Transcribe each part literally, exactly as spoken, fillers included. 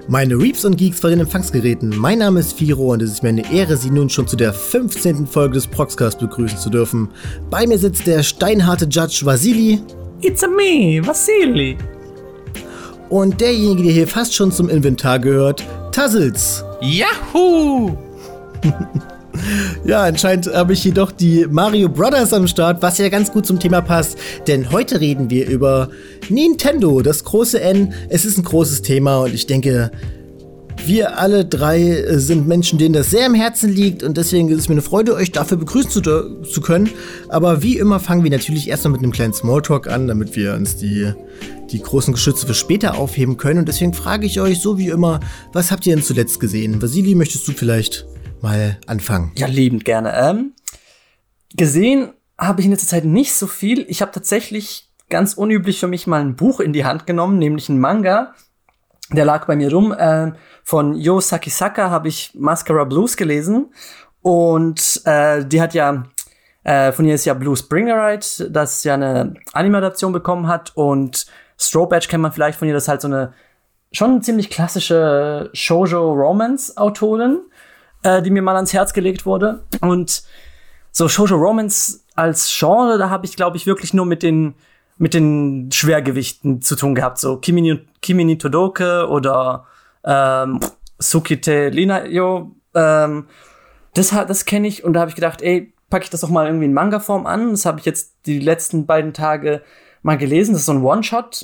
Meine Reeps und Geeks vor den Empfangsgeräten. Mein Name ist Firo und es ist mir eine Ehre, Sie nun schon zu der fünfzehnten Folge des Proxcast begrüßen zu dürfen. Bei mir sitzt der steinharte Judge Vasili. It's a me, Vasili. Und derjenige, der hier fast schon zum Inventar gehört, Tassels. Yahoo! Ja, anscheinend habe ich jedoch die Mario Brothers am Start, was ja ganz gut zum Thema passt. Denn heute reden wir über Nintendo, das große N. Es ist ein großes Thema und ich denke, wir alle drei sind Menschen, denen das sehr am Herzen liegt. Und deswegen ist es mir eine Freude, euch dafür begrüßen zu, zu können. Aber wie immer fangen wir natürlich erstmal mit einem kleinen Smalltalk an, damit wir uns die, die großen Geschütze für später aufheben können. Und deswegen frage ich euch, so wie immer, was habt ihr denn zuletzt gesehen? Vasili, möchtest du vielleicht mal anfangen? Ja, liebend gerne. Ähm, gesehen habe ich in letzter Zeit nicht so viel. Ich habe tatsächlich ganz unüblich für mich mal ein Buch in die Hand genommen, nämlich ein Manga. Der lag bei mir rum. Ähm, von Yo Sakisaka habe ich Mascara Blues gelesen. Und äh, die hat ja, äh, von ihr ist ja Blue Spring Ride, das ja eine Anime-Adaption bekommen hat. Und Strobe Edge kennt man vielleicht von ihr, das ist halt so eine schon ziemlich klassische Shoujo-Romance-Autorin, die mir mal ans Herz gelegt wurde. Und so Shoujo Romance als Genre, da habe ich, glaube ich, wirklich nur mit den mit den Schwergewichten zu tun gehabt. So Kimi ni, Kimi ni Todoke oder ähm, Tsukite Rinayo. Ähm, das das kenne ich. Und da habe ich gedacht, ey, packe ich das doch mal irgendwie in Manga-Form an. Das habe ich jetzt die letzten beiden Tage mal gelesen. Das ist so ein One-Shot.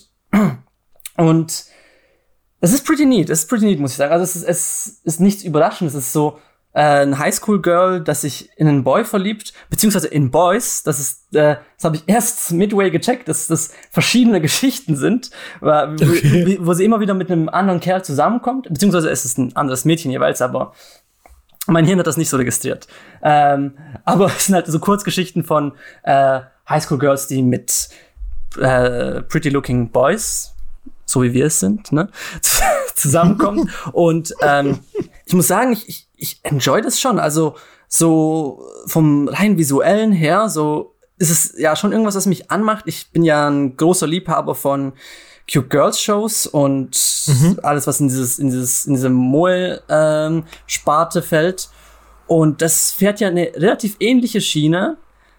Und es ist pretty neat, es ist pretty neat, muss ich sagen. Also es ist, es ist nichts Überraschendes. Es ist so äh, ein Highschool-Girl, das sich in einen Boy verliebt, beziehungsweise in Boys. Das ist, äh, das habe ich erst midway gecheckt, dass das verschiedene Geschichten sind, wo, okay. wo sie immer wieder mit einem anderen Kerl zusammenkommt. Beziehungsweise es ist ein anderes Mädchen jeweils, aber mein Hirn hat das nicht so registriert. Ähm, aber es sind halt so Kurzgeschichten von äh, Highschool-Girls, die mit äh, pretty-looking Boys, so wie wir es sind, ne, zusammenkommen. Und ähm, ich muss sagen, ich, ich, ich enjoy das schon. Also so vom rein visuellen her, so ist es ja schon irgendwas, was mich anmacht. Ich bin ja ein großer Liebhaber von Cute Girls Shows und mhm. alles, was in dieses in dieses in diese Moe-Sparte ähm, fällt. Und das fährt ja eine relativ ähnliche Schiene.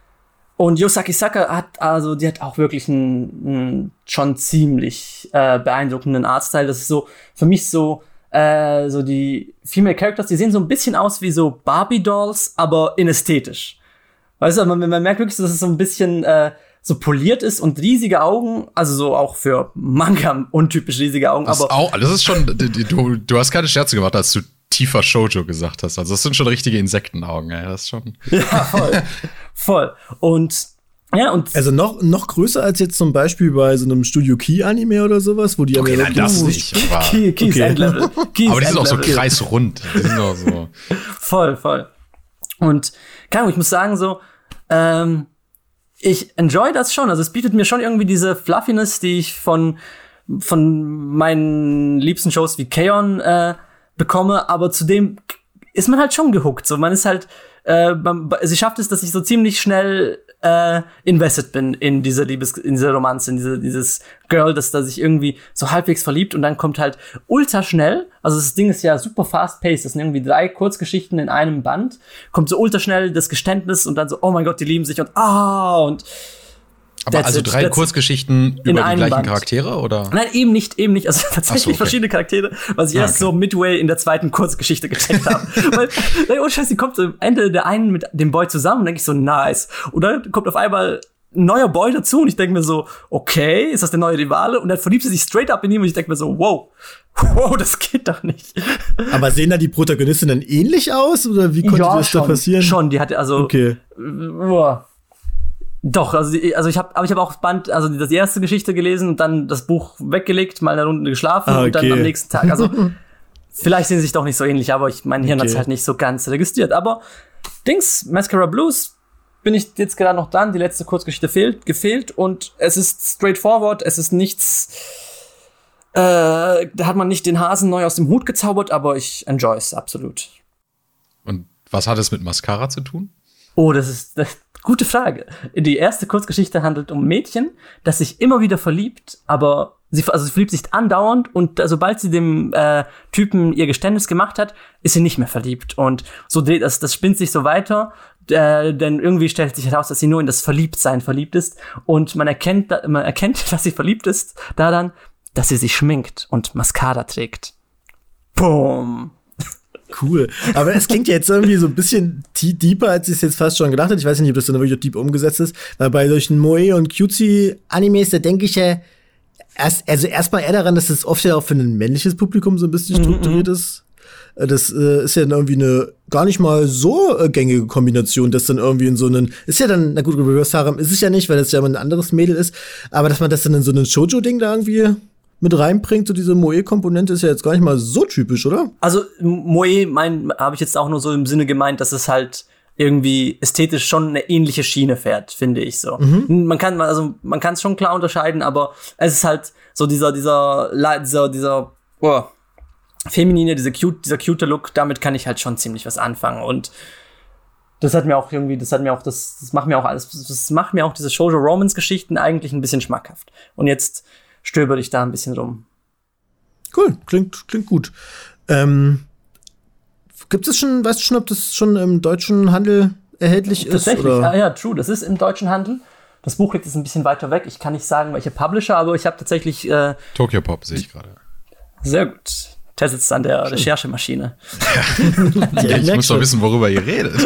Und Yo Sakisaka hat also, die hat auch wirklich einen, einen schon ziemlich äh, beeindruckenden Artstyle. Das ist so für mich so äh, so die Female Characters, die sehen so ein bisschen aus wie so Barbie Dolls, aber in ästhetisch. Weißt du, man, man merkt wirklich, dass es so ein bisschen äh, so poliert ist und riesige Augen, also so auch für Manga untypisch riesige Augen. Das aber auch, das ist schon, du, du hast keine Scherze gemacht, als du tiefer Shoujo gesagt hast. Also das sind schon richtige Insektenaugen, ey. Das ist schon. Ja, voll. Voll. Und ja, und also noch, noch größer als jetzt zum Beispiel bei so einem Studio Key-Anime oder sowas, wo die okay, ja nein, das nicht. Key, Key okay. Endlevel. Key aber die sind auch so kreisrund. Die sind auch so. Voll, voll. Und keine Ahnung, ich muss sagen, so, ähm, ich enjoy das schon. Also es bietet mir schon irgendwie diese Fluffiness, die ich von, von meinen liebsten Shows wie K-On! äh, bekomme, aber zudem ist man halt schon gehuckt. So, man ist halt, äh, man, sie schafft es, dass ich so ziemlich schnell äh, invested bin in diese Liebes, in diese Romanze, in diese, dieses Girl, das da sich irgendwie so halbwegs verliebt und dann kommt halt ultra schnell, also das Ding ist ja super fast-paced, das sind irgendwie drei Kurzgeschichten in einem Band, kommt so ultra schnell das Geständnis und dann so, oh mein Gott, die lieben sich und ah, und aber also it, drei Kurzgeschichten über die gleichen Band. Charaktere, oder? Nein, eben nicht, eben nicht. Also tatsächlich so, okay. verschiedene Charaktere, was ich ah, erst okay. so midway in der zweiten Kurzgeschichte gecheckt habe. Weil, oh Scheiße, die kommt so am Ende der einen mit dem Boy zusammen und denke ich so, nice. Und dann kommt auf einmal ein neuer Boy dazu und ich denke mir so, okay, ist das der neue Rivale? Und dann verliebt sie sich straight up in ihn und ich denke mir so, wow, wow, das geht doch nicht. Aber sehen da die Protagonistinnen ähnlich aus? Oder wie konnte ja, das schon, da passieren? Schon, die hatte also, okay. Boah. Doch, also, die, also ich habe, aber ich habe auch Band, also die, die erste Geschichte gelesen und dann das Buch weggelegt, mal eine Runde geschlafen ah, okay. und dann am nächsten Tag. Also vielleicht sehen sie sich doch nicht so ähnlich, aber ich, mein Hirn okay. hat's halt nicht so ganz registriert. Aber Dings, Mascara Blues, bin ich jetzt gerade noch dran. Die letzte Kurzgeschichte fehlt, gefehlt und es ist straightforward. Es ist nichts. Äh, da hat man nicht den Hasen neu aus dem Hut gezaubert, aber ich enjoy es absolut. Und was hat es mit Mascara zu tun? Oh, das ist das, gute Frage. Die erste Kurzgeschichte handelt um ein Mädchen, das sich immer wieder verliebt, aber Sie, also sie verliebt sich andauernd und äh, sobald sie dem äh, Typen ihr Geständnis gemacht hat, ist sie nicht mehr verliebt. Und so dreht das, das spinnt sich so weiter. Äh, denn irgendwie stellt sich heraus, dass sie nur in das Verliebtsein verliebt ist. Und man erkennt, man erkennt, dass sie verliebt ist, daran, dass sie sich schminkt und Mascara trägt. Boom. Cool. Aber es klingt ja jetzt irgendwie so ein bisschen deeper, als ich es jetzt fast schon gedacht hätte. Ich weiß nicht, ob das dann wirklich deep umgesetzt ist. Weil bei solchen Moe- und Cutesy-Animes, da denke ich ja erst, also erstmal eher daran, dass das oft ja auch für ein männliches Publikum so ein bisschen strukturiert mm-hmm. ist. Das äh, ist ja dann irgendwie eine gar nicht mal so äh, gängige Kombination, dass dann irgendwie in so einen, ist ja dann, na gut, Reverse Harem ist es ja nicht, weil das ja immer ein anderes Mädel ist, aber dass man das dann in so einen Shoujo-Ding da irgendwie mit reinbringt, so diese Moe-Komponente ist ja jetzt gar nicht mal so typisch, oder? Also Moe, mein, habe ich jetzt auch nur so im Sinne gemeint, dass es halt irgendwie ästhetisch schon eine ähnliche Schiene fährt, finde ich so. Mhm. Man kann, also man kann es schon klar unterscheiden, aber es ist halt so dieser, dieser, dieser, dieser, oh, feminine, diese cute, dieser cute Look, damit kann ich halt schon ziemlich was anfangen. Und das hat mir auch irgendwie, das hat mir auch, das, das macht mir auch alles, das macht mir auch diese Shoujo-Romance-Geschichten eigentlich ein bisschen schmackhaft. Und jetzt stöber ich da ein bisschen rum. Cool, klingt, klingt gut. Ähm, gibt es schon, weißt du schon, ob das schon im deutschen Handel erhältlich ist? Tatsächlich, oder? Ja, ja, true, das ist im deutschen Handel. Das Buch liegt jetzt ein bisschen weiter weg. Ich kann nicht sagen, welche Publisher, aber ich habe tatsächlich äh, Tokyo Pop sehe ich gerade. Sehr gut. Der sitzt an der Recherchemaschine. Ja. Ja, ich muss doch wissen, worüber ihr redet.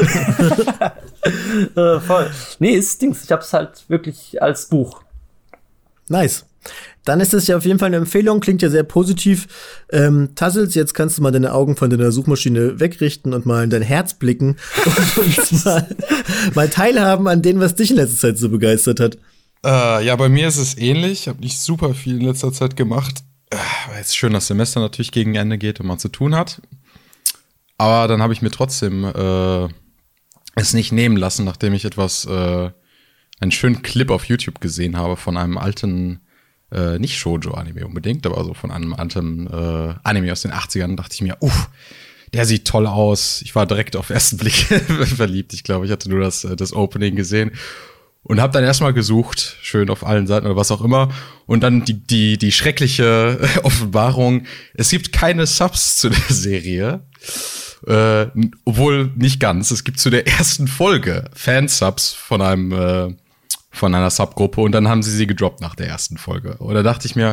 äh, voll. Nee, ist Dings. Ich hab's halt wirklich als Buch. Nice. Dann ist das ja auf jeden Fall eine Empfehlung, klingt ja sehr positiv. Ähm, Tassels, jetzt kannst du mal deine Augen von deiner Suchmaschine wegrichten und mal in dein Herz blicken und uns mal, mal teilhaben an dem, was dich in letzter Zeit so begeistert hat. Äh, ja, bei mir ist es ähnlich. Ich habe nicht super viel in letzter Zeit gemacht. Weil jetzt schön das Semester natürlich gegen Ende geht und man zu tun hat. Aber dann habe ich mir trotzdem äh, es nicht nehmen lassen, nachdem ich etwas, äh, einen schönen Clip auf YouTube gesehen habe von einem alten, äh, nicht Shoujo-Anime unbedingt, aber so von einem alten äh, Anime aus den achtzigern, dachte ich mir, uff, der sieht toll aus. Ich war direkt auf den ersten Blick verliebt. Ich glaube, ich hatte nur das, das Opening gesehen. Und hab dann erstmal gesucht, schön auf allen Seiten oder was auch immer. Und dann die, die, die schreckliche Offenbarung, es gibt keine Subs zu der Serie. Äh, obwohl nicht ganz. Es gibt zu der ersten Folge Fansubs von einem, äh, von einer Subgruppe. Und dann haben sie sie gedroppt nach der ersten Folge. Und da dachte ich mir,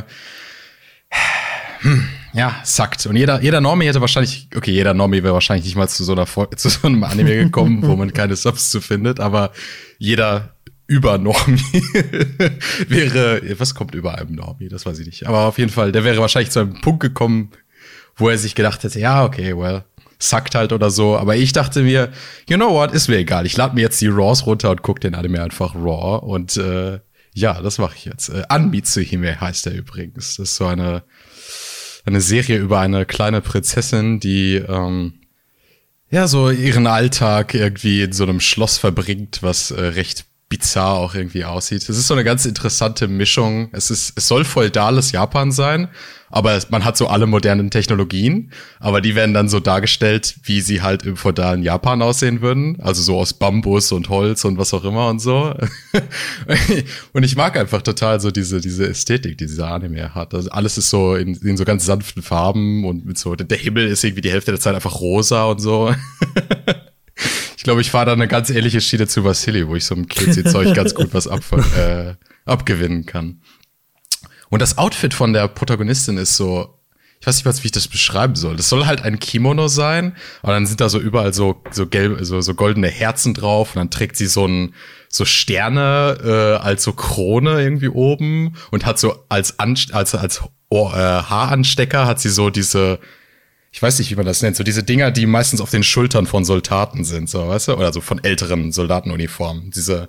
hm, ja, sackt. Und jeder, jeder Normie hätte wahrscheinlich, okay, jeder Normie wäre wahrscheinlich nicht mal zu so einer Fol- zu so einem Anime gekommen, wo man keine Subs zu findet. Aber jeder über Normie wäre, was kommt über einem Normie, das weiß ich nicht. Aber auf jeden Fall, der wäre wahrscheinlich zu einem Punkt gekommen, wo er sich gedacht hätte, ja, okay, well, suckt halt oder so. Aber ich dachte mir, you know what, ist mir egal. Ich lade mir jetzt die Raws runter und guck den Anime einfach raw. Und äh, ja, das mache ich jetzt. Äh, Anmitsuhime heißt der übrigens. Das ist so eine, eine Serie über eine kleine Prinzessin, die ähm, ja so ihren Alltag irgendwie in so einem Schloss verbringt, was äh, recht bizarr auch irgendwie aussieht. Es ist so eine ganz interessante Mischung. Es ist, es soll feudales Japan sein, aber es, man hat so alle modernen Technologien, aber die werden dann so dargestellt, wie sie halt im feudalen Japan aussehen würden. Also so aus Bambus und Holz und was auch immer und so. Und ich mag einfach total so diese, diese Ästhetik, die dieser Anime hat. Also alles ist so in, in so ganz sanften Farben und mit so, der Himmel ist irgendwie die Hälfte der Zeit einfach rosa und so. Ich glaube, ich fahre da eine ganz ähnliche Schiene zu Vasili, wo ich so im Kitzy-Zeug ganz gut was ab, äh, abgewinnen kann. Und das Outfit von der Protagonistin ist so, ich weiß nicht was, wie ich das beschreiben soll. Das soll halt ein Kimono sein, aber dann sind da so überall so so gelbe, so so goldene Herzen drauf und dann trägt sie so ein so Sterne äh, als so Krone irgendwie oben und hat so als Anst- als als Ohr, äh, Haaranstecker hat sie so diese, ich weiß nicht, wie man das nennt, so diese Dinger, die meistens auf den Schultern von Soldaten sind, so, weißt du? Oder so von älteren Soldatenuniformen. Diese,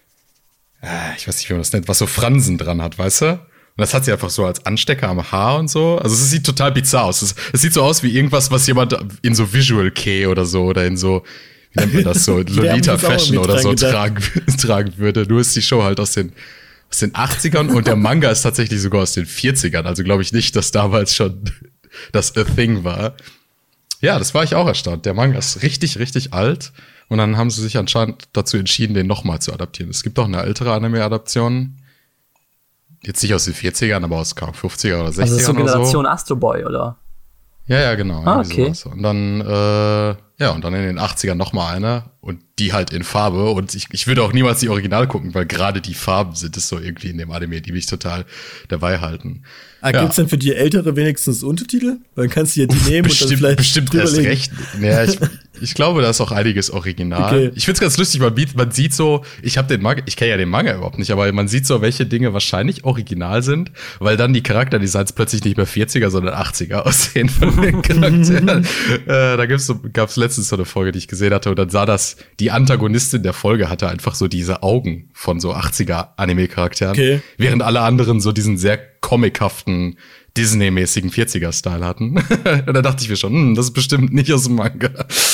äh, ich weiß nicht, wie man das nennt, was so Fransen dran hat, weißt du? Und das hat sie einfach so als Anstecker am Haar und so. Also es sieht total bizarr aus. Es, es sieht so aus wie irgendwas, was jemand in so Visual Kei oder so oder in so, wie nennt man das so, Lolita Fashion oder so tragen, tragen würde. Nur ist die Show halt aus den, aus den achtzigern und der Manga ist tatsächlich sogar aus den vierzigern. Also glaube ich nicht, dass damals schon das A Thing war. Ja, das war ich auch erstaunt. Der Manga ist richtig, richtig alt. Und dann haben sie sich anscheinend dazu entschieden, den nochmal zu adaptieren. Es gibt auch eine ältere Anime-Adaption. jetzt nicht aus den vierzigern, aber aus fünfziger oder sechziger Also das ist so oder Generation so. Astro Boy, oder? Ja, ja, genau. Ah, irgendwie okay. sowas. Und dann, äh, ja, und dann in den achtzigern noch mal eine und die halt in Farbe. Und ich, ich würde auch niemals die Original gucken, weil gerade die Farben sind es so irgendwie in dem Anime, die mich total dabei halten. Ah, Ja. gibt's denn für die Ältere wenigstens Untertitel? Dann kannst du ja die nehmen und dann Bestimmt, vielleicht bestimmt erst drüberlegen. recht. Ja, ich, ich glaube, da ist auch einiges original. Okay. Ich find's ganz lustig, man, man sieht so, ich habe den Manga, ich kenne ja den Manga überhaupt nicht, aber man sieht so, welche Dinge wahrscheinlich original sind, weil dann die Charakterdesigns plötzlich nicht mehr vierziger, sondern achtziger aussehen von den Charakteren. äh, da gibt's so, gab's letztens so eine Folge, die ich gesehen hatte, und dann sah das, die Antagonistin der Folge hatte einfach so diese Augen von so achtziger Anime-Charakteren, Okay. während alle anderen so diesen sehr comichaften Disney-mäßigen vierziger-Style hatten. Und da dachte ich mir schon, hm, das ist bestimmt nicht aus dem Manga.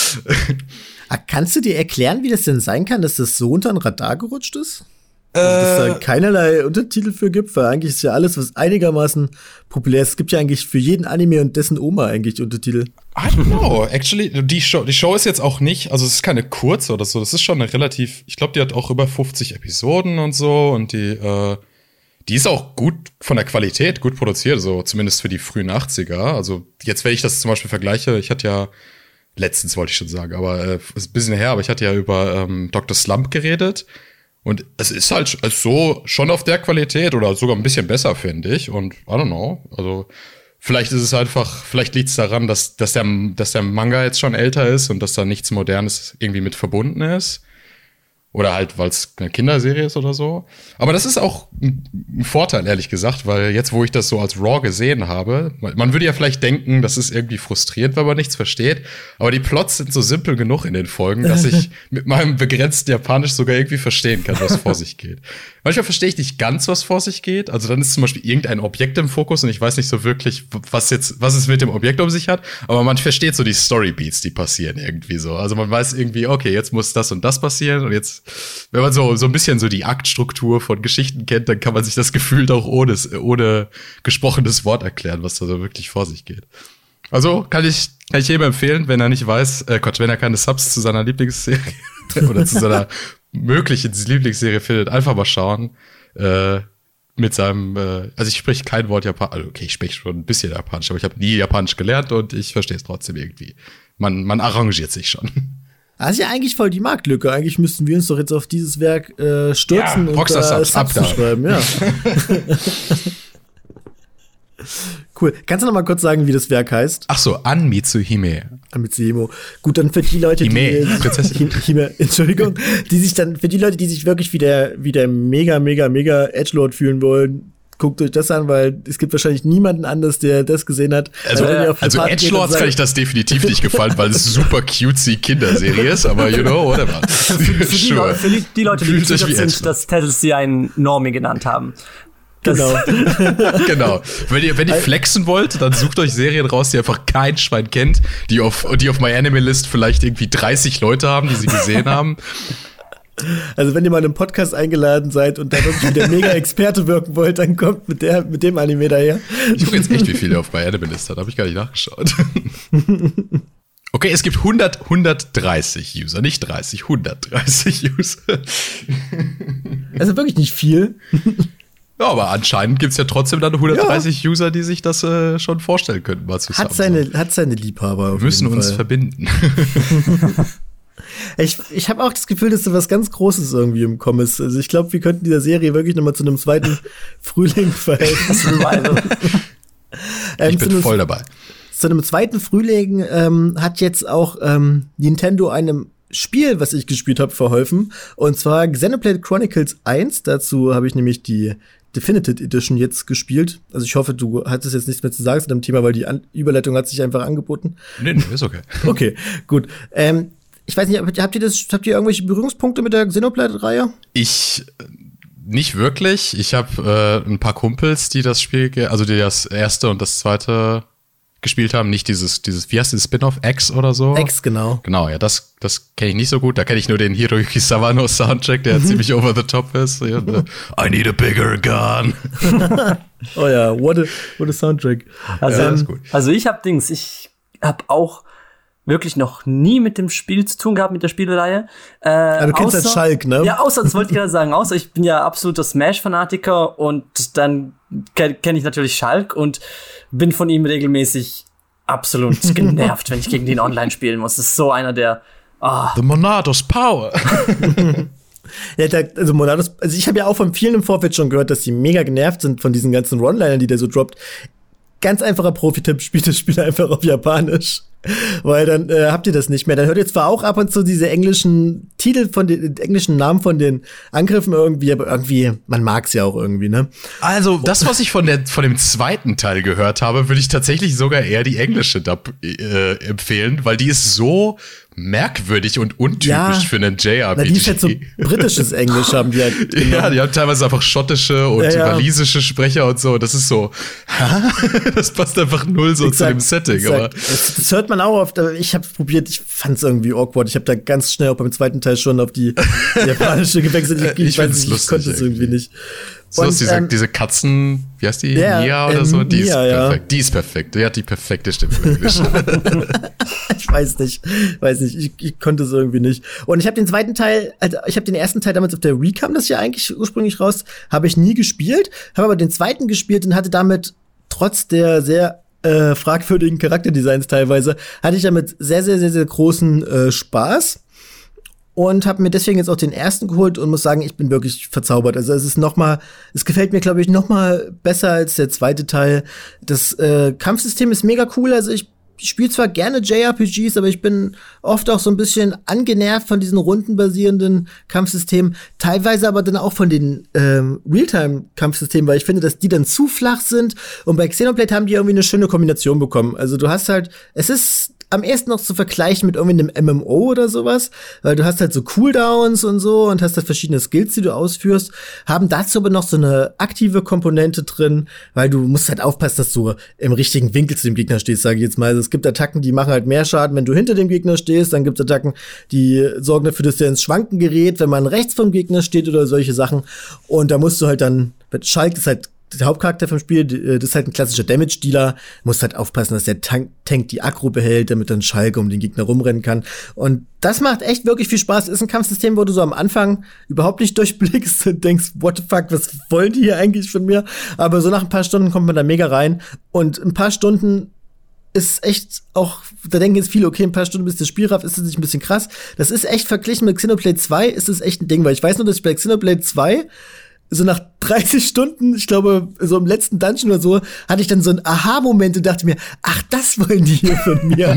Ah, kannst du dir erklären, wie das denn sein kann, dass das so unter ein Radar gerutscht ist? Also, dass da keinerlei Untertitel für gibt, weil eigentlich ist ja alles, was einigermaßen populär ist. Es gibt ja eigentlich für jeden Anime und dessen Oma eigentlich Untertitel. I don't know. Actually, die Show, die Show ist jetzt auch nicht, also es ist keine kurze oder so, das ist schon eine relativ, ich glaube, die hat auch über fünfzig Episoden und so, und die, äh, die ist auch gut von der Qualität, gut produziert, so zumindest für die frühen achtziger. Also jetzt, wenn ich das zum Beispiel vergleiche, ich hatte ja, letztens wollte ich schon sagen, aber äh, ist ein bisschen her, aber ich hatte ja über ähm, Doktor Slump geredet. Und es ist halt so schon auf der Qualität oder sogar ein bisschen besser, finde ich. Und I don't know. Also vielleicht ist es einfach, vielleicht liegt es daran, dass, dass, der, dass der Manga jetzt schon älter ist und dass da nichts Modernes irgendwie mit verbunden ist. Oder halt, weil es eine Kinderserie ist oder so. Aber das ist auch ein Vorteil, ehrlich gesagt, weil jetzt, wo ich das so als Raw gesehen habe, man würde ja vielleicht denken, das ist irgendwie frustrierend, weil man nichts versteht. Aber die Plots sind so simpel genug in den Folgen, dass ich mit meinem begrenzten Japanisch sogar irgendwie verstehen kann, was vor sich geht. Manchmal verstehe ich nicht ganz, was vor sich geht. Also dann ist zum Beispiel irgendein Objekt im Fokus und ich weiß nicht so wirklich, was jetzt, was es mit dem Objekt um sich hat. Aber man versteht so die Storybeats, die passieren irgendwie so. Also man weiß irgendwie, okay, jetzt muss das und das passieren und jetzt, wenn man so, so ein bisschen so die Aktstruktur von Geschichten kennt, dann kann man sich das gefühlt auch ohne, ohne gesprochenes Wort erklären, was da so wirklich vor sich geht. Also kann ich, kann ich jedem empfehlen, wenn er nicht weiß, äh Gott, wenn er keine Subs zu seiner Lieblingsserie oder zu seiner möglichen Lieblingsserie findet, einfach mal schauen. Äh, mit seinem, äh, also ich spreche kein Wort Japanisch, also okay, ich spreche schon ein bisschen Japanisch, aber ich habe nie Japanisch gelernt und ich verstehe es trotzdem irgendwie. Man, man arrangiert sich schon. Das ist ja eigentlich voll die Marktlücke. Eigentlich müssten wir uns doch jetzt auf dieses Werk äh, stürzen Ja, und Rockstar da Subs, Subs ab zu da. schreiben. Ja. Cool. Kannst du noch mal kurz sagen, wie das Werk heißt? Ach so, An Mitsuhime. Mitsuhimo. Gut, dann für die Leute, Hime, die Prinzessin. Hime, Entschuldigung, die sich dann für die Leute, die sich wirklich wie der wie der mega mega mega Edgelord fühlen wollen, guckt euch das an, weil es gibt wahrscheinlich niemanden anders, der das gesehen hat. Also, wenn ihr auf die also Party geht und Edgelords sagt- kann ich das definitiv nicht gefallen, weil es super cutesy Kinderserie ist, aber you know, whatever. Für die, Leute, für die, die Leute, die Fühlt euch wie getriggert sind, Edgelord. dass Tattles sie einen Normie genannt haben. Das, Genau. Genau. Wenn ihr, wenn ihr flexen wollt, dann sucht euch Serien raus, die einfach kein Schwein kennt, die auf, die auf My Anime List vielleicht irgendwie dreißig Leute haben, die sie gesehen haben. Also wenn ihr mal in einem Podcast eingeladen seid und da wirklich der Mega-Experte wirken wollt, dann kommt mit, der, mit dem Anime daher. Ich gucke jetzt echt, wie viele auf My Anime List hat, habe ich gar nicht nachgeschaut. Okay, es gibt hundert, hundertdreißig User, nicht dreißig, hundertdreißig User. Also wirklich nicht viel. Ja, aber anscheinend gibt's ja trotzdem dann hundertdreißig ja. User, die sich das äh, schon vorstellen könnten, mal zusammen. Hat seine, hat seine Liebhaber. Wir müssen jeden uns Fall. verbinden. Ich, ich habe auch das Gefühl, dass da was ganz Großes irgendwie im Kommen ist. Also ich glaube, wir könnten dieser Serie wirklich noch mal zu einem zweiten Frühling verhelfen. ähm, Ich bin zu voll einem, dabei. zu einem zweiten Frühling ähm, hat jetzt auch ähm, Nintendo einem Spiel, was ich gespielt habe, verholfen. Und zwar Xenoblade Chronicles eins. Dazu habe ich nämlich die Definitive Edition jetzt gespielt. Also ich hoffe, du hattest jetzt nichts mehr zu sagen zu dem Thema, weil die An- Überleitung hat sich einfach angeboten. Nee, nee, ist okay. Okay, gut. Ähm, ich weiß nicht, habt ihr das, habt ihr irgendwelche Berührungspunkte mit der Xenoblade-Reihe? Ich äh, nicht wirklich. Ich habe äh, ein paar Kumpels, die das Spiel, ge- also die das erste und das zweite gespielt haben. Nicht dieses, dieses, wie heißt das, Spin-off, X oder so? X, genau. Genau, ja, das, das kenne ich nicht so gut. Da kenne ich nur den Hiroyuki Sawano Soundtrack, der ziemlich over the top ist. Ja, ne? I need a bigger gun. Oh ja, what a, what a Soundtrack. Also, Ja, das ist gut. also ich hab Dings, ich hab auch wirklich noch nie mit dem Spiel zu tun gehabt, mit der Spielereihe. Äh, ja, du kennst außer, halt Schalk, ne? Ja, außer, das wollte ich gerade sagen, außer ich bin ja absoluter Smash-Fanatiker und dann kenne kenn ich natürlich Schalk und bin von ihm regelmäßig absolut genervt, wenn ich gegen den online spielen muss. Das ist so einer der oh. The Monados Power. Ja, da, also Monados, also ich habe ja auch von vielen im Vorfeld schon gehört, dass die mega genervt sind von diesen ganzen One-Linern, die der so droppt. Ganz einfacher Profi-Tipp, spielt das Spiel einfach auf Japanisch. Weil dann äh, habt ihr das nicht mehr. Dann hört ihr zwar auch ab und zu diese englischen Titel von den englischen Namen von den Angriffen irgendwie, aber irgendwie, man mag's ja auch irgendwie, ne? Also, das, was ich von, der, von dem zweiten Teil gehört habe, würde ich tatsächlich sogar eher die englische Dub äh, empfehlen, weil die ist so merkwürdig und untypisch ja, für einen J R P G. Na, die ist halt so britisches Englisch haben die halt. Genau. Ja, die haben teilweise einfach schottische und ja, ja. walisische Sprecher und so. Das ist so, das passt einfach null so exakt, zu dem Setting. Exakt. Aber das, das hört man auch oft, aber ich habe probiert, ich fand's irgendwie awkward. Ich habe da ganz schnell auch beim zweiten Teil schon auf die japanische gewechselt. Ich, ich, ich, weiß nicht, ich konnte es irgendwie nicht. So Und, ist diese, ähm, diese Katzen, wie heißt die? ja, Nia oder ähm, so? Die Nia, ist ja. perfekt. Die ist perfekt. Die hat die perfekte Stimme für Englisch. Ich weiß nicht, weiß nicht, ich, ich konnte es irgendwie nicht. Und ich habe den zweiten Teil, also ich habe den ersten Teil damals auf der Wii kam das ja eigentlich ursprünglich raus, habe ich nie gespielt, habe aber den zweiten gespielt und hatte damit trotz der sehr äh, fragwürdigen Charakterdesigns teilweise, hatte ich damit sehr, sehr, sehr, sehr großen äh, Spaß. Und habe mir deswegen jetzt auch den ersten geholt und muss sagen, ich bin wirklich verzaubert. Also es ist noch mal, es gefällt mir, glaube ich, noch mal besser als der zweite Teil. Das äh, Kampfsystem ist mega cool. Also ich spiele zwar gerne J R P Gs, aber ich bin oft auch so ein bisschen angenervt von diesen rundenbasierenden Kampfsystemen. Teilweise aber dann auch von den ähm, Realtime-Kampfsystemen, weil ich finde, dass die dann zu flach sind. Und bei Xenoblade haben die irgendwie eine schöne Kombination bekommen. Also du hast halt, es ist am ehesten noch zu vergleichen mit irgendwie einem M M O oder sowas, weil du hast halt so Cooldowns und so und hast halt verschiedene Skills, die du ausführst, haben dazu aber noch so eine aktive Komponente drin, weil du musst halt aufpassen, dass du im richtigen Winkel zu dem Gegner stehst, sage ich jetzt mal. Also es gibt Attacken, die machen halt mehr Schaden, wenn du hinter dem Gegner stehst, dann gibt's Attacken, die sorgen dafür, dass der ins Schwanken gerät, wenn man rechts vom Gegner steht oder solche Sachen. Und da musst du halt dann, Schalk ist halt der Hauptcharakter vom Spiel, das ist halt ein klassischer Damage-Dealer, muss halt aufpassen, dass der Tank, Tank die Aggro behält, damit dann Schalk um den Gegner rumrennen kann. Und das macht echt wirklich viel Spaß. Ist ein Kampfsystem, wo du so am Anfang überhaupt nicht durchblickst und denkst, what the fuck, was wollen die hier eigentlich von mir? Aber so nach ein paar Stunden kommt man da mega rein. Und ein paar Stunden ist echt auch, da denken jetzt viele, okay, ein paar Stunden bis das Spiel raff, ist das nicht ein bisschen krass. Das ist echt verglichen mit Xenoblade zwei, ist das echt ein Ding, weil ich weiß nur, dass ich bei Xenoblade zwei so nach dreißig Stunden, ich glaube, so im letzten Dungeon oder so, hatte ich dann so einen Aha-Moment und dachte mir, ach, das wollen die hier von mir.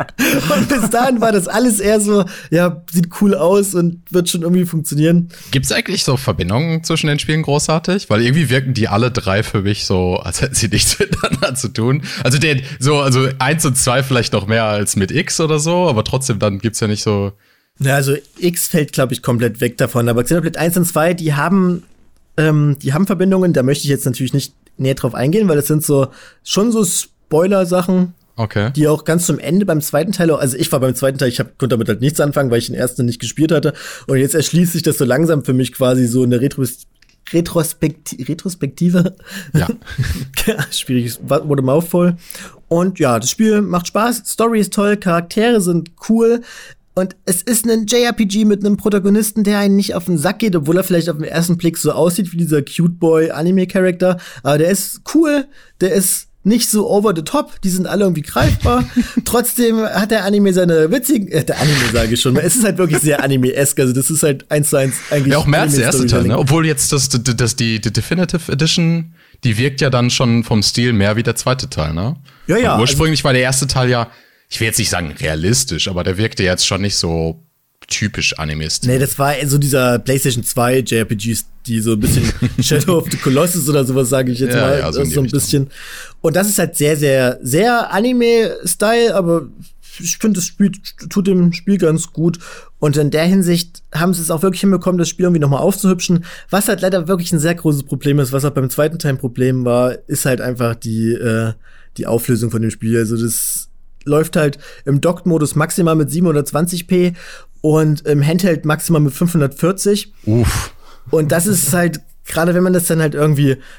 Und bis dahin war das alles eher so, ja, sieht cool aus und wird schon irgendwie funktionieren. Gibt's eigentlich so Verbindungen zwischen den Spielen großartig? Weil irgendwie wirken die alle drei für mich so, als hätten sie nichts miteinander zu tun. Also den, so, also eins und zwei vielleicht noch mehr als mit X oder so, aber trotzdem dann gibt's ja nicht so. Ja, also X fällt, glaube ich, komplett weg davon. Aber Xenoblade eins und zwei, die haben Ähm, die haben Verbindungen, da möchte ich jetzt natürlich nicht näher drauf eingehen, weil das sind so schon so Spoiler-Sachen, okay, die auch ganz zum Ende beim zweiten Teil, also ich war beim zweiten Teil, ich hab, konnte damit halt nichts anfangen, weil ich den ersten nicht gespielt hatte. Und jetzt erschließt sich das so langsam für mich quasi so eine Retros- Retrospekti- Retrospektive. Ja. Schwieriges wurde Mouthful. Und ja, das Spiel macht Spaß, Story ist toll, Charaktere sind cool. Und es ist ein J R P G mit einem Protagonisten, der einen nicht auf den Sack geht, obwohl er vielleicht auf den ersten Blick so aussieht wie dieser Cute-Boy-Anime-Charakter. Aber der ist cool, der ist nicht so over the top, die sind alle irgendwie greifbar. Trotzdem hat der Anime seine witzigen, äh, der Anime sage ich schon, es ist halt wirklich sehr Anime-esque, also das ist halt eins zu eins eigentlich. Ja, auch mehr als der erste Teil, ne? Obwohl jetzt das, das, das die, die Definitive Edition, die wirkt ja dann schon vom Stil mehr wie der zweite Teil, ne? Ja, ja. Und ursprünglich also war der erste Teil ja, ich will jetzt nicht sagen realistisch, aber der wirkte jetzt schon nicht so typisch Anime-Stil. Nee, das war so dieser PlayStation zwei J R P Gs, die so ein bisschen Shadow of the Colossus oder sowas, sage ich jetzt ja, mal, ja, so, so ein bisschen. Und das ist halt sehr, sehr, sehr Anime-Style, aber ich finde, das Spiel tut dem Spiel ganz gut. Und in der Hinsicht haben sie es auch wirklich hinbekommen, das Spiel irgendwie nochmal aufzuhübschen. Was halt leider wirklich ein sehr großes Problem ist, was auch beim zweiten Teil ein Problem war, ist halt einfach die, äh, die Auflösung von dem Spiel. Also das läuft halt im Docked-Modus maximal mit siebenhundertzwanzig p und im Handheld maximal mit fünfhundertvierzig. Uff. Und das ist halt, gerade wenn man das dann halt irgendwie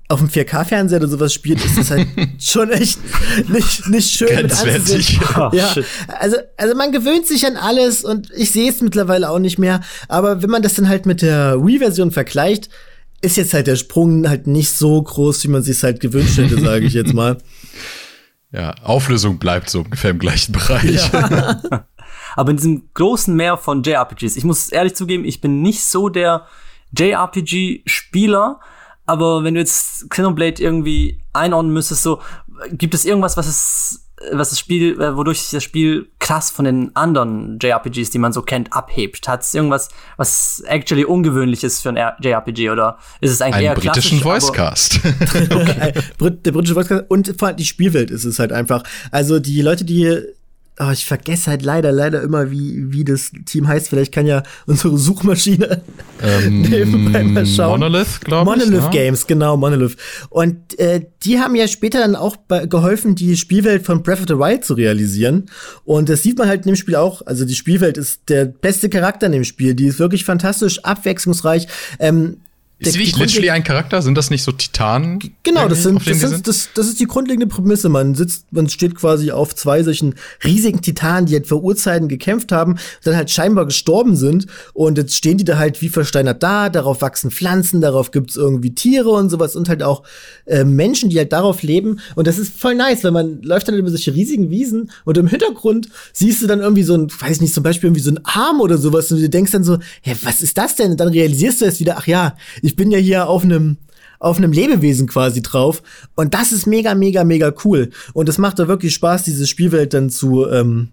auf dem vier K-Fernseher oder sowas spielt, ist das halt schon echt nicht, nicht schön. Grenzwertig. Oh, ja, also, also man gewöhnt sich an alles und ich sehe es mittlerweile auch nicht mehr. Aber wenn man das dann halt mit der Wii-Version vergleicht, ist jetzt halt der Sprung halt nicht so groß, wie man sich halt gewünscht hätte, sage ich jetzt mal. Ja, Auflösung bleibt so ungefähr im gleichen Bereich. Ja. Aber in diesem großen Meer von J R P Gs, ich muss ehrlich zugeben, ich bin nicht so der J R P G-Spieler, aber wenn du jetzt Xenoblade irgendwie einordnen müsstest, so, gibt es irgendwas, was es, was das Spiel, wodurch sich das Spiel krass von den anderen J R P Gs, die man so kennt, abhebt? Hat es irgendwas, was actually ungewöhnlich ist für ein J R P G, oder ist es eigentlich Einen eher klassisch? britischen Voicecast. Okay. Der britische Voicecast und vor allem die Spielwelt ist es halt einfach. Also die Leute, die Oh, ich vergesse halt leider, leider immer, wie, wie das Team heißt. Vielleicht kann ja unsere Suchmaschine ähm, nebenbei mal schauen. Monolith, glaube ich. Monolith ja. Games, genau, Monolith. Und äh, die haben ja später dann auch bei, geholfen, die Spielwelt von Breath of the Wild zu realisieren. Und das sieht man halt in dem Spiel auch. Also die Spielwelt ist der beste Charakter in dem Spiel. Die ist wirklich fantastisch, abwechslungsreich. Ähm, Ist die nicht literally ein Charakter? Sind das nicht so Titanen? Genau, das sind, das, sind, sind? Das, das ist die grundlegende Prämisse. Man sitzt, man steht quasi auf zwei solchen riesigen Titanen, die halt vor Urzeiten gekämpft haben, dann halt scheinbar gestorben sind. Und jetzt stehen die da halt wie versteinert da, darauf wachsen Pflanzen, darauf gibt's irgendwie Tiere und sowas und halt auch äh, Menschen, die halt darauf leben. Und das ist voll nice, weil man läuft dann über solche riesigen Wiesen und im Hintergrund siehst du dann irgendwie so ein, weiß ich nicht, zum Beispiel irgendwie so ein Arm oder sowas und du denkst dann so, hä, was ist das denn? Und dann realisierst du es wieder, ach ja, ich bin ja hier auf einem auf einem Lebewesen quasi drauf und das ist mega, mega, mega cool und es macht da wirklich Spaß, diese Spielwelt dann zu ähm,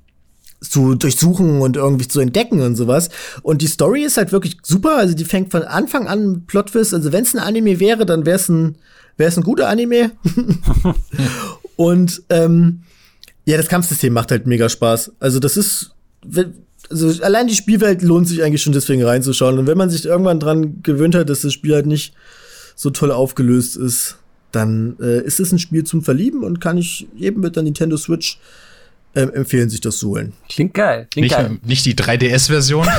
zu durchsuchen und irgendwie zu entdecken und sowas. Und die Story ist halt wirklich super, also die fängt von Anfang an mit Plot-Twist, also wenn es ein Anime wäre, dann wäre es ein wäre es ein guter Anime. Und ähm, ja, das Kampfsystem macht halt mega Spaß. Also das ist Also allein die Spielwelt lohnt sich eigentlich schon deswegen reinzuschauen. Und wenn man sich irgendwann dran gewöhnt hat, dass das Spiel halt nicht so toll aufgelöst ist, dann äh, ist es ein Spiel zum Verlieben und kann ich jedem mit der Nintendo Switch äh, empfehlen, sich das zu holen. Klingt geil. Klingt nicht, geil. Nicht die drei D S-Version?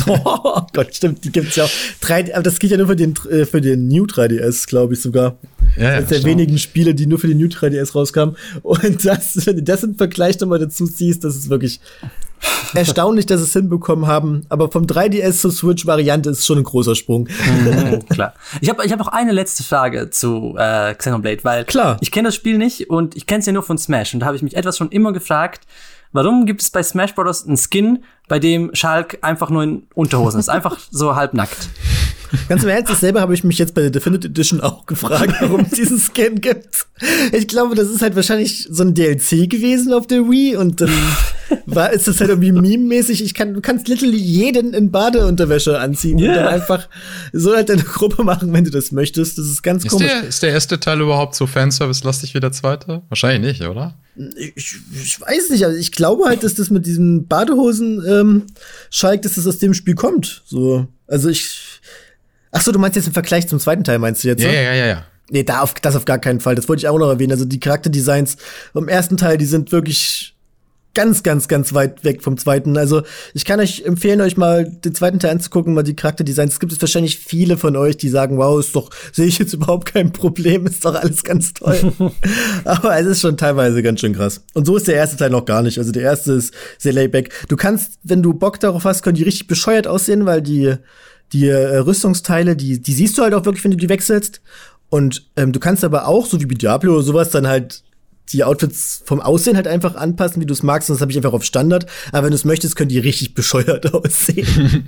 Oh Gott, stimmt, die gibt's ja auch. drei, aber das geht ja nur für den, äh, für den New drei D S, glaube ich sogar. Ja, ja, das ist der wenigen Spiele, die nur für den New drei D S rauskamen. Und das, wenn du das im Vergleich nochmal dazu ziehst, das ist wirklich erstaunlich, dass sie es hinbekommen haben. Aber vom drei D S zur Switch-Variante ist schon ein großer Sprung. Mhm, klar. Ich habe ich hab noch eine letzte Frage zu äh, Xenoblade, weil klar. Ich kenne das Spiel nicht und ich kenne es ja nur von Smash. Und da habe ich mich etwas schon immer gefragt, warum gibt es bei Smash Bros. Einen Skin, bei dem Shulk einfach nur in Unterhosen ist? Einfach so halbnackt. Ganz im Ernst, dasselbe habe ich mich jetzt bei der Definitive Edition auch gefragt, warum es diesen Skin gibt. Ich glaube, das ist halt wahrscheinlich so ein D L C gewesen auf der Wii und dann war, ist das halt irgendwie meme-mäßig. Ich kann, du kannst literally jeden in Badeunterwäsche anziehen yeah. und dann einfach so halt deine Gruppe machen, wenn du das möchtest. Das ist ganz ist komisch. Der, ist der erste Teil überhaupt so Fanservice-lastig wie der zweite? Wahrscheinlich nicht, oder? Ich, ich weiß nicht, also ich glaube halt, dass das mit diesem Badehosen ähm, Schalk, dass das aus dem Spiel kommt. So, also ich Ach so, du meinst jetzt im Vergleich zum zweiten Teil, meinst du jetzt? Ja, so? ja, ja, ja. Nee, da auf, das auf gar keinen Fall. Das wollte ich auch noch erwähnen. Also die Charakterdesigns vom ersten Teil, die sind wirklich ganz, ganz, ganz weit weg vom zweiten. Also ich kann euch empfehlen, euch mal den zweiten Teil anzugucken, mal die Charakterdesigns. Es gibt es wahrscheinlich viele von euch, die sagen, wow, ist doch, sehe ich jetzt überhaupt kein Problem, ist doch alles ganz toll. Aber es ist schon teilweise ganz schön krass. Und so ist der erste Teil noch gar nicht. Also der erste ist sehr layback. Du kannst, wenn du Bock darauf hast, können die richtig bescheuert aussehen, weil die Die äh, Rüstungsteile, die, die siehst du halt auch wirklich, wenn du die wechselst. Und ähm, du kannst aber auch, so wie bei Diablo oder sowas, dann halt die Outfits vom Aussehen halt einfach anpassen, wie du es magst. Und das habe ich einfach auf Standard. Aber wenn du es möchtest, können die richtig bescheuert aussehen.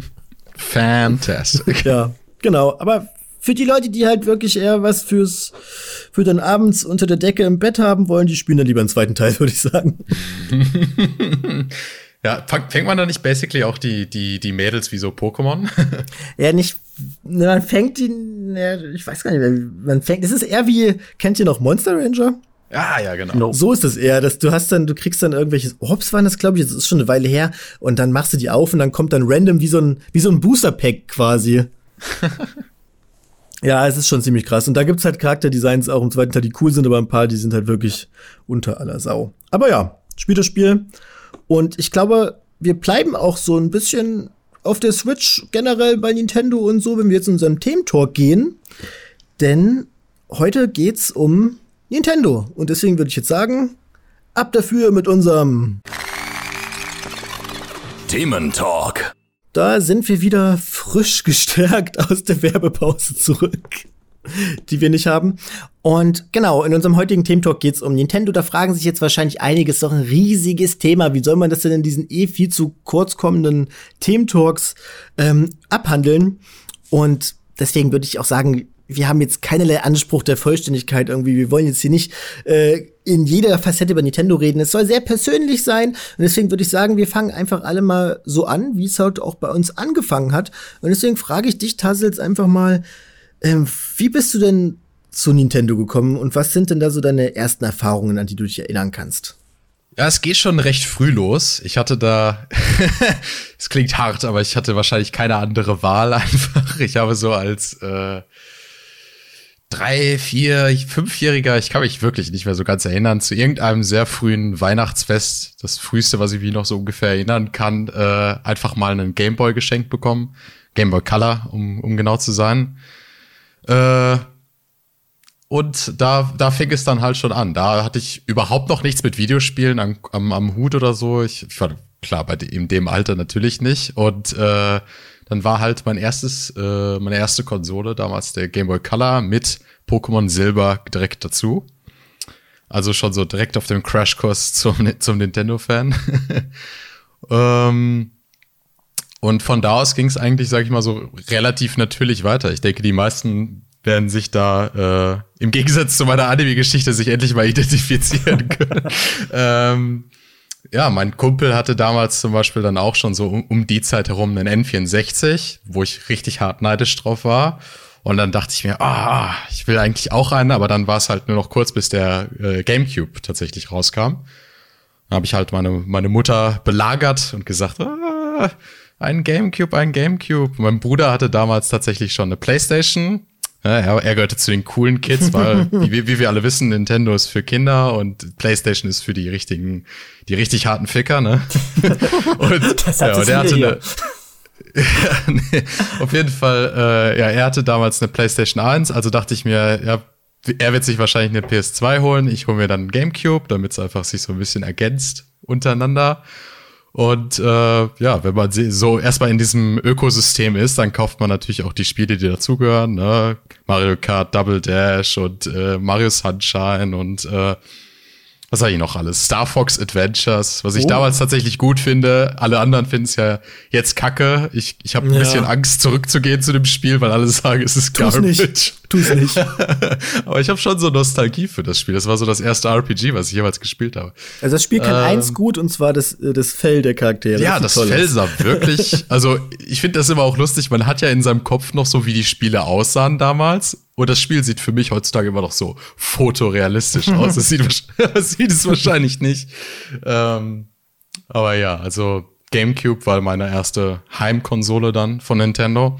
Fantastic. Ja, genau. Aber für die Leute, die halt wirklich eher was fürs für dann abends unter der Decke im Bett haben wollen, die spielen dann lieber einen zweiten Teil, würde ich sagen. Ja, fängt man da nicht basically auch die, die, die Mädels wie so Pokémon? Ja, nicht, man fängt die, ja, ich weiß gar nicht mehr, man fängt, das ist eher wie, kennt ihr noch Monster Ranger? Ah, ja, genau. No. So ist es eher, dass du hast dann, du kriegst dann irgendwelches Orbs waren das, glaube ich, das ist schon eine Weile her, und dann machst du die auf und dann kommt dann random wie so ein, wie so ein Booster-Pack quasi. Ja, es ist schon ziemlich krass. Und da gibt's halt Charakterdesigns auch im zweiten Teil, die cool sind, aber ein paar, die sind halt wirklich unter aller Sau. Aber ja, spielt das Spiel. Und ich glaube, wir bleiben auch so ein bisschen auf der Switch generell bei Nintendo und so, wenn wir jetzt in unseren Thementalk gehen. Denn heute geht's um Nintendo. Und deswegen würde ich jetzt sagen, ab dafür mit unserem Thementalk. Da sind wir wieder frisch gestärkt aus der Werbepause zurück, die wir nicht haben. Und genau, in unserem heutigen Thementalk geht's um Nintendo. Da fragen sich jetzt wahrscheinlich einige, ist doch ein riesiges Thema. Wie soll man das denn in diesen eh viel zu kurz kommenden Thementalks ähm, abhandeln? Und deswegen würde ich auch sagen, wir haben jetzt keinerlei Anspruch der Vollständigkeit irgendwie. Wir wollen jetzt hier nicht äh, in jeder Facette über Nintendo reden. Es soll sehr persönlich sein. Und deswegen würde ich sagen, wir fangen einfach alle mal so an, wie es halt auch bei uns angefangen hat. Und deswegen frage ich dich, Tassels, einfach mal, ähm, wie bist du denn zu Nintendo gekommen? Und was sind denn da so deine ersten Erfahrungen, an die du dich erinnern kannst? Ja, es geht schon recht früh los. Ich hatte da, es klingt hart, aber ich hatte wahrscheinlich keine andere Wahl einfach. Ich habe so als äh, drei, vier, fünfjähriger, ich kann mich wirklich nicht mehr so ganz erinnern, zu irgendeinem sehr frühen Weihnachtsfest, das früheste, was ich mich noch so ungefähr erinnern kann, äh, einfach mal einen Gameboy geschenkt bekommen. Gameboy Color, um, um genau zu sein. Äh, und da, da fing es dann halt schon an. Da hatte ich überhaupt noch nichts mit Videospielen am, am, am Hut oder so. Ich, ich war klar, bei de, in dem Alter natürlich nicht. Und äh, dann war halt mein erstes, äh, meine erste Konsole damals der Game Boy Color mit Pokémon Silber direkt dazu. Also schon so direkt auf dem Crashkurs zum, zum Nintendo-Fan. ähm, und von da aus ging es eigentlich, sag ich mal, so relativ natürlich weiter. Ich denke, die meisten werden sich da äh, im Gegensatz zu meiner Anime-Geschichte sich endlich mal identifizieren können. ähm, Ja, mein Kumpel hatte damals zum Beispiel dann auch schon so um, um die Zeit herum einen N vierundsechzig, wo ich richtig hart neidisch drauf war. Und dann dachte ich mir, ah, ich will eigentlich auch einen, aber dann war es halt nur noch kurz, bis der äh, GameCube tatsächlich rauskam. Dann habe ich halt meine meine Mutter belagert und gesagt, ah, ein GameCube, ein GameCube. Mein Bruder hatte damals tatsächlich schon eine PlayStation. Ja, er, er gehörte zu den coolen Kids, weil, wie, wie wir alle wissen, Nintendo ist für Kinder und PlayStation ist für die richtigen, die richtig harten Ficker, ne? Und, das hat ja, und er hatte hier. eine, ja, nee, auf jeden Fall, äh, ja, er hatte damals eine PlayStation eins, also dachte ich mir, ja, er wird sich wahrscheinlich eine P S zwei holen, ich hole mir dann einen GameCube, damit es einfach sich so ein bisschen ergänzt untereinander. Und äh, ja, wenn man so erstmal in diesem Ökosystem ist, dann kauft man natürlich auch die Spiele, die dazugehören, ne? Mario Kart, Double Dash und äh, Mario Sunshine und äh, was habe ich noch alles? Star Fox Adventures, was ich oh. damals tatsächlich gut finde. Alle anderen finden es ja jetzt kacke. Ich, ich habe ein ja. bisschen Angst, zurückzugehen zu dem Spiel, weil alle sagen, es ist Tu's Garbage. Nicht. Tu's nicht. Aber ich habe schon so Nostalgie für das Spiel. Das war so das erste R P G, was ich jemals gespielt habe. Also das Spiel kann ähm, eins gut, und zwar das, das Fell der Charaktere. Ja, das, das Fell sah wirklich, also ich finde das immer auch lustig, man hat ja in seinem Kopf noch so, wie die Spiele aussahen damals. Und das Spiel sieht für mich heutzutage immer noch so fotorealistisch aus. Das sieht, das sieht es wahrscheinlich nicht. Ähm, aber ja, also GameCube war meine erste Heimkonsole dann von Nintendo.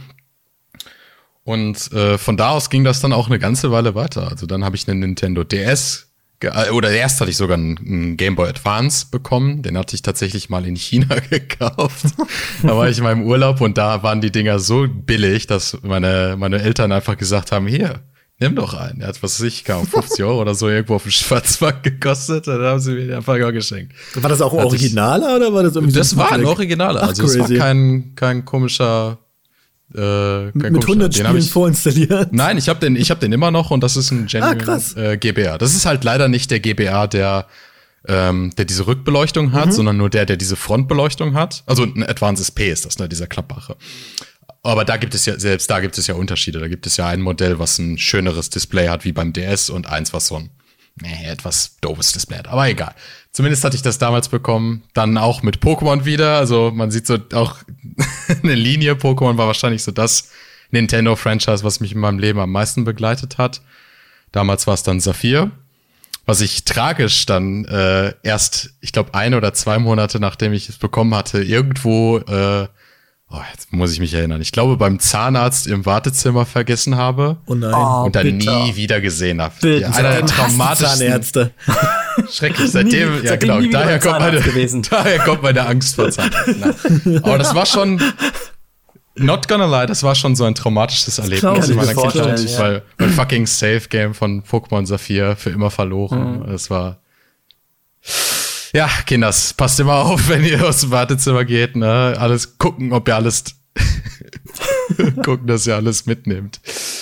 Und äh, von da aus ging das dann auch eine ganze Weile weiter. Also dann habe ich einen Nintendo D S, ge- oder erst hatte ich sogar einen, einen Game Boy Advance bekommen. Den hatte ich tatsächlich mal in China gekauft. Da war ich in meinem Urlaub und da waren die Dinger so billig, dass meine meine Eltern einfach gesagt haben, hier, nimm doch einen. Er hat, was weiß ich, kam fünfzig Euro oder so irgendwo auf dem Schwarzmarkt gekostet. Dann haben sie mir den einfach geschenkt. War das auch ein Hatte Originaler ich, oder war das irgendwie Das so war ein Bootleg? Originaler. Ach, also es war crazy. kein kein komischer Äh, kein Mit komischer. hundert Den hab Spielen ich- vorinstalliert. Nein, ich habe den, ich habe den immer noch und das ist ein genuine Ah, krass. äh, G B A. Das ist halt leider nicht der G B A, der, ähm, der diese Rückbeleuchtung hat, sondern nur der, der diese Frontbeleuchtung hat. Also ein Advanced S P ist das, ne, dieser klappbare. Aber da gibt es ja, selbst da gibt es ja Unterschiede. Da gibt es ja ein Modell, was ein schöneres Display hat wie beim D S und eins, was so ein nee, etwas doofes Display hat. Aber egal. Zumindest hatte ich das damals bekommen. Dann auch mit Pokémon wieder. Also man sieht so auch eine Linie. Pokémon war wahrscheinlich so das Nintendo-Franchise, was mich in meinem Leben am meisten begleitet hat. Damals war es dann Saphir. Was ich tragisch dann äh, erst, ich glaube, ein oder zwei Monate, nachdem ich es bekommen hatte, irgendwo, äh, oh, jetzt muss ich mich erinnern, ich glaube, beim Zahnarzt im Wartezimmer vergessen habe. Oh nein. Oh, und dann bitter. nie wieder gesehen habe. Bitte. Ja, einer der Hasst traumatischsten. Zahnärzte. Schrecklich. Seitdem, Nie- ja seitdem genau, nie wieder daher beim kommt, meine, Zahnarzt gewesen. daher kommt meine Angst vor Zahnärzten. Nein. Aber das war schon, Not gonna lie, das war schon so ein traumatisches Erlebnis in meiner Kindheit, ja. weil mein fucking Save-Game von Pokémon Saphir für immer verloren. Mhm. Das war ja, Kinders, passt immer auf, wenn ihr aus dem Wartezimmer geht, ne? Alles gucken, ob ihr alles gucken, dass ihr alles mitnehmt.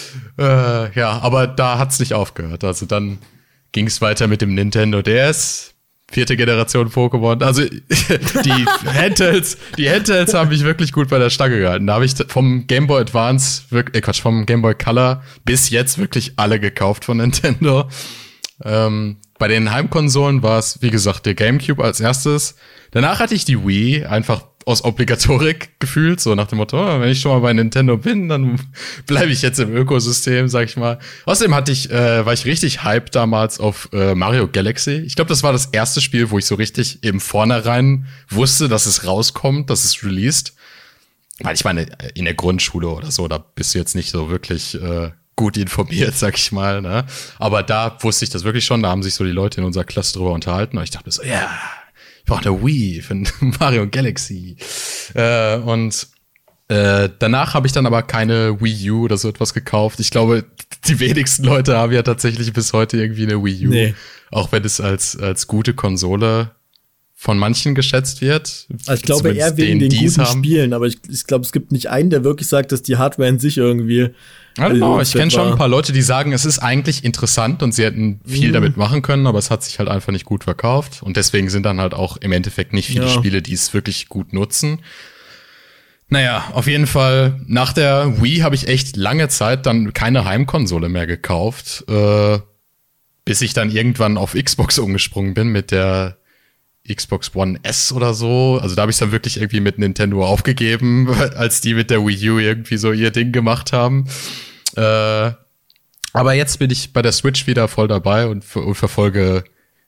Äh, ja, aber da hat's nicht aufgehört. Also dann ging's weiter mit dem Nintendo D S. Vierte Generation Pokémon. Also die Handhelds, die Handhelds haben mich wirklich gut bei der Stange gehalten. Da habe ich vom Game Boy Advance, wirklich, äh Quatsch, vom Game Boy Color bis jetzt wirklich alle gekauft von Nintendo. Ähm, bei den Heimkonsolen war es, wie gesagt, der GameCube als erstes. Danach hatte ich die Wii, einfach aus Obligatorik gefühlt, so nach dem Motto, oh, wenn ich schon mal bei Nintendo bin, dann bleibe ich jetzt im Ökosystem, sag ich mal. Außerdem hatte ich, äh, war ich richtig hyped damals auf äh, Mario Galaxy. Ich glaube, das war das erste Spiel, wo ich so richtig eben vornherein wusste, dass es rauskommt, dass es released. Weil ich meine, in der Grundschule oder so, da bist du jetzt nicht so wirklich äh, gut informiert, sag ich mal, ne? Aber da wusste ich das wirklich schon, da haben sich so die Leute in unserer Klasse drüber unterhalten und ich dachte so, ja, yeah, ich brauche eine Wii für Mario Galaxy. Äh, und äh, danach habe ich dann aber keine Wii U oder so etwas gekauft. Ich glaube, die wenigsten Leute haben ja tatsächlich bis heute irgendwie eine Wii U. Nee. Auch wenn es als, als gute Konsole von manchen geschätzt wird. Also ich glaube eher wegen den guten haben. Spielen, aber ich, ich glaube, es gibt nicht einen, der wirklich sagt, dass die Hardware in sich irgendwie Genau, ich kenne schon ein paar Leute, die sagen, es ist eigentlich interessant und sie hätten viel mhm. damit machen können, aber es hat sich halt einfach nicht gut verkauft. Und deswegen sind dann halt auch im Endeffekt nicht viele ja. Spiele, die es wirklich gut nutzen. Naja, auf jeden Fall, nach der Wii habe ich echt lange Zeit dann keine Heimkonsole mehr gekauft, äh, bis ich dann irgendwann auf Xbox umgesprungen bin mit der Xbox One S oder so. Also da habe ich dann wirklich irgendwie mit Nintendo aufgegeben, als die mit der Wii U irgendwie so ihr Ding gemacht haben. Äh, aber jetzt bin ich bei der Switch wieder voll dabei und, ver- und verfolge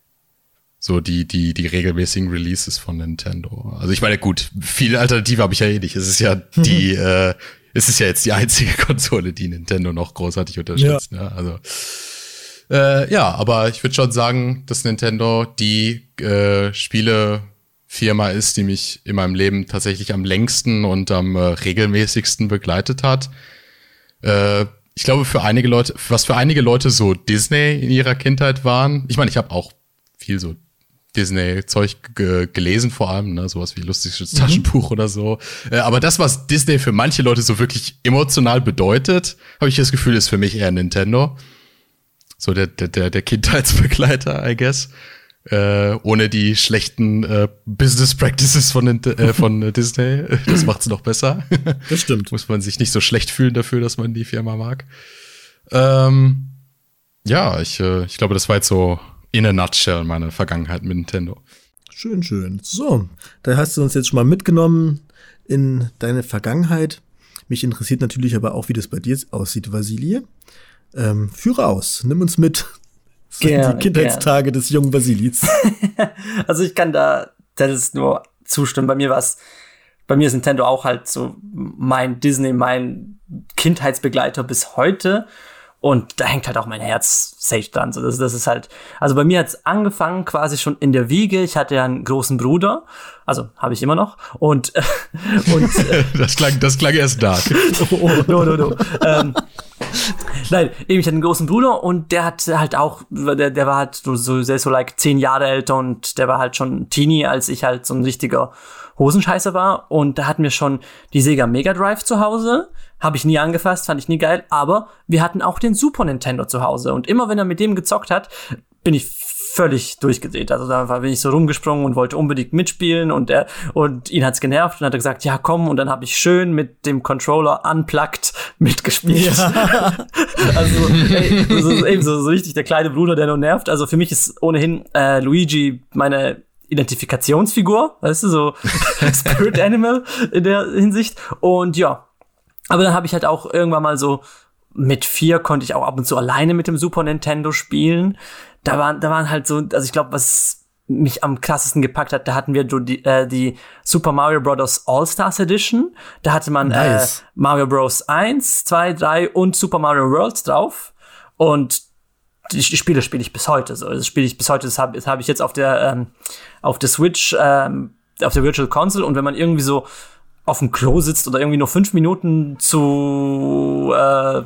so die die die regelmäßigen Releases von Nintendo. Also ich meine, gut, viele Alternative habe ich ja eh nicht. Es ist ja die, äh, es ist ja jetzt die einzige Konsole, die Nintendo noch großartig unterstützt. Ja. Ja, also Äh, ja, aber ich würde schon sagen, dass Nintendo die äh, Spielefirma ist, die mich in meinem Leben tatsächlich am längsten und am äh, regelmäßigsten begleitet hat. Äh, ich glaube, für einige Leute, was für einige Leute so Disney in ihrer Kindheit waren, ich meine, ich habe auch viel so Disney-Zeug g- gelesen vor allem, ne, sowas wie lustiges Taschenbuch mhm. oder so. Äh, aber das, was Disney für manche Leute so wirklich emotional bedeutet, habe ich das Gefühl, ist für mich eher Nintendo. So der, der, der Kindheitsbegleiter, I guess. Äh, ohne die schlechten äh, Business Practices von, äh, von Disney. Das macht's noch besser. Das stimmt. Muss man sich nicht so schlecht fühlen dafür, dass man die Firma mag. Ähm, ja, ich, äh, ich glaube, das war jetzt so in a nutshell meine Vergangenheit mit Nintendo. Schön, schön. So, da hast du uns jetzt schon mal mitgenommen in deine Vergangenheit. Mich interessiert natürlich aber auch, wie das bei dir aussieht, Vasili. Ähm, führe aus, nimm uns mit. Gerne, die Kindheitstage gerne. Des jungen Vasilis. Also ich kann da, das ist nur zustimmen. Bei mir war es, bei mir ist Nintendo auch halt so mein Disney, mein Kindheitsbegleiter bis heute. Und da hängt halt auch mein Herz safe dran. So, das, das ist halt, also bei mir hat's angefangen quasi schon in der Wiege. Ich hatte ja einen großen Bruder, also habe ich immer noch. Und, und das klang, das klang erst dark. oh, no, no, no. ähm, Nein, eben, ich hatte einen großen Bruder und der hat halt auch, der, der war halt so, so, der ist so like zehn Jahre älter und der war halt schon Teenie, als ich halt so ein richtiger Hosenscheißer war. Und da hatten wir schon die Sega Mega Drive zu Hause. Habe ich nie angefasst, fand ich nie geil. Aber wir hatten auch den Super Nintendo zu Hause. Und immer wenn er mit dem gezockt hat, bin ich völlig durchgedreht. Also da bin ich so rumgesprungen und wollte unbedingt mitspielen und er und ihn hat's genervt und hat er gesagt, ja komm, und dann habe ich schön mit dem Controller unplugged mitgespielt. Ja. Also ey, so, eben so, so richtig der kleine Bruder, der nur nervt. Also für mich ist ohnehin äh, Luigi meine Identifikationsfigur, weißt du, so Spirit Animal in der Hinsicht. Und ja, aber dann habe ich halt auch irgendwann mal so mit vier konnte ich auch ab und zu alleine mit dem Super Nintendo spielen. Da waren, da waren halt so, also ich glaube, was mich am krassesten gepackt hat, da hatten wir die, äh, die Super Mario Bros. All-Stars Edition. Da hatte man nice. äh, Mario Bros. eins, zwei, drei und Super Mario World drauf. Und die Spiele spiele ich bis heute so. Das spiele ich bis heute, das habe das hab ich jetzt auf der, ähm, auf der Switch, ähm, auf der Virtual Console. Und wenn man irgendwie so auf dem Klo sitzt oder irgendwie nur fünf Minuten zu äh,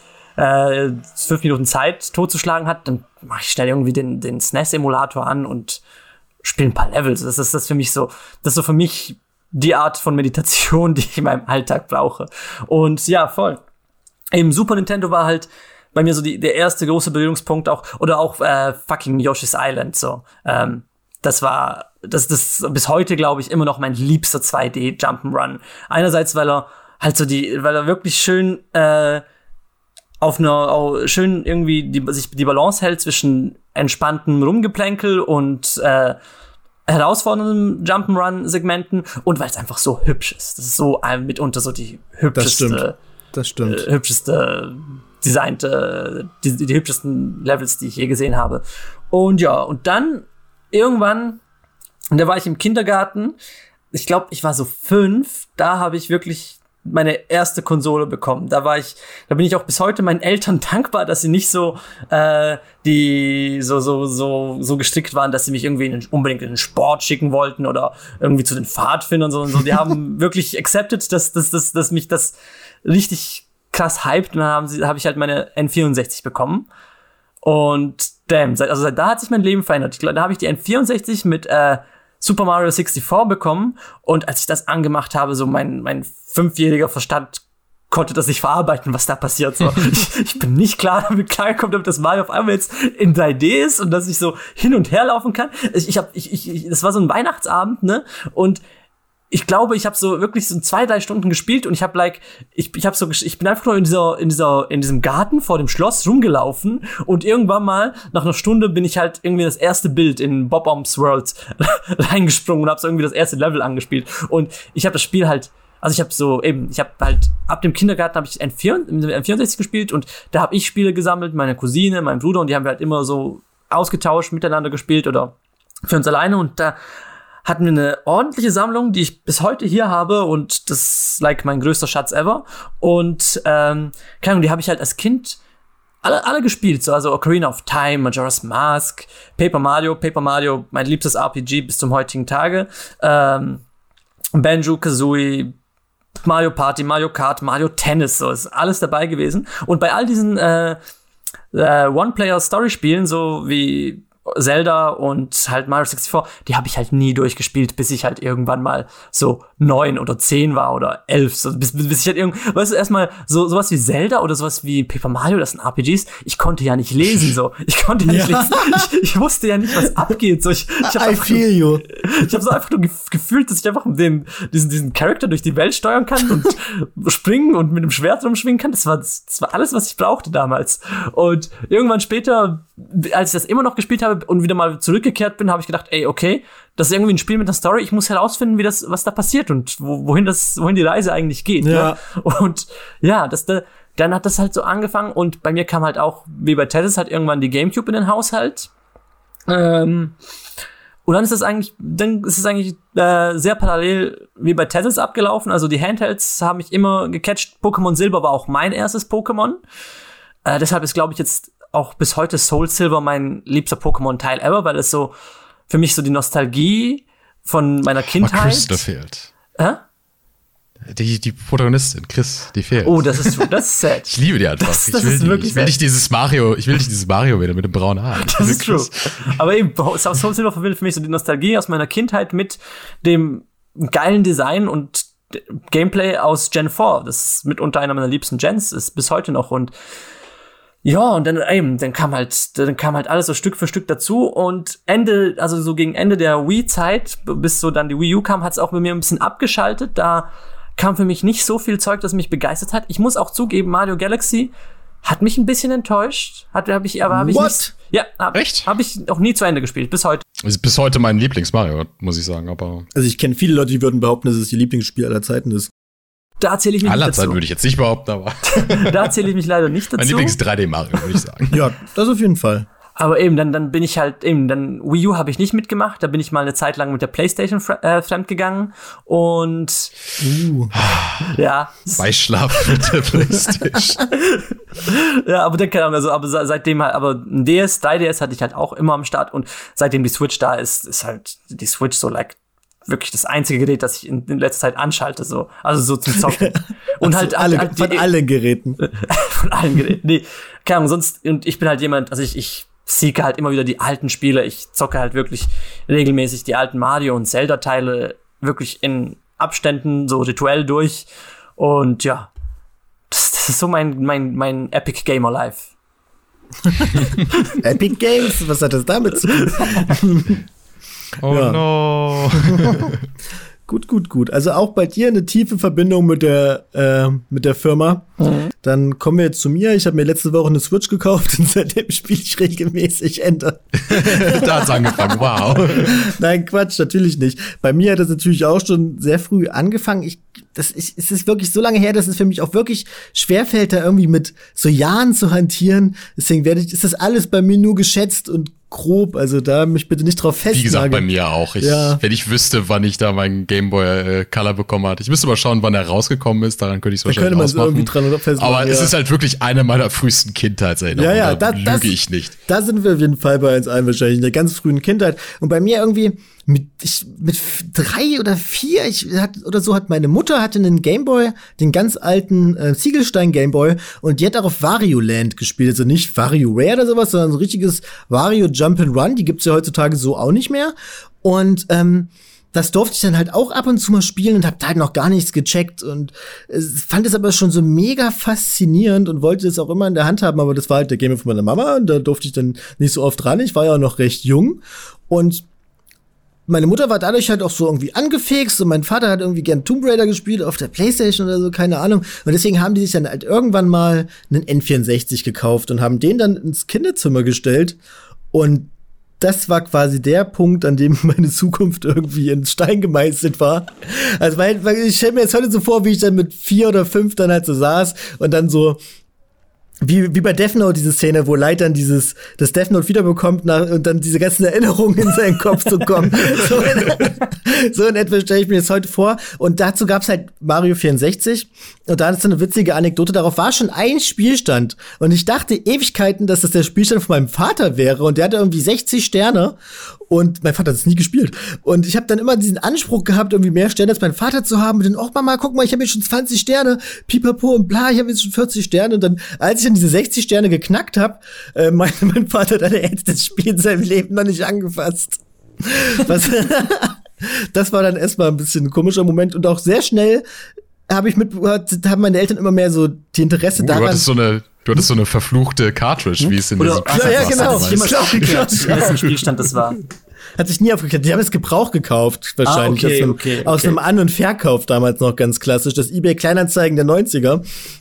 äh, fünf Minuten Zeit totzuschlagen hat, dann mache ich schnell irgendwie den, den S N E S-Emulator an und spiele ein paar Levels. Das ist das für mich so, das ist so für mich die Art von Meditation, die ich in meinem Alltag brauche. Und ja, voll. Eben Super Nintendo war halt bei mir so die, der erste große Berührungspunkt auch, oder auch äh, fucking Yoshi's Island, so. Ähm, das war, das das bis heute, glaube ich, immer noch mein liebster zwei D Jump'n'Run. Einerseits, weil er halt so die, weil er wirklich schön äh, auf einer, auch schön irgendwie die, sich die Balance hält zwischen entspanntem Rumgeplänkel und äh, herausfordernden Jump'n'Run-Segmenten und weil es einfach so hübsch ist. Das ist so ein, mitunter so die hübscheste, das stimmt. Das stimmt. Äh, hübscheste designte, die, die hübschesten Levels, die ich je gesehen habe. Und ja, und dann irgendwann, und da war ich im Kindergarten, ich glaube, ich war so fünf, da habe ich wirklich meine erste Konsole bekommen. Da war ich, da bin ich auch bis heute meinen Eltern dankbar, dass sie nicht so äh, die so so so so gestrickt waren, dass sie mich irgendwie in den, unbedingt in den Sport schicken wollten oder irgendwie zu den Pfadfindern so und so. Die haben wirklich accepted, dass dass dass dass mich das richtig krass hyped, und dann haben sie habe ich halt meine N vierundsechzig bekommen. Und damn, seit, also seit da hat sich mein Leben verändert. Ich glaube, da habe ich die N vierundsechzig mit äh, Super Mario sechsundsiebzig bekommen, und als ich das angemacht habe, so mein mein fünfjähriger Verstand konnte das nicht verarbeiten, was da passiert. So, ich, ich bin nicht klar damit klargekommen, damit das Mario auf einmal jetzt in drei D ist und dass ich so hin und her laufen kann. Ich, ich hab, ich, ich, das war so ein Weihnachtsabend, ne? Und ich glaube, ich habe so wirklich so zwei, drei Stunden gespielt, und ich habe like, ich, ich habe so, ich bin einfach nur in dieser, in dieser, in diesem Garten vor dem Schloss rumgelaufen, und irgendwann mal nach einer Stunde bin ich halt irgendwie das erste Bild in Bob-Omb's World reingesprungen und habe so irgendwie das erste Level angespielt. Und ich habe das Spiel halt, also ich habe so eben, ich habe halt ab dem Kindergarten habe ich N vierundsechzig gespielt, und da habe ich Spiele gesammelt, meine Cousine, mein Bruder, und die haben wir halt immer so ausgetauscht, miteinander gespielt oder für uns alleine, und da hatten wir eine ordentliche Sammlung, die ich bis heute hier habe, und das ist like mein größter Schatz ever. Und ähm, keine Ahnung, die habe ich halt als Kind alle alle gespielt, so, also Ocarina of Time, Majora's Mask, Paper Mario, Paper Mario, mein liebstes R P G bis zum heutigen Tage, ähm, Banjo-Kazooie, Mario Party, Mario Kart, Mario Tennis, so ist alles dabei gewesen. Und bei all diesen äh, äh, One-Player-Story-Spielen, so wie Zelda und halt Mario sechsundsiebzig, die habe ich halt nie durchgespielt, bis ich halt irgendwann mal so neun oder zehn war oder elf, so bis, bis ich halt irgend, weißt du, erstmal so sowas wie Zelda oder sowas wie Paper Mario, das sind R P Gs, ich konnte ja nicht lesen, so, ich konnte ja nicht ja. lesen, ich, ich wusste ja nicht, was abgeht, so, ich, ich habe einfach, feel you. Ich habe so einfach nur gef- gefühlt, dass ich einfach den, diesen, diesen Charakter durch die Welt steuern kann und springen und mit dem Schwert rumschwingen kann, das war, das war alles, was ich brauchte damals. Und irgendwann später, als ich das immer noch gespielt habe und wieder mal zurückgekehrt bin, habe ich gedacht, ey, okay, das ist irgendwie ein Spiel mit einer Story, ich muss herausfinden, wie das, was da passiert und wo, wohin das, wohin die Reise eigentlich geht. Ja. Ne? Und ja, das, da, dann hat das halt so angefangen, und bei mir kam halt auch, wie bei Tetris, halt irgendwann die Gamecube in den Haushalt. Ähm, und dann ist das eigentlich, dann ist es eigentlich äh, sehr parallel wie bei Tetris abgelaufen. Also die Handhelds haben mich immer gecatcht. Pokémon Silber war auch mein erstes Pokémon. Äh, deshalb ist, glaube ich, jetzt auch bis heute Soul Silver mein liebster Pokémon-Teil ever, weil es so für mich so die Nostalgie von meiner Kindheit. Aber Chris, da fehlt. Hä? Die, die Protagonistin, Chris, die fehlt. Oh, das ist, das ist sad. Ich liebe die einfach. Das, das ich will, ist die, wirklich ich will sad. nicht dieses Mario, ich will nicht dieses Mario wieder mit dem braunen Haar. Das ist true. Aber eben, Soul Silver verbindet für mich so die Nostalgie aus meiner Kindheit mit dem geilen Design und Gameplay aus Gen vier. Das ist mitunter einer meiner liebsten Gens, ist bis heute noch. Und ja, und dann eben, dann kam halt, dann kam halt alles so Stück für Stück dazu, und Ende, also so gegen Ende der Wii-Zeit, bis so dann die Wii U kam, hat es auch bei mir ein bisschen abgeschaltet. Da kam für mich nicht so viel Zeug, das mich begeistert hat. Ich muss auch zugeben, Mario Galaxy hat mich ein bisschen enttäuscht. Hat, hab ich, aber habe ich What? nicht, ja, hab, Echt? Habe ich auch nie zu Ende gespielt, bis heute. Ist bis heute mein Lieblings-Mario, muss ich sagen, aber. Also ich kenne viele Leute, die würden behaupten, dass es ihr Lieblingsspiel aller Zeiten ist. Da erzähle ich mich aller nicht dazu. Zeiten würde ich jetzt nicht behaupten, aber. Da erzähle ich mich leider nicht dazu. Mein Lieblings-drei D-Mario, würde ich sagen. Ja, das auf jeden Fall. Aber eben, dann, dann bin ich halt, eben, dann Wii U habe ich nicht mitgemacht, da bin ich mal eine Zeit lang mit der PlayStation fre- äh, fremdgegangen, und Uh. ja. Beischlaf mit der PlayStation. Ja, aber dann, keine Ahnung, also, aber se- seitdem halt, aber ein D S, drei D S hatte ich halt auch immer am Start, und seitdem die Switch da ist, ist halt die Switch so like wirklich das einzige Gerät, das ich in, in letzter Zeit anschalte, so. Also so zum Zocken. Und also halt, alle, halt, von die, allen Geräten. von allen Geräten. Nee, keine Ahnung, sonst, und ich bin halt jemand, also ich, ich seeke halt immer wieder die alten Spiele. Ich zocke halt wirklich regelmäßig die alten Mario- und Zelda-Teile wirklich in Abständen, so rituell durch. Und ja, das, das ist so mein, mein, mein Epic Gamer Life. Epic Games, was hat das damit zu tun? Oh ja. No. Gut, gut, gut. Also auch bei dir eine tiefe Verbindung mit der, äh, mit der Firma. Mhm. Dann kommen wir jetzt zu mir. Ich habe mir letzte Woche eine Switch gekauft und seitdem spiele ich regelmäßig Ender. Da hat's angefangen, wow. Nein, Quatsch, natürlich nicht. Bei mir hat das natürlich auch schon sehr früh angefangen. Ich, das ist, es ist wirklich so lange her, dass es für mich auch wirklich schwerfällt, da irgendwie mit so Jahren zu hantieren. Deswegen werde ich, ist das alles bei mir nur geschätzt und grob, also da mich bitte nicht drauf festnageln. Wie gesagt, bei mir auch. Ich, ja. Wenn ich wüsste, wann ich da meinen Gameboy äh, Color bekommen hatte. Ich müsste mal schauen, wann er rausgekommen ist. Daran könnte ich es wahrscheinlich ausmachen. Da könnte man es irgendwie dran festmachen. Aber ja. Es ist halt wirklich eine meiner frühesten Kindheitserinnerungen. Ja, ja, da da, lüge das, ich nicht. Da sind wir auf jeden Fall bei uns allen wahrscheinlich in der ganz frühen Kindheit. Und bei mir irgendwie mit, ich, mit drei oder vier ich, hat, oder so hat meine Mutter hatte einen Gameboy, den ganz alten äh, Ziegelstein Gameboy, und die hat auch auf Wario Land gespielt. Also nicht Wario Rare oder sowas, sondern so ein richtiges Wario Jump'n'Run. Die gibt's ja heutzutage so auch nicht mehr. Und ähm, das durfte ich dann halt auch ab und zu mal spielen und hab da halt noch gar nichts gecheckt und äh, fand es aber schon so mega faszinierend und wollte es auch immer in der Hand haben, aber das war halt der Game von meiner Mama und da durfte ich dann nicht so oft ran. Ich war ja auch noch recht jung und meine Mutter war dadurch halt auch so irgendwie angefixt und mein Vater hat irgendwie gern Tomb Raider gespielt auf der Playstation oder so, keine Ahnung. Und deswegen haben die sich dann halt irgendwann mal einen N vierundsechzig gekauft und haben den dann ins Kinderzimmer gestellt. Und das war quasi der Punkt, an dem meine Zukunft irgendwie in Stein gemeißelt war. Also weil, weil ich stelle mir jetzt heute so vor, wie ich dann mit vier oder fünf dann halt so saß und dann so Wie, wie bei Death Note, diese Szene, wo Light dann dieses, das Death Note wiederbekommt nach, und dann diese ganzen Erinnerungen in seinen Kopf zu kommen. So in, so in etwa stelle ich mir das heute vor. Und dazu gab's halt Mario vierundsechzig. Und da ist so eine witzige Anekdote. Darauf war schon ein Spielstand. Und ich dachte Ewigkeiten, dass das der Spielstand von meinem Vater wäre. Und der hatte irgendwie sechzig Sterne. Und mein Vater hat es nie gespielt. Und ich habe dann immer diesen Anspruch gehabt, irgendwie mehr Sterne als mein Vater zu haben. Und dann, oh Mama, guck mal, ich habe jetzt schon zwanzig Sterne. Pipapo und bla, ich habe jetzt schon vierzig Sterne. Und dann, als ich dann diese sechzig Sterne geknackt habe, äh, meinte mein Vater dann, er hätte das Spiel in seinem Leben noch nicht angefasst. Was, das war dann erstmal ein bisschen ein komischer Moment. Und auch sehr schnell habe ich mit, haben meine Eltern immer mehr so die Interesse uh, daran. Du hattest so eine Du hattest so eine verfluchte Cartridge, wie es in Oder, diesem ja, ja, genau. Hat sich immer aufgeklärt, wessen Spielstand das war. Hat sich nie aufgeklärt. Die haben es Gebrauch gekauft, wahrscheinlich. Ah, okay, aus einem, okay, okay. aus einem An- und Verkauf damals noch ganz klassisch. Das eBay-Kleinanzeigen der neunziger.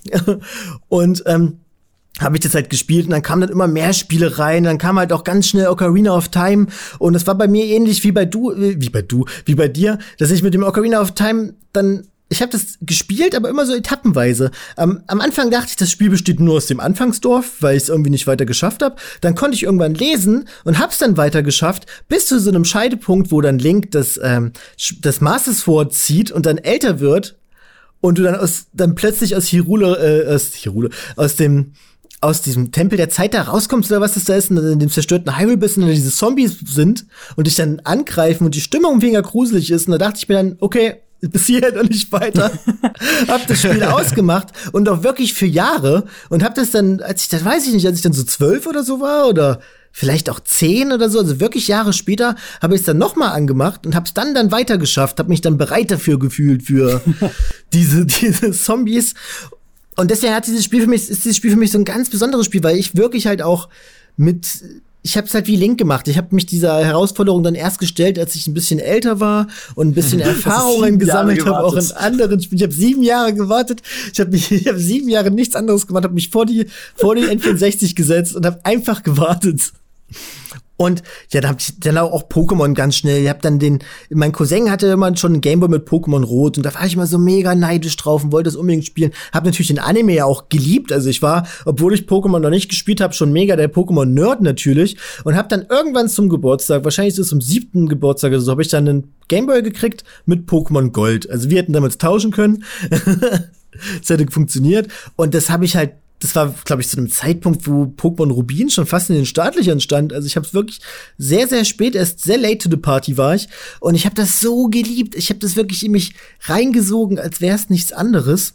Und ähm, habe ich das halt gespielt und dann kamen dann immer mehr Spiele rein, dann kam halt auch ganz schnell Ocarina of Time und es war bei mir ähnlich wie bei du, wie bei du, wie bei dir, dass ich mit dem Ocarina of Time dann ich habe das gespielt, aber immer so etappenweise. Am, am Anfang dachte ich, das Spiel besteht nur aus dem Anfangsdorf, weil ich es irgendwie nicht weiter geschafft habe. Dann konnte ich irgendwann lesen und hab's dann weiter geschafft, bis zu so einem Scheidepunkt, wo dann Link das, ähm, das Master Sword zieht und dann älter wird und du dann aus dann plötzlich aus Hyrule, äh, aus Hyrule, aus dem aus diesem Tempel der Zeit da rauskommst oder was das da ist und dann in dem zerstörten Hyrule bist und dann diese Zombies sind und dich dann angreifen und die Stimmung mega gruselig ist. Und da dachte ich mir dann, okay, bis hierhin und nicht weiter. Hab das Spiel ausgemacht und auch wirklich für Jahre und hab das dann, als ich, das weiß ich nicht, als ich dann so zwölf oder so war oder vielleicht auch zehn oder so, also wirklich Jahre später, habe ich es dann nochmal angemacht und hab's dann dann weiter geschafft, hab mich dann bereit dafür gefühlt für diese, diese Zombies. Und deswegen hat dieses Spiel für mich, ist dieses Spiel für mich so ein ganz besonderes Spiel, weil ich wirklich halt auch mit Ich hab's halt wie Link gemacht. Ich habe mich dieser Herausforderung dann erst gestellt, als ich ein bisschen älter war und ein bisschen Erfahrungen gesammelt habe, auch in anderen Spielen. Ich habe sieben Jahre gewartet. Ich habe mich, ich habe sieben Jahre nichts anderes gemacht, habe mich vor die vor die N vierundsechzig gesetzt und habe einfach gewartet. Und ja, dann hab ich dann auch Pokémon ganz schnell. Ich hab dann den, mein Cousin hatte immer schon einen Gameboy mit Pokémon Rot und da war ich immer so mega neidisch drauf und wollte das unbedingt spielen. Hab natürlich den Anime ja auch geliebt. Also ich war, obwohl ich Pokémon noch nicht gespielt habe, schon mega der Pokémon-Nerd natürlich. Und hab dann irgendwann zum Geburtstag, wahrscheinlich so zum siebten Geburtstag oder so, habe ich dann einen Gameboy gekriegt mit Pokémon Gold. Also wir hätten damals tauschen können. Das hätte funktioniert. Und das habe ich halt das war, glaube ich, zu einem Zeitpunkt, wo Pokémon Rubin schon fast in den Startlöchern stand. Also ich habe es wirklich sehr, sehr spät, erst sehr late to the party war ich. Und ich habe das so geliebt. Ich habe das wirklich in mich reingesogen, als wäre es nichts anderes.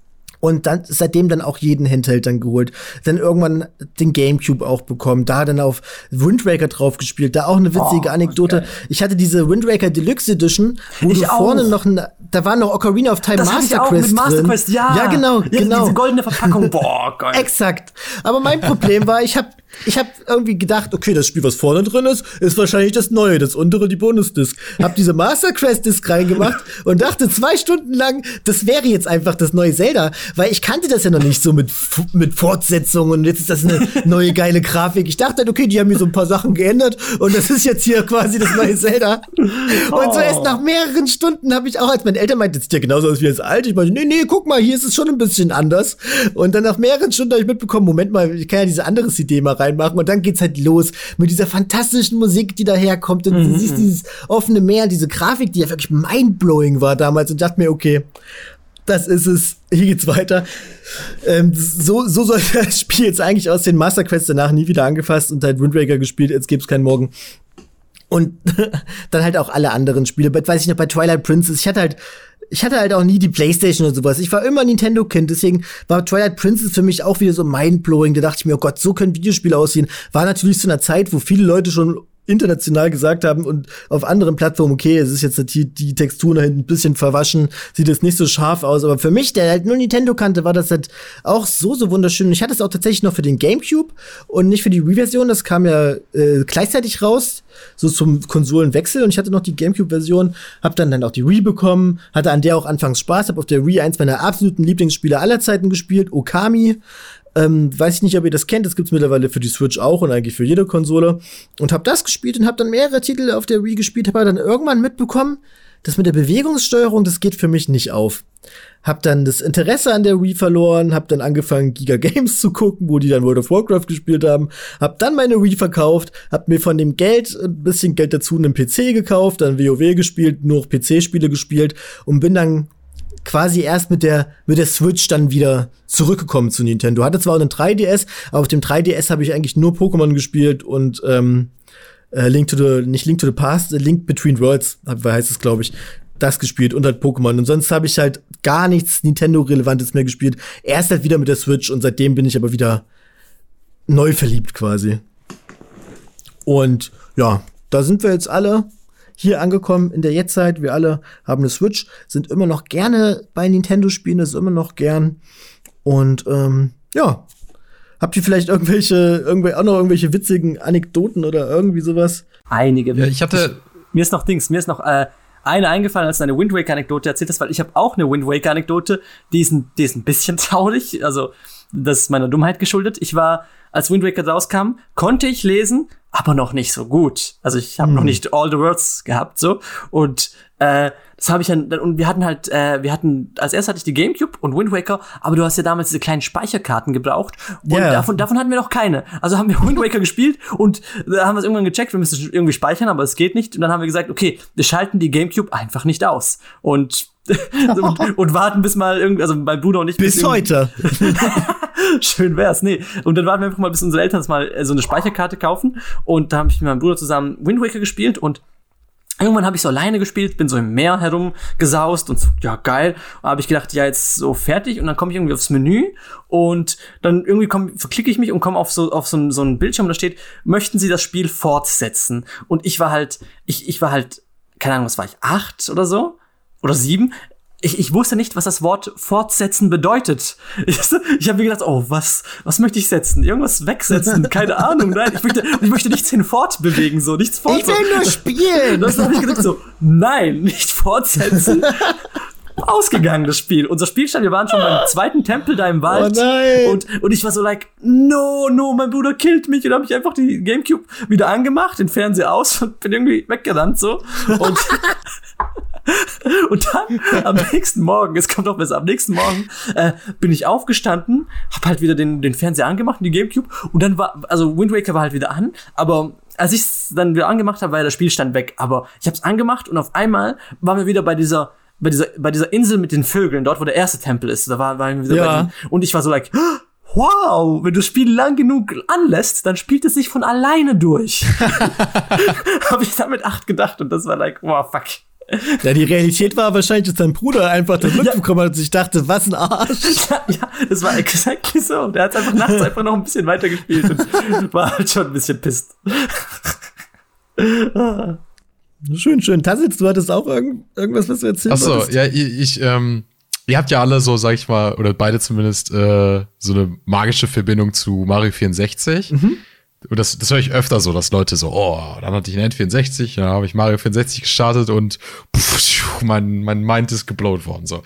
Und dann seitdem dann auch jeden Handheld dann geholt. Dann irgendwann den GameCube auch bekommen. Da dann auf Wind Waker drauf gespielt. Da auch eine witzige oh, Anekdote. Ich hatte diese Wind Waker Deluxe Edition, wo ich du auch. vorne noch ein, da war noch Ocarina of Time das Master auch Quest mit Master drin. Quest, ja. Ja, genau, ja, genau. Diese goldene Verpackung, boah, geil. Exakt. Aber mein Problem war, ich habe ich hab irgendwie gedacht, okay, das Spiel, was vorne drin ist, ist wahrscheinlich das Neue, das untere die Bonusdisk. Hab diese Master Quest Disc reingemacht und dachte zwei Stunden lang, das wäre jetzt einfach das neue Zelda, weil ich kannte das ja noch nicht so mit mit Fortsetzungen und jetzt ist das eine neue geile Grafik. Ich dachte, okay, die haben hier so ein paar Sachen geändert und das ist jetzt hier quasi das neue Zelda. Und so erst nach mehreren Stunden habe ich auch, als meine Eltern meinten, das sieht ja genauso aus wie das alte, ich meinte, nee, nee, guck mal, hier ist es schon ein bisschen anders. Und dann nach mehreren Stunden habe ich mitbekommen, Moment mal, ich kann ja diese andere C D mal reinmachen und dann geht's halt los mit dieser fantastischen Musik, die daherkommt und mhm. du siehst dieses offene Meer, diese Grafik, die ja wirklich mindblowing war damals und dachte mir, okay, das ist es, hier geht's weiter. Ähm, so, so soll das Spiel jetzt eigentlich aussehen. Master Quest danach nie wieder angefasst und halt Wind Waker gespielt, jetzt gibt's keinen Morgen. Und dann halt auch alle anderen Spiele, weiß ich noch, bei Twilight Princess, ich hatte halt Ich hatte halt auch nie die PlayStation oder sowas. Ich war immer Nintendo-Kind, deswegen war Twilight Princess für mich auch wieder so mindblowing. Da dachte ich mir, oh Gott, so können Videospiele aussehen. War natürlich zu einer Zeit, wo viele Leute schon international gesagt haben und auf anderen Plattformen, okay, es ist jetzt die, die Texturen halt ein bisschen verwaschen, sieht jetzt nicht so scharf aus, aber für mich, der halt nur Nintendo kannte, war das halt auch so, so wunderschön. Und ich hatte es auch tatsächlich noch für den GameCube und nicht für die Wii-Version, das kam ja äh, gleichzeitig raus, so zum Konsolenwechsel und ich hatte noch die GameCube-Version, hab dann dann auch die Wii bekommen, hatte an der auch anfangs Spaß, hab auf der Wii eins meiner absoluten Lieblingsspiele aller Zeiten gespielt, Okami. Ähm, weiß ich nicht, ob ihr das kennt, das gibt's mittlerweile für die Switch auch und eigentlich für jede Konsole. Und hab das gespielt und hab dann mehrere Titel auf der Wii gespielt, hab aber dann irgendwann mitbekommen, das mit der Bewegungssteuerung, das geht für mich nicht auf. Hab dann das Interesse an der Wii verloren, hab dann angefangen, Giga Games zu gucken, wo die dann World of Warcraft gespielt haben, hab dann meine Wii verkauft, hab mir von dem Geld, ein bisschen Geld dazu, einen P C gekauft, dann WoW gespielt, nur noch P C-Spiele gespielt und bin dann quasi erst mit der mit der Switch dann wieder zurückgekommen zu Nintendo. Hatte zwar auch einen drei D S, aber auf dem drei D S habe ich eigentlich nur Pokémon gespielt und ähm, äh, Link to the nicht Link to the Past, Link Between Worlds heißt es, glaube ich, das gespielt und halt Pokémon. Und sonst habe ich halt gar nichts Nintendo-Relevantes mehr gespielt. Erst halt wieder mit der Switch und seitdem bin ich aber wieder neu verliebt quasi. Und ja, da sind wir jetzt alle hier angekommen in der Jetztzeit. Wir alle haben eine Switch, sind immer noch gerne bei Nintendo-Spielen, das ist immer noch gern. Und ähm, ja, habt ihr vielleicht irgendwelche, irgendwelche, auch noch irgendwelche witzigen Anekdoten oder irgendwie sowas? Einige. Ja, ich hatte. Ich, mir ist noch Dings, mir ist noch äh, eine eingefallen, als du eine Wind Waker-Anekdote erzählt hast, weil ich habe auch eine Wind Waker-Anekdote, die ist, ein, die ist ein bisschen traurig, also das ist meiner Dummheit geschuldet. Ich war, als Wind Waker rauskam, konnte ich lesen, aber noch nicht so gut. Also ich habe hm. noch nicht all the words gehabt so und äh, das habe ich dann und wir hatten halt äh, wir hatten als erstes hatte ich die GameCube und Wind Waker, aber du hast ja damals diese kleinen Speicherkarten gebraucht und yeah. davon davon hatten wir noch keine. Also haben wir Wind Waker gespielt und da haben wir es irgendwann gecheckt, wir müssen irgendwie speichern, aber es geht nicht und dann haben wir gesagt, okay, wir schalten die GameCube einfach nicht aus und und, und warten bis mal irgendwie, also mein Bruder und ich bis, bis heute. Schön wär's, nee. Und dann warten wir einfach mal, bis unsere Eltern mal so eine Speicherkarte kaufen. Und da habe ich mit meinem Bruder zusammen Wind Waker gespielt und irgendwann habe ich so alleine gespielt, bin so im Meer herumgesaust und so, ja, geil. Und habe ich gedacht, ja, jetzt so fertig. Und dann komme ich irgendwie aufs Menü und dann irgendwie komm, verklicke ich mich und komme auf so auf so, so einen Bildschirm, da steht, möchten Sie das Spiel fortsetzen? Und ich war halt, ich, ich war halt, keine Ahnung, was war ich, acht oder so? Oder sieben? Ich, ich wusste nicht, was das Wort fortsetzen bedeutet. Ich, ich habe mir gedacht, oh, was, was möchte ich setzen? Irgendwas wegsetzen? Keine Ahnung. Nein, ich möchte, ich möchte nichts hinfortbewegen, so, nichts fortsetzen. Ich will nur spielen. Das habe ich gedacht, so, nein, nicht fortsetzen. Ausgegangen, das Spiel. Unser Spielstand, wir waren schon beim zweiten Tempel da im Wald. Oh nein. Und, und ich war so like, no, no, mein Bruder killt mich. Und habe ich einfach die Gamecube wieder angemacht, den Fernseher aus und bin irgendwie weggerannt, so. Und Und dann am nächsten Morgen, es kommt noch besser, am nächsten Morgen äh, bin ich aufgestanden, hab halt wieder den, den Fernseher angemacht, die Gamecube, und dann war, also Wind Waker war halt wieder an, aber als ich es dann wieder angemacht habe, war ja der Spielstand weg, aber ich hab's angemacht und auf einmal waren wir wieder bei dieser, bei dieser, bei dieser Insel mit den Vögeln, dort wo der erste Tempel ist, da war, waren wir wieder ja. bei den, und ich war so like, wow, wenn du das Spiel lang genug anlässt, dann spielt es sich von alleine durch. Habe ich damit acht gedacht und das war like, wow, fuck. Ja, die Realität war wahrscheinlich, dass dein Bruder einfach das mitbekommen hat und sich dachte, was ein Arsch. Ja, ja, das war exakt so. Der hat einfach nachts einfach noch ein bisschen weiter gespielt und war halt schon ein bisschen pisst. Schön, schön. Tassitz, du hattest auch irgend, irgendwas, was du erzählt hast. Achso, ja, ich, ich ähm, ihr habt ja alle so, sag ich mal, oder beide zumindest, äh, so eine magische Verbindung zu Mario vierundsechzig. Mhm. Und das, das höre ich öfter so, dass Leute so, oh, dann hatte ich einen N vierundsechzig, dann habe ich Mario vierundsechzig gestartet und pff, mein, mein Mind ist geblowt worden. So.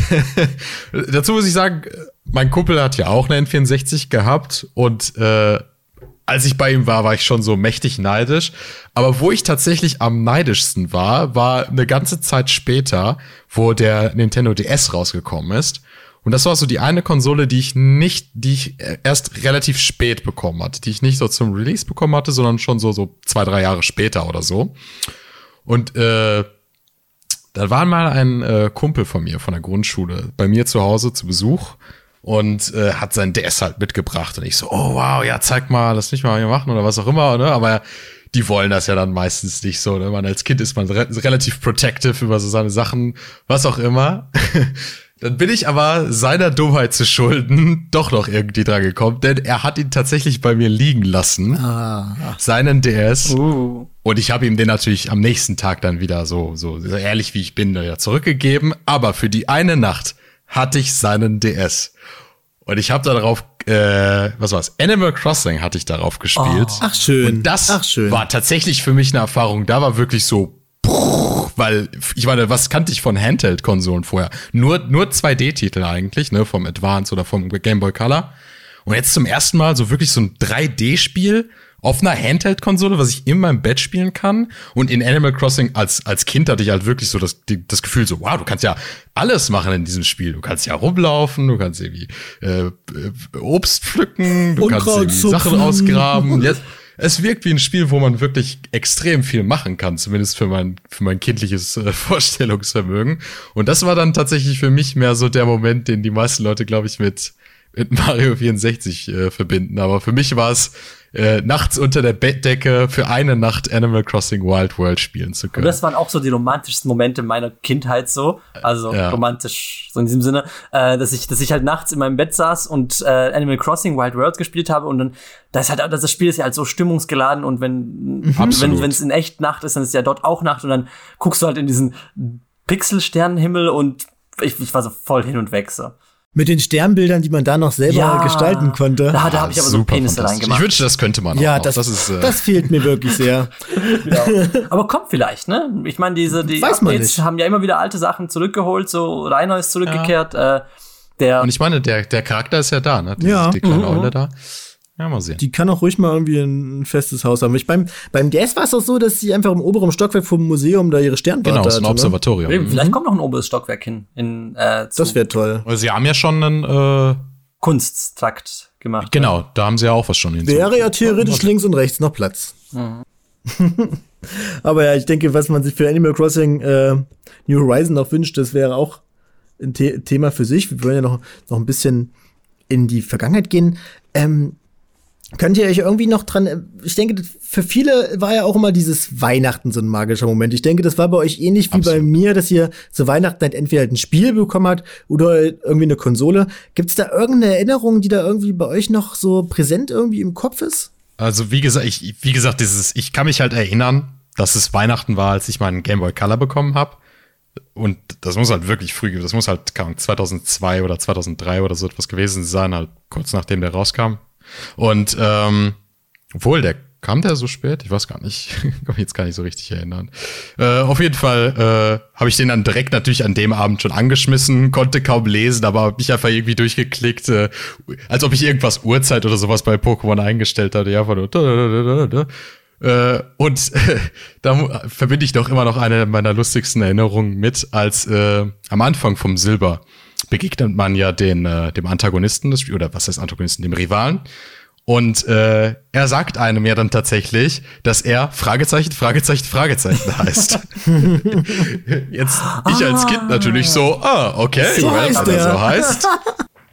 Dazu muss ich sagen, mein Kumpel hat ja auch einen N vierundsechzig gehabt und äh, als ich bei ihm war, war ich schon so mächtig neidisch. Aber wo ich tatsächlich am neidischsten war, war eine ganze Zeit später, wo der Nintendo D S rausgekommen ist. Und das war so die eine Konsole, die ich nicht, die ich erst relativ spät bekommen hatte, die ich nicht so zum Release bekommen hatte, sondern schon so, so zwei, drei Jahre später oder so. Und äh, da war mal ein äh, Kumpel von mir von der Grundschule bei mir zu Hause zu Besuch und äh, hat seinen D S halt mitgebracht. Und ich so, oh wow, ja, zeig mal, lass mich mal hier machen oder was auch immer, ne? Aber die wollen das ja dann meistens nicht so, ne? Man als Kind ist man re- relativ protective über so seine Sachen, was auch immer. Dann bin ich aber seiner Dummheit zu schulden doch noch irgendwie dran gekommen, denn er hat ihn tatsächlich bei mir liegen lassen, ah. seinen D S. Uh. Und ich habe ihm den natürlich am nächsten Tag dann wieder so, so, so ehrlich wie ich bin, ja zurückgegeben. Aber für die eine Nacht hatte ich seinen D S. Und ich habe darauf, äh, was war's? Animal Crossing hatte ich darauf gespielt. Oh. Ach schön. Und das Ach, schön. war tatsächlich für mich eine Erfahrung. Da war wirklich so, weil, ich meine, was kannte ich von Handheld-Konsolen vorher? Nur, nur zwei D-Titel eigentlich, ne, vom Advance oder vom Game Boy Color. Und jetzt zum ersten Mal so wirklich so ein drei D-Spiel auf einer Handheld-Konsole, was ich in meinem Bett spielen kann. Und in Animal Crossing als, als Kind hatte ich halt wirklich so das, die, das Gefühl so, wow, du kannst ja alles machen in diesem Spiel. Du kannst ja rumlaufen, du kannst irgendwie, äh, Obst pflücken, du kannst irgendwie Sachen ausgraben. Jetzt, es wirkt wie ein Spiel, wo man wirklich extrem viel machen kann, zumindest für mein, für mein kindliches äh, Vorstellungsvermögen. Und das war dann tatsächlich für mich mehr so der Moment, den die meisten Leute, glaube ich, mit, mit Mario vierundsechzig äh, verbinden. Aber für mich war es äh, nachts unter der Bettdecke für eine Nacht Animal Crossing Wild World spielen zu können. Und das waren auch so die romantischsten Momente meiner Kindheit so, also ja. romantisch so in diesem Sinne, äh, dass ich, dass ich halt nachts in meinem Bett saß und äh, Animal Crossing Wild World gespielt habe und dann, das ist halt, das Spiel ist ja halt so stimmungsgeladen und wenn, wenn, wenn es in echt Nacht ist, dann ist es ja dort auch Nacht und dann guckst du halt in diesen Pixel-Sternenhimmel und ich, ich war so voll hin und weg so. Mit den Sternbildern, die man da noch selber ja, gestalten konnte. Da, da habe ich aber so Penisse reingemacht. Ich wünschte, das könnte man auch. Ja, noch. das, das, ist, äh das fehlt mir wirklich sehr. Ja. Aber kommt vielleicht, ne? Ich meine, diese die Weiß Updates haben ja immer wieder alte Sachen zurückgeholt, so Rainer ist zurückgekehrt. Ja. Äh, der Und ich meine, der, der Charakter ist ja da, ne? Die, ja. die kleine Mhm. Eule da. Ja, mal sehen. Die kann auch ruhig mal irgendwie ein festes Haus haben. Ich beim, beim D S war es auch so, dass sie einfach im oberen Stockwerk vom Museum da ihre Sternwarte Genau, hatte, ist ein Observatorium. ne? Vielleicht Mhm. kommt noch ein oberes Stockwerk hin. In, äh, Das wäre toll. Also sie haben ja schon einen, äh, Kunsttrakt gemacht. genau, ne? Da haben sie ja auch was schon hinzu. Wäre ja theoretisch links und rechts noch Platz. Mhm. Aber ja, ich denke, was man sich für Animal Crossing äh, New Horizon noch wünscht, das wäre auch ein The- Thema für sich. Wir wollen ja noch, noch ein bisschen in die Vergangenheit gehen. Ähm, Könnt ihr euch irgendwie noch dran, ich denke, für viele war ja auch immer dieses Weihnachten so ein magischer Moment. Ich denke, das war bei euch ähnlich wie Absolut. bei mir, dass ihr zu Weihnachten halt entweder halt ein Spiel bekommen habt oder irgendwie eine Konsole. Gibt es da irgendeine Erinnerung, die da irgendwie bei euch noch so präsent irgendwie im Kopf ist? Also wie gesagt, ich, wie gesagt, dieses, ich kann mich halt erinnern, dass es Weihnachten war, als ich meinen Game Boy Color bekommen habe. Und das muss halt wirklich früh, das muss halt keine Ahnung, zweitausendzwei oder zweitausenddrei oder so etwas gewesen sein, halt kurz nachdem der rauskam. Und ähm, obwohl, der kam der so spät? Ich weiß gar nicht. Ich kann mich jetzt gar nicht so richtig erinnern. Äh, auf jeden Fall äh, habe ich den dann direkt natürlich an dem Abend schon angeschmissen, konnte kaum lesen, aber habe mich einfach irgendwie durchgeklickt, äh, als ob ich irgendwas Uhrzeit oder sowas bei Pokémon eingestellt hatte. Ja, von da, da, da, da. Äh, und äh, da verbinde ich doch immer noch eine meiner lustigsten Erinnerungen mit, als äh, am Anfang vom Silber begegnet man ja den äh, dem Antagonisten des Spiels, oder was heißt Antagonisten, dem Rivalen. Und äh, er sagt einem ja dann tatsächlich, dass er Fragezeichen, Fragezeichen, Fragezeichen heißt. Jetzt ich als Kind natürlich so, ah, okay, So well, heißt wenn er er. so heißt.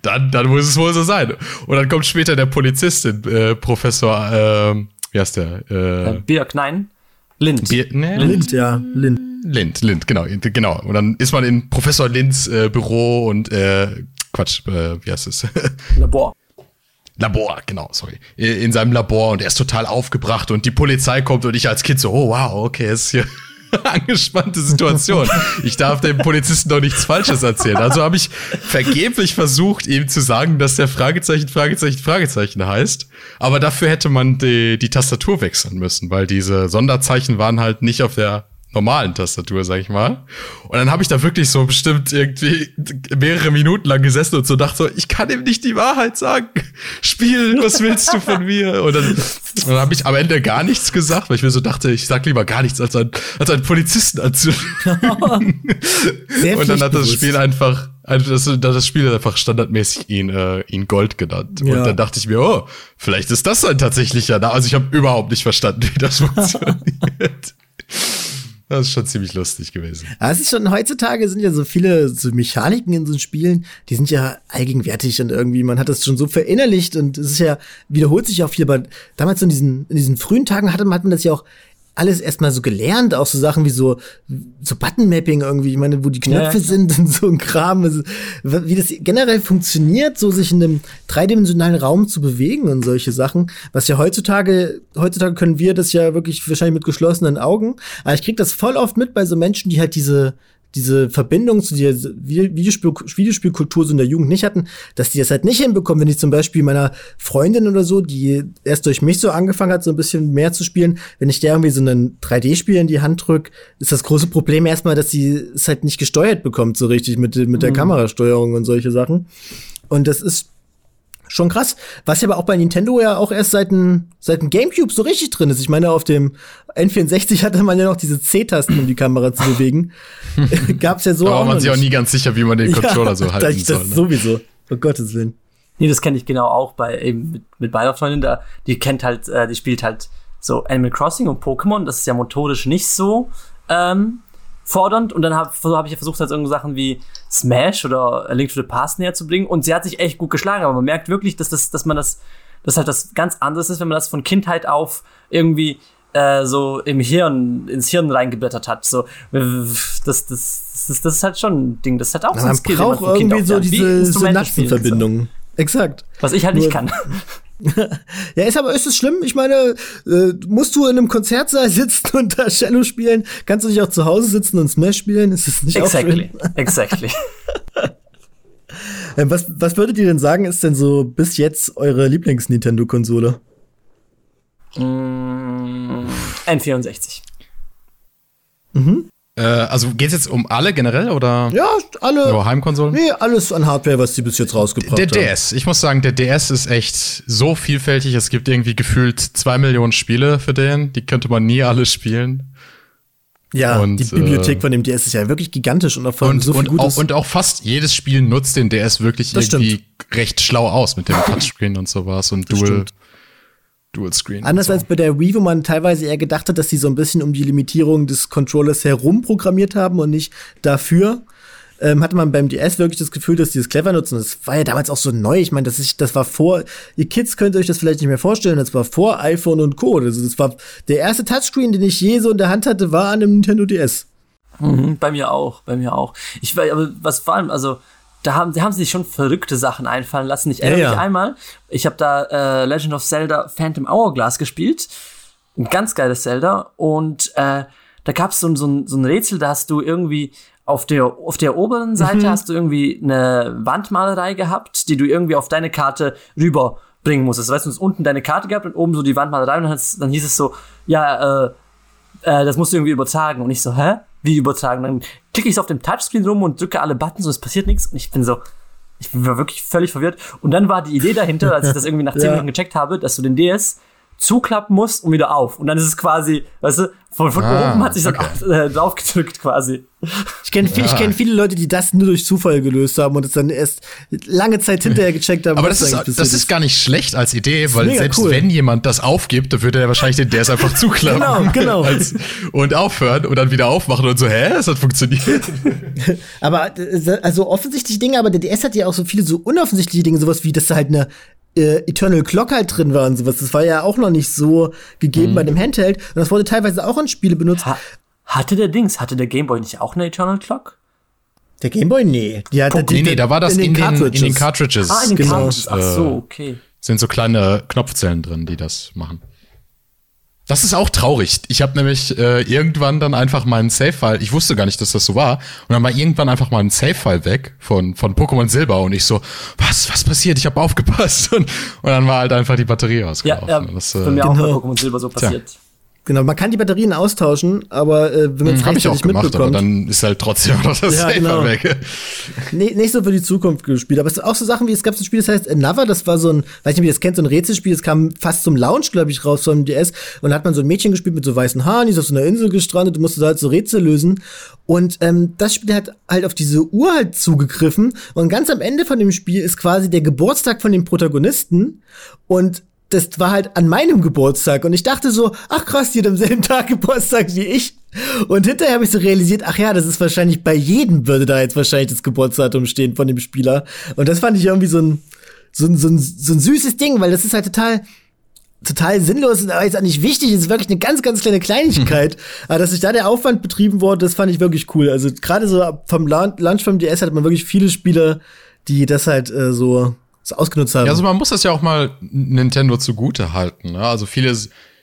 dann, dann muss es wohl so sein. Und dann kommt später der Polizistin, äh, Professor, äh, wie heißt der? Äh, Birk, nein. Lind. Bier, nee, Lind, Lind, ja. Lind. Lind, Lind, genau, genau. Und dann ist man in Professor Linds äh, Büro und, äh, Quatsch, äh, wie heißt es? Labor. Labor, genau, sorry. In seinem Labor und er ist total aufgebracht und die Polizei kommt und ich als Kind so, oh wow, okay, ist hier angespannte Situation. Ich darf dem Polizisten doch nichts Falsches erzählen. Also habe ich vergeblich versucht, ihm zu sagen, dass der Fragezeichen, Fragezeichen, Fragezeichen heißt. Aber dafür hätte man die, die Tastatur wechseln müssen, weil diese Sonderzeichen waren halt nicht auf der normalen Tastatur, sag ich mal. Und dann habe ich da wirklich so bestimmt irgendwie mehrere Minuten lang gesessen und so dachte so, ich kann ihm nicht die Wahrheit sagen. Spiel, was willst du von mir? Und dann, dann habe ich am Ende gar nichts gesagt, weil ich mir so dachte, ich sag lieber gar nichts, als, ein, als einen Polizisten anzunehmen. Und dann hat das Spiel einfach, das, das Spiel hat einfach standardmäßig ihn, äh, ihn Gold genannt. Ja. Und dann dachte ich mir, oh, vielleicht ist das ein tatsächlicher Name. Also ich habe überhaupt nicht verstanden, wie das funktioniert. Das ist schon ziemlich lustig gewesen. Aber es ist schon, heutzutage sind ja so viele so Mechaniken in so Spielen, die sind ja allgegenwärtig und irgendwie, man hat das schon so verinnerlicht und es ist ja, wiederholt sich auch viel, aber damals so in diesen, in diesen frühen Tagen hatte man, hat man das ja auch alles erstmal so gelernt, auch so Sachen wie so, so Button-Mapping irgendwie, ich meine, wo die Knöpfe ja, sind und so ein Kram, also, wie das generell funktioniert, so sich in einem dreidimensionalen Raum zu bewegen und solche Sachen, was ja heutzutage, heutzutage können wir das ja wirklich wahrscheinlich mit geschlossenen Augen, aber ich krieg das voll oft mit bei so Menschen, die halt diese, diese Verbindung zu der Videospiel, Videospielkultur so in der Jugend nicht hatten, dass die das halt nicht hinbekommen, wenn ich zum Beispiel meiner Freundin oder so, die erst durch mich so angefangen hat, so ein bisschen mehr zu spielen, wenn ich der irgendwie so ein drei D-Spiel in die Hand drück, ist das große Problem erstmal, dass sie es halt nicht gesteuert bekommt so richtig mit, mit der mhm. Kamerasteuerung und solche Sachen. Und das ist schon krass. Was ja aber auch bei Nintendo ja auch erst seit dem seit dem GameCube so richtig drin ist. Ich meine, auf dem N vierundsechzig hatte man ja noch diese C-Tasten, um die Kamera zu bewegen. Gab's ja so. Da war auch man sich nicht. auch nie ganz sicher, wie man den Controller ja, so halten das soll. Ne? Sowieso. Um Gottes Willen. Nee, das kenne ich genau auch bei eben mit, mit meiner Freundin da. Die kennt halt, äh, die spielt halt so Animal Crossing und Pokémon. Das ist ja motorisch nicht so ähm, fordernd. Und dann habe so hab ich ja versucht, halt irgendwie Sachen wie Smash oder A Link to the Past näher zu bringen. Und sie hat sich echt gut geschlagen. Aber man merkt wirklich, dass das, dass man das, dass halt das ganz anderes ist, wenn man das von Kindheit auf irgendwie äh, so im Hirn, ins Hirn reingeblättert hat. So, das, das, das, das ist halt schon ein Ding. Das ist halt auch Na, so ein man Skill, braucht irgendwie so diese Synapsenverbindungen. So. Exakt. Was ich halt Nur, nicht kann. Ja, ist aber, ist es schlimm? Ich meine, äh, musst du in einem Konzertsaal sitzen und da Cello spielen? Kannst du nicht auch zu Hause sitzen und Smash spielen? Ist es nicht exactly. auch schön? Exactly. ähm, was, was würdet ihr denn sagen, ist denn so bis jetzt eure Lieblings-Nintendo-Konsole? Mm, N vierundsechzig. Mhm. Äh, also geht's jetzt um alle generell oder? Ja, alle. Nur Heimkonsolen? Nee, alles an Hardware, was die bis jetzt rausgebracht der haben. Der D S. Ich muss sagen, der D S ist echt so vielfältig. Es gibt irgendwie gefühlt zwei Millionen Spiele für den. Die könnte man nie alle spielen. Ja, und, die Bibliothek äh, von dem D S ist ja wirklich gigantisch und auch von und, so viel und, Gutes. auch, und auch fast jedes Spiel nutzt den D S wirklich das irgendwie stimmt. recht schlau aus mit dem Touchscreen und sowas und Das Dual, stimmt. Dual Screen. Anders so. als bei der Wii, wo man teilweise eher gedacht hat, dass sie so ein bisschen um die Limitierung des Controllers herum programmiert haben und nicht dafür, ähm, hatte man beim D S wirklich das Gefühl, dass die das clever nutzen. Das war ja damals auch so neu. Ich meine, das ist, das war vor, ihr Kids könnt euch das vielleicht nicht mehr vorstellen, das war vor iPhone und Co. Also das war der erste Touchscreen, den ich je so in der Hand hatte, war an einem Nintendo D S. Mhm, bei mir auch, bei mir auch. Ich weiß, aber was vor allem, also da haben, da haben sie sich schon verrückte Sachen einfallen lassen. Ich erinnere ja, mich ja. einmal, ich habe da äh, Legend of Zelda Phantom Hourglass gespielt. Ein ganz geiles Zelda. Und äh, da gab es so, so, so ein Rätsel, da hast du irgendwie auf der, auf der oberen Seite mhm. hast du irgendwie eine Wandmalerei gehabt, die du irgendwie auf deine Karte rüberbringen musstest. Weißt du, du hast unten deine Karte gehabt und oben so die Wandmalerei und dann, dann hieß es so, ja, äh, äh, das musst du irgendwie übertragen. Und ich so, hä? Wie übertragen? Dann klicke ich so auf dem Touchscreen rum und drücke alle Buttons und es passiert nichts. Und ich bin so, ich war wirklich völlig verwirrt. Und dann war die Idee dahinter, als ich das irgendwie nach zehn ja. Minuten gecheckt habe, dass du den D S zuklappen musst und wieder auf. Und dann ist es quasi, weißt du, Von, von Ah, oben hat sich dann okay. auf, äh, draufgedrückt quasi. Ich kenne Ja. ich kenn viele Leute, die das nur durch Zufall gelöst haben und es dann erst lange Zeit hinterher gecheckt haben. Aber was das ist, eigentlich das passiert ist gar nicht schlecht als Idee, weil mega selbst cool. wenn jemand das aufgibt, dann würde er wahrscheinlich den D S einfach zuklappen. Genau, genau. Als, und aufhören und dann wieder aufmachen und so, hä, es hat funktioniert. Aber äh, also offensichtliche Dinge, aber der D S hat ja auch so viele so unoffensichtliche Dinge, sowas wie, dass da halt eine äh, Eternal Clock halt drin war und sowas. Das war ja auch noch nicht so gegeben Mhm. bei dem Handheld. Und das wurde teilweise auch in Spiele benutzt. Ha hatte der Dings, hatte der Gameboy nicht auch eine Eternal Clock? Der Gameboy? Nee. Die hat, die, Nee, nee, da war das in den, in den, in den Cartridges. Cartridges. Ah, in den Genau. Cartridges. Ach so, okay. Sind so kleine Knopfzellen drin, die das machen. Das ist auch traurig. Ich habe nämlich äh, irgendwann dann einfach meinen Save-File, ich wusste gar nicht, dass das so war, und dann war irgendwann einfach mal ein Save-File weg von von Pokémon Silber und ich so, was, was passiert? Ich habe aufgepasst und, und dann war halt einfach die Batterie Ja, ausgelaufen. ja das, bei mir auch Genau. bei Pokémon Silber so passiert. Genau, man kann die Batterien austauschen, aber äh, wenn man es habe ich auch rechtzeitig gemacht, aber mitbekommt. dann ist halt trotzdem noch das Ja, Save-File genau. weg. Nee, nicht so für die Zukunft gespielt, aber es sind auch so Sachen wie, es gab so ein Spiel, das heißt Another, das war so ein, weiß nicht, wie ihr das kennt, so ein Rätselspiel, das kam fast zum Launch, glaube ich, raus vom D S und da hat man so ein Mädchen gespielt mit so weißen Haaren, die ist auf so einer Insel gestrandet, du musstest halt so Rätsel lösen und ähm, das Spiel hat halt auf diese Uhr halt zugegriffen und ganz am Ende von dem Spiel ist quasi der Geburtstag von dem Protagonisten und das war halt an meinem Geburtstag und ich dachte so, ach krass, die hat am selben Tag Geburtstag wie ich. Und hinterher habe ich so realisiert, ach ja, das ist wahrscheinlich bei jedem würde da jetzt wahrscheinlich das Geburtsdatum stehen von dem Spieler. Und das fand ich irgendwie so ein, so ein, so ein, so ein süßes Ding, weil das ist halt total, total sinnlos und aber ist auch nicht wichtig, es ist wirklich eine ganz, ganz kleine Kleinigkeit. Aber dass sich da der Aufwand betrieben wurde, das fand ich wirklich cool. Also gerade so vom Launch vom D S hatte man wirklich viele Spieler, die das halt äh, so so ausgenutzt haben. Ja, also man muss das ja auch mal Nintendo zugute halten. Ne? Also viele,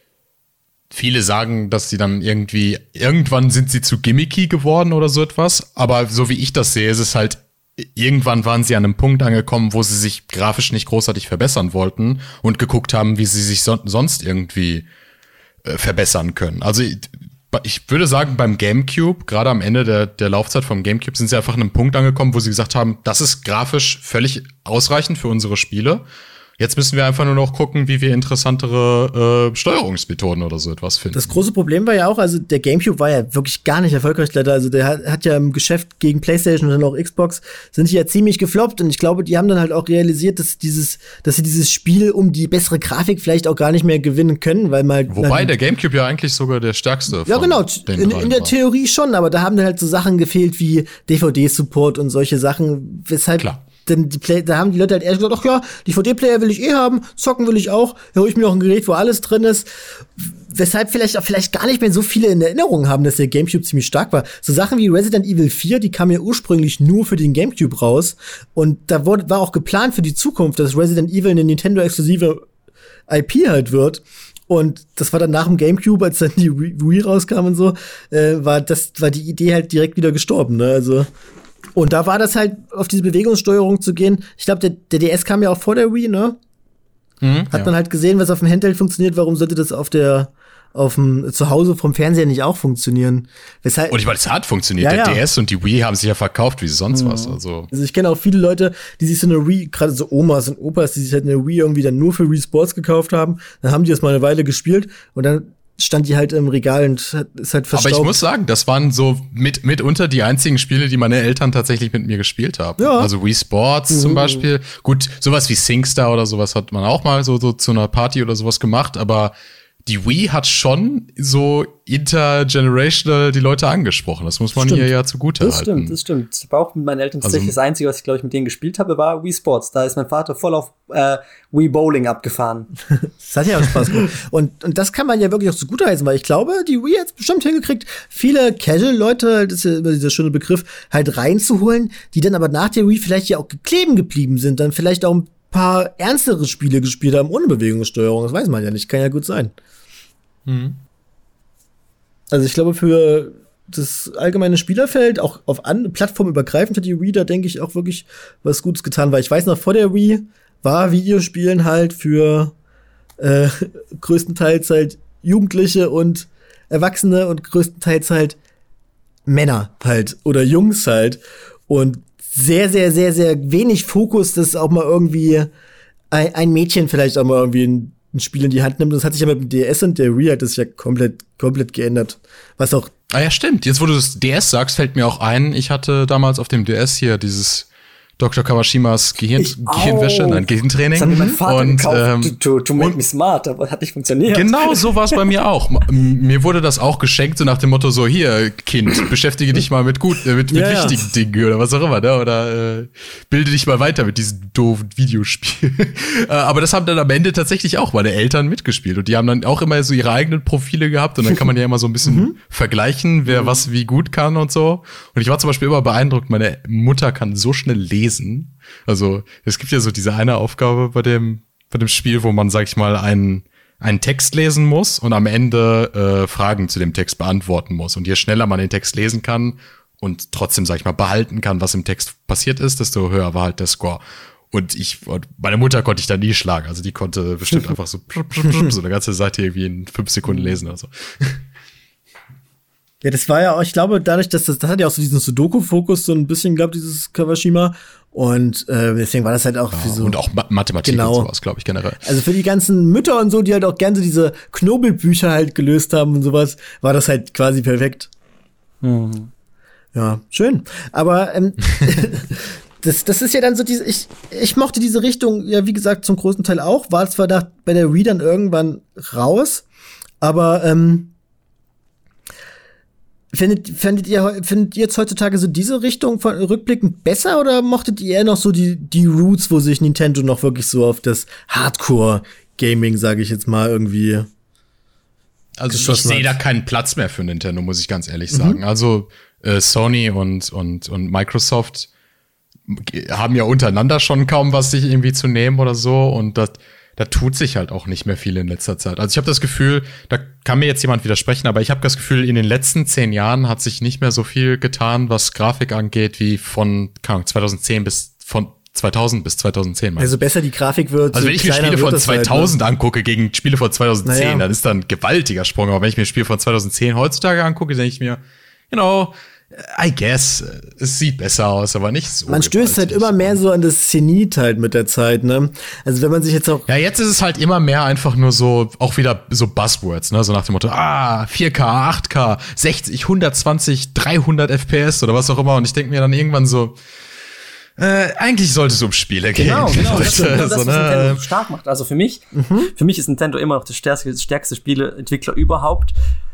viele sagen, dass sie dann irgendwie, irgendwann sind sie zu gimmicky geworden oder so etwas. Aber so wie ich das sehe, ist es halt, irgendwann waren sie an einem Punkt angekommen, wo sie sich grafisch nicht großartig verbessern wollten und geguckt haben, wie sie sich so, sonst irgendwie äh, verbessern können. Also ich würde sagen, beim GameCube, gerade am Ende der, der Laufzeit vom GameCube, sind sie einfach an einem Punkt angekommen, wo sie gesagt haben, das ist grafisch völlig ausreichend für unsere Spiele. Jetzt müssen wir einfach nur noch gucken, wie wir interessantere äh, Steuerungsmethoden oder so etwas finden. Das große Problem war ja auch, also der GameCube war ja wirklich gar nicht erfolgreich leider. Also der hat, hat ja im Geschäft gegen PlayStation und dann auch Xbox sind die ja ziemlich gefloppt und ich glaube, die haben dann halt auch realisiert, dass dieses, dass sie dieses Spiel um die bessere Grafik vielleicht auch gar nicht mehr gewinnen können, weil mal Wobei der GameCube ja eigentlich sogar der stärkste ja von genau den in, dreien in der war. Theorie schon, aber da haben dann halt so Sachen gefehlt wie D V D-Support und solche Sachen, weshalb Klar. denn die Play da haben die Leute halt erst gesagt, ach ja, D V D-Player will ich eh haben, zocken will ich auch, da hol ich mir noch ein Gerät, wo alles drin ist. Weshalb vielleicht auch vielleicht gar nicht mehr so viele in Erinnerung haben, dass der GameCube ziemlich stark war. So Sachen wie Resident Evil vier, die kamen ja ursprünglich nur für den GameCube raus. Und da wurde, war auch geplant für die Zukunft, dass Resident Evil eine Nintendo-exklusive I P halt wird. Und das war dann nach dem GameCube, als dann die Wii rauskam und so, äh, war das war die Idee halt direkt wieder gestorben, ne? Also und da war das halt, auf diese Bewegungssteuerung zu gehen. Ich glaube, der, der D S kam ja auch vor der Wii, ne? Mhm, Hat ja. man halt gesehen, was auf dem Handheld funktioniert. Warum sollte das auf der, auf dem Zuhause vom Fernseher nicht auch funktionieren? Weshalb, Und ich meine, es hat funktioniert. Ja, der ja. D S und die Wii haben sich ja verkauft wie sonst was. Also also ich kenne auch viele Leute, die sich so eine Wii, gerade so Omas und Opas, die sich halt eine Wii irgendwie dann nur für Wii Sports gekauft haben. Dann haben die das mal eine Weile gespielt und dann stand die halt im Regal und hat, ist halt verstaubt. Aber ich muss sagen, das waren so mit mitunter die einzigen Spiele, die meine Eltern tatsächlich mit mir gespielt haben. Ja. Also Wii Sports zum Beispiel. Gut, sowas wie SingStar oder sowas hat man auch mal so, so zu einer Party oder sowas gemacht, aber die Wii hat schon so intergenerational die Leute angesprochen. Das muss man Stimmt. hier ja zugute Das halten. stimmt, das stimmt. Ich habe auch mit meinen Eltern tatsächlich Also- das Einzige, was ich, glaube ich, mit denen gespielt habe, war Wii Sports. Da ist mein Vater voll auf äh, Wii Bowling abgefahren. Das hat ja auch Spaß gemacht. Und, und das kann man ja wirklich auch zugute heißen, weil ich glaube, die Wii hat's bestimmt hingekriegt, viele Casual-Leute, das ist ja immer dieser schöne Begriff, halt reinzuholen, die dann aber nach der Wii vielleicht ja auch kleben geblieben sind, dann vielleicht auch ein paar ernstere Spiele gespielt haben ohne Bewegungssteuerung. Das weiß man ja nicht, kann ja gut sein. Mhm. Also ich glaube, für das allgemeine Spielerfeld, auch auf an plattformübergreifend hat die Wii da, denke ich, auch wirklich was Gutes getan, weil ich weiß noch, vor der Wii war Videospielen halt für äh, größtenteils halt Jugendliche und Erwachsene und größtenteils halt Männer halt oder Jungs halt und sehr, sehr, sehr, sehr wenig Fokus, dass auch mal irgendwie ein, ein Mädchen vielleicht auch mal irgendwie ein ein Spiel in die Hand nimmt. Das hat sich ja mit dem D S und der Wii hat das ja komplett, komplett geändert. Was auch. Ah ja, stimmt. Jetzt, wo du das D S sagst, fällt mir auch ein, ich hatte damals auf dem D S hier dieses Doktor Kawashimas Gehirn, Gehirnwäsche, nein, Gehirntraining. Das hat mir mein Vater und, gekauft, ähm, to, to make me smart, aber hat nicht funktioniert. Genau, so war es bei mir auch. Mir wurde das auch geschenkt, so nach dem Motto, so, hier, Kind, beschäftige dich mal mit gut, äh, mit, mit ja, wichtigen ja. Dingen oder was auch immer, ne? Oder äh, bilde dich mal weiter mit diesem doofen Videospiel. Aber das haben dann am Ende tatsächlich auch meine Eltern mitgespielt. Und die haben dann auch immer so ihre eigenen Profile gehabt. Und dann kann man ja immer so ein bisschen mhm. vergleichen, wer mhm. was wie gut kann und so. Und ich war zum Beispiel immer beeindruckt, meine Mutter kann so schnell lesen. Also es gibt ja so diese eine Aufgabe bei dem bei dem Spiel, wo man, sag ich mal, einen einen Text lesen muss und am Ende äh, Fragen zu dem Text beantworten muss. Und je schneller man den Text lesen kann und trotzdem, sag ich mal, behalten kann, was im Text passiert ist, desto höher war halt der Score. Und ich, und meine Mutter konnte ich da nie schlagen. Also die konnte bestimmt einfach so so eine ganze Seite irgendwie in fünf Sekunden lesen oder so. Ja, das war ja auch, ich glaube, dadurch, dass das, das hat ja auch so diesen Sudoku-Fokus so ein bisschen, glaube dieses Kawashima. Und äh, deswegen war das halt auch ja, für so. Und auch Ma- Mathematik genau. und sowas, glaube ich, generell. Also für die ganzen Mütter und so, die halt auch gerne so diese Knobelbücher halt gelöst haben und sowas, war das halt quasi perfekt. Mhm. Ja, schön. Aber ähm, das, das ist ja dann so diese, ich, ich mochte diese Richtung, ja, wie gesagt, zum großen Teil auch, war zwar da bei der Wii dann irgendwann raus, aber ähm, Findet, findet ihr, findet ihr jetzt heutzutage so diese Richtung von rückblickend besser oder mochtet ihr eher noch so die, die Roots, wo sich Nintendo noch wirklich so auf das Hardcore-Gaming, sage ich jetzt mal, irgendwie Also ich sehe da keinen Platz mehr für Nintendo, muss ich ganz ehrlich sagen. Mhm. Also äh, Sony und, und, und Microsoft haben ja untereinander schon kaum was sich irgendwie zu nehmen oder so und das da tut sich halt auch nicht mehr viel in letzter Zeit. Also ich habe das Gefühl, da kann mir jetzt jemand widersprechen, aber ich habe das Gefühl, in den letzten zehn Jahren hat sich nicht mehr so viel getan, was Grafik angeht, wie von keine Ahnung, zweitausendzehn bis von zweitausend bis zweitausendzehn. Also besser die Grafik wird. Also wenn ich mir Spiele von zweitausend halt, ne? angucke gegen Spiele von zweitausendzehn, naja. dann ist da ein gewaltiger Sprung. Aber wenn ich mir Spiele von zweitausendzehn heutzutage angucke, denke ich mir, you know, I guess, es sieht besser aus, aber nicht so. Man stößt halt immer mehr so an das Zenit halt mit der Zeit, ne? Also wenn man sich jetzt auch. Ja, jetzt ist es halt immer mehr einfach nur so, auch wieder so Buzzwords, ne? So nach dem Motto, ah, vier K, acht K, sechzig, hundertzwanzig, dreihundert F P S oder was auch immer. Und ich denke mir dann irgendwann so, äh, eigentlich sollte es um Spiele gehen. Genau, genau. Das ist das, was Nintendo stark macht. Also für mich, mhm. für mich ist Nintendo immer noch das stärkste, das stärkste Spieleentwickler überhaupt.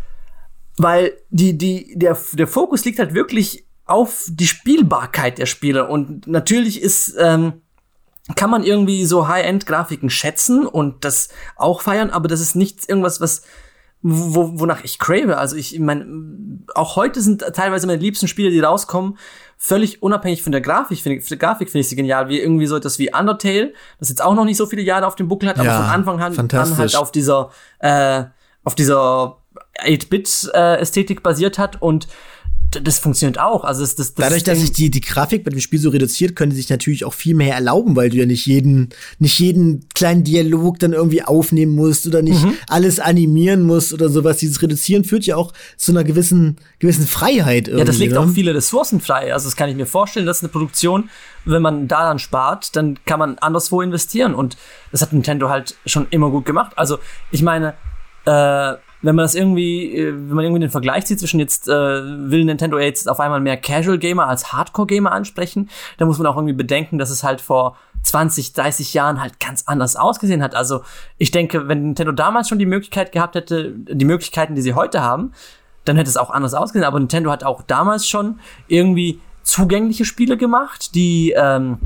Weil die, die, der, der Fokus liegt halt wirklich auf die Spielbarkeit der Spiele. Und natürlich ist, ähm, kann man irgendwie so High-End-Grafiken schätzen und das auch feiern, aber das ist nicht irgendwas, was, wo, wonach ich crave. Also ich meine, auch heute sind teilweise meine liebsten Spiele, die rauskommen, völlig unabhängig von der Grafik. Für die Grafik finde ich sie genial, wie irgendwie so etwas wie Undertale, das jetzt auch noch nicht so viele Jahre auf dem Buckel hat, aber ja, von Anfang an, an halt auf dieser, äh, auf dieser acht-Bit-Ästhetik basiert hat und das funktioniert auch. Also das, das, das Dadurch, dass sich die, die Grafik bei dem Spiel so reduziert, können die sich natürlich auch viel mehr erlauben, weil du ja nicht jeden, nicht jeden kleinen Dialog dann irgendwie aufnehmen musst oder nicht mhm. alles animieren musst oder sowas. Dieses Reduzieren führt ja auch zu einer gewissen, gewissen Freiheit irgendwie. Ja, das legt ne? auch viele Ressourcen frei. Also das kann ich mir vorstellen, das ist eine Produktion, wenn man daran spart, dann kann man anderswo investieren und das hat Nintendo halt schon immer gut gemacht. Also ich meine, äh, wenn man das irgendwie, wenn man irgendwie den Vergleich zieht zwischen jetzt, äh, will Nintendo jetzt auf einmal mehr Casual-Gamer als Hardcore-Gamer ansprechen, dann muss man auch irgendwie bedenken, dass es halt vor zwanzig, dreißig Jahren halt ganz anders ausgesehen hat. Also ich denke, wenn Nintendo damals schon die Möglichkeit gehabt hätte, die Möglichkeiten, die sie heute haben, dann hätte es auch anders ausgesehen. Aber Nintendo hat auch damals schon irgendwie zugängliche Spiele gemacht, die, ähm,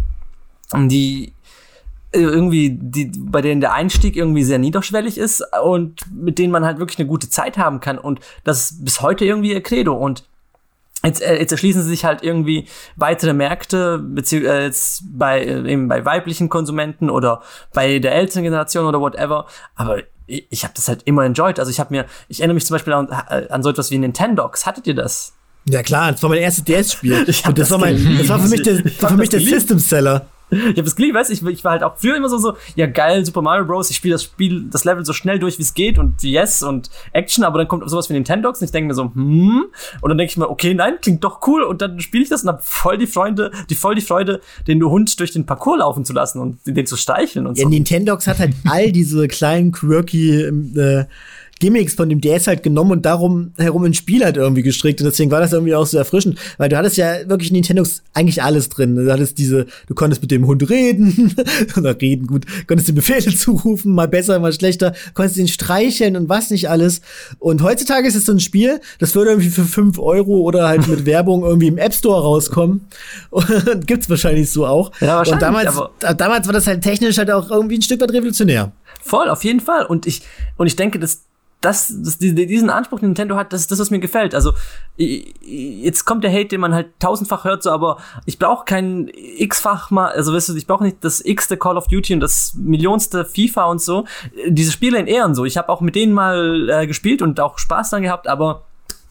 die irgendwie, die, bei denen der Einstieg irgendwie sehr niederschwellig ist und mit denen man halt wirklich eine gute Zeit haben kann und das ist bis heute irgendwie ihr Credo und jetzt, äh, jetzt erschließen sie sich halt irgendwie weitere Märkte, beziehungsweise jetzt bei, äh, eben bei weiblichen Konsumenten oder bei der älteren Generation oder whatever, aber ich, ich habe das halt immer enjoyed, also ich habe mir, ich erinnere mich zum Beispiel an, an so etwas wie Nintendox, hattet ihr das? Ja klar, das war mein erstes D S-Spiel und das, das war mein, das war für mich der, für mich der System-Seller. Ich habe das geliebt, weißt du, ich, ich war halt auch früher immer so, so, ja geil, Super Mario Bros., ich spiele das Spiel, das Level so schnell durch, wie es geht und yes und Action, aber dann kommt sowas wie Nintendogs und ich denke mir so, hm, und dann denke ich mir, okay, nein, klingt doch cool und dann spiele ich das und hab voll die Freunde, die voll die Freude, den Hund durch den Parcours laufen zu lassen und den zu streicheln und ja, so. Nintendogs hat halt all diese kleinen quirky äh, Gimmicks von dem D S halt genommen und darum herum ein Spiel halt irgendwie gestrickt. Und deswegen war das irgendwie auch so erfrischend, weil du hattest ja wirklich in Nintendogs eigentlich alles drin. Du hattest diese, du konntest mit dem Hund reden, oder reden, gut, konntest die Befehle zurufen, mal besser, mal schlechter, konntest ihn streicheln und was nicht alles. Und heutzutage ist es so ein Spiel, das würde irgendwie für fünf Euro oder halt mit Werbung irgendwie im App Store rauskommen. Und gibt's wahrscheinlich so auch. Ja, wahrscheinlich, und damals, aber damals war das halt technisch halt auch irgendwie ein Stück weit revolutionär. Voll, auf jeden Fall. Und ich, und ich denke, dass Das, das, diesen Anspruch, den Nintendo hat, das ist das, was mir gefällt. Also, jetzt kommt der Hate, den man halt tausendfach hört, so, aber ich brauche kein x-fach mal, also weißt du, ich brauche nicht das x-te Call of Duty und das millionste FIFA und so. Diese Spiele in Ehren so. Ich habe auch mit denen mal äh, gespielt und auch Spaß dran gehabt, aber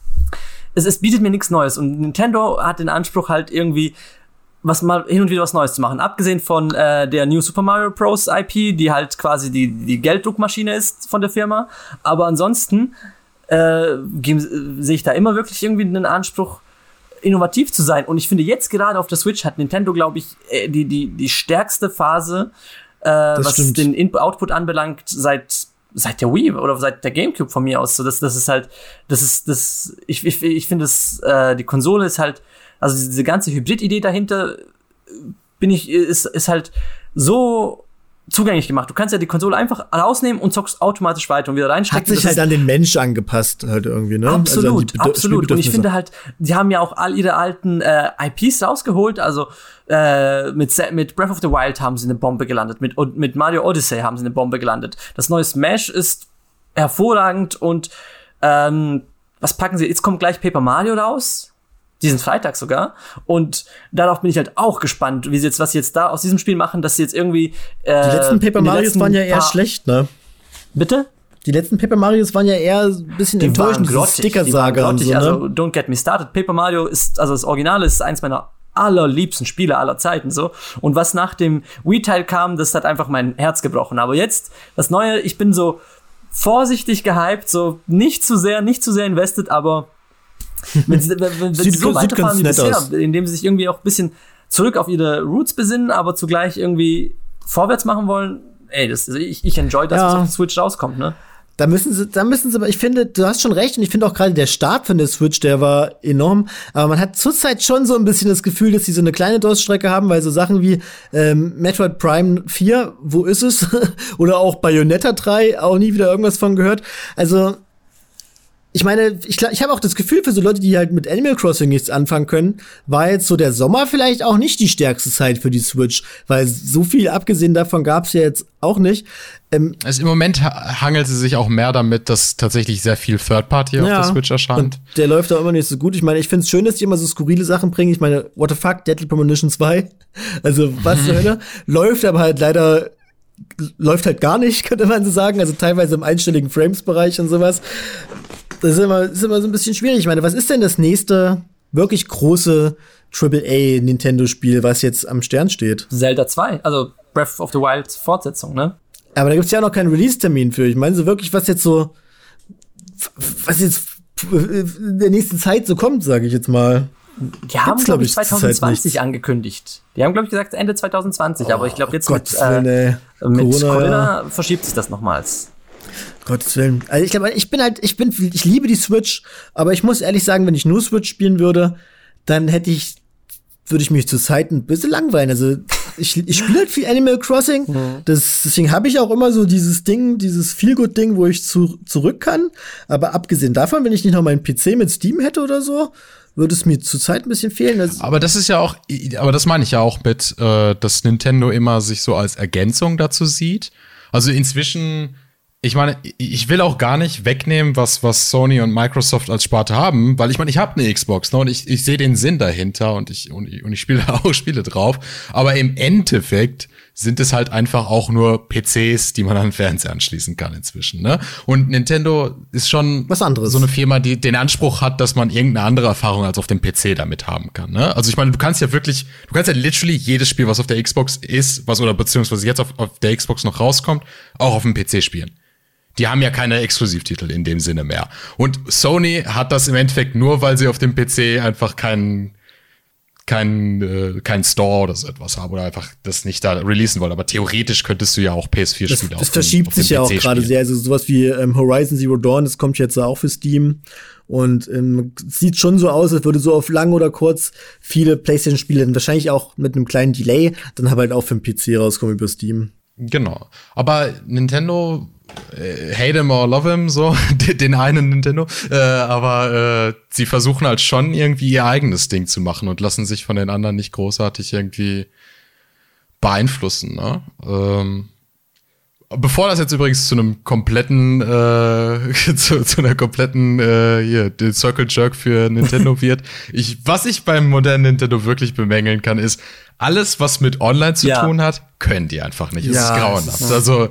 es, es bietet mir nichts Neues. Und Nintendo hat den Anspruch halt irgendwie, was mal hin und wieder was Neues zu machen. Abgesehen von äh, der New Super Mario Bros. I P, die halt quasi die, die Gelddruckmaschine ist von der Firma. Aber ansonsten äh, sehe ich da immer wirklich irgendwie einen Anspruch, innovativ zu sein. Und ich finde, jetzt gerade auf der Switch hat Nintendo, glaube ich, die, die, die stärkste Phase, äh, was stimmt. den Input-Output anbelangt, seit seit der Wii oder seit der GameCube von mir aus. So, das, das ist halt, das ist, das, ich, ich, ich finde, das, äh, die Konsole ist halt, also diese ganze Hybrid-Idee dahinter, bin ich, ist, ist halt so zugänglich gemacht. Du kannst ja die Konsole einfach rausnehmen und zockst automatisch weiter und wieder reinstecken. Hat sich halt an den Mensch angepasst halt irgendwie, ne? Absolut, also absolut. Und ich finde halt, die haben ja auch all ihre alten äh, I Ps rausgeholt. Also äh, mit, mit Breath of the Wild haben sie eine Bombe gelandet. Mit, und mit Mario Odyssey haben sie eine Bombe gelandet. Das neue Smash ist hervorragend und ähm, was packen sie? Jetzt kommt gleich Paper Mario raus. Diesen Freitag sogar. Und darauf bin ich halt auch gespannt, wie sie jetzt, was sie jetzt da aus diesem Spiel machen, dass sie jetzt irgendwie äh, die letzten Paper Marios waren ja eher schlecht, ne? Bitte? Die letzten Paper Marios waren ja eher ein bisschen die enttäuschend, diese Sticker-Saga und so, ne? Also, don't get me started. Paper Mario ist, also das Original ist eins meiner allerliebsten Spiele aller Zeiten, so. Und was nach dem Wii-Teil kam, das hat einfach mein Herz gebrochen. Aber jetzt, das Neue, ich bin so vorsichtig gehypt, so nicht zu sehr, nicht zu sehr invested, aber wenn sie, wenn, wenn sie so weiterfahren wie bisher, aus. Indem sie sich irgendwie auch ein bisschen zurück auf ihre Roots besinnen, aber zugleich irgendwie vorwärts machen wollen, ey, das, also ich, ich enjoy das, ja. was auf der Switch rauskommt, ne? Da müssen sie, da müssen sie, aber ich finde, du hast schon recht und ich finde auch gerade der Start von der Switch, der war enorm, aber man hat zurzeit schon so ein bisschen das Gefühl, dass sie so eine kleine Durststrecke haben, weil so Sachen wie ähm, Metroid Prime vier, wo ist es? Oder auch Bayonetta drei, auch nie wieder irgendwas von gehört. Also ich meine, ich, ich habe auch das Gefühl, für so Leute, die halt mit Animal Crossing nichts anfangen können, war jetzt so der Sommer vielleicht auch nicht die stärkste Zeit für die Switch, weil so viel abgesehen davon gab's ja jetzt auch nicht. Ähm, also im Moment ha- hangelt sie sich auch mehr damit, dass tatsächlich sehr viel Third-Party ja, auf der Switch erscheint. Und der läuft auch immer nicht so gut. Ich meine, ich find's schön, dass die immer so skurrile Sachen bringen. Ich meine, what the fuck, Deadly Premonition zwei? Also, was zur Hölle? Läuft aber halt leider läuft halt gar nicht, könnte man so sagen. Also teilweise im einstelligen Frames-Bereich und sowas. Das ist immer, ist immer so ein bisschen schwierig. Ich meine, was ist denn das nächste wirklich große Triple A Nintendo-Spiel, was jetzt am Stern steht? Zelda zwei, also Breath of the Wild Fortsetzung, ne? Aber da gibt's ja auch noch keinen Release-Termin für. Ich meine so wirklich, was jetzt so, was jetzt in der nächsten Zeit so kommt, sage ich jetzt mal. Die haben, glaube ich, zwanzig zwanzig angekündigt. Die haben, glaube ich, gesagt Ende zwanzig zwanzig. Oh, aber ich glaube, jetzt Gott mit, äh, Willen, mit Corona, Corona verschiebt sich das nochmals. Gottes Willen. Also ich glaube, ich bin halt, ich bin, ich liebe die Switch, aber ich muss ehrlich sagen, wenn ich nur Switch spielen würde, dann hätte ich, würde ich mich zur Zeit ein bisschen langweilen. Also ich, ich spiele halt viel Animal Crossing. Mhm. Das, deswegen habe ich auch immer so dieses Ding, dieses Feel-Good-Ding, wo ich zu, zurück kann. Aber abgesehen davon, wenn ich nicht noch meinen P C mit Steam hätte oder so, würde es mir zur Zeit ein bisschen fehlen. Also aber das ist ja auch, aber das meine ich ja auch mit, äh, dass Nintendo immer sich so als Ergänzung dazu sieht. Also inzwischen, ich meine, ich will auch gar nicht wegnehmen, was, was Sony und Microsoft als Sparte haben, weil ich meine, ich habe eine Xbox, ne, und ich, ich sehe den Sinn dahinter und ich, und ich, und ich spiele auch Spiele drauf. Aber im Endeffekt sind es halt einfach auch nur P Cs, die man an den Fernseher anschließen kann inzwischen, ne? Und Nintendo ist schon was anderes. So eine Firma, die den Anspruch hat, dass man irgendeine andere Erfahrung als auf dem P C damit haben kann, ne? Also ich meine, du kannst ja wirklich, du kannst ja literally jedes Spiel, was auf der Xbox ist, was oder beziehungsweise jetzt auf, auf der Xbox noch rauskommt, auch auf dem P C spielen. Die haben ja keine Exklusivtitel in dem Sinne mehr. Und Sony hat das im Endeffekt nur, weil sie auf dem P C einfach keinen kein, äh, kein Store oder so etwas haben oder einfach das nicht da releasen wollen. Aber theoretisch könntest du ja auch P S vier Spiele auf dem P C. Das verschiebt sich ja auch gerade sehr. Also sowas wie ähm, Horizon Zero Dawn, das kommt jetzt auch für Steam. Und ähm, sieht schon so aus, als würde so auf lang oder kurz viele PlayStation-Spiele dann wahrscheinlich auch mit einem kleinen Delay dann halt auch für den P C rauskommen über Steam. Genau. Aber Nintendo, äh, hate him or love him, so, den einen Nintendo, äh, aber äh, sie versuchen halt schon irgendwie ihr eigenes Ding zu machen und lassen sich von den anderen nicht großartig irgendwie beeinflussen, ne? Ähm, bevor das jetzt übrigens zu einem kompletten, äh, zu, zu einer kompletten, äh, hier, den Circle Jerk für Nintendo wird, ich, was ich beim modernen Nintendo wirklich bemängeln kann, ist, alles, was mit Online zu ja. tun hat, können die einfach nicht. Es ja, ist grauenhaft. Ist, also,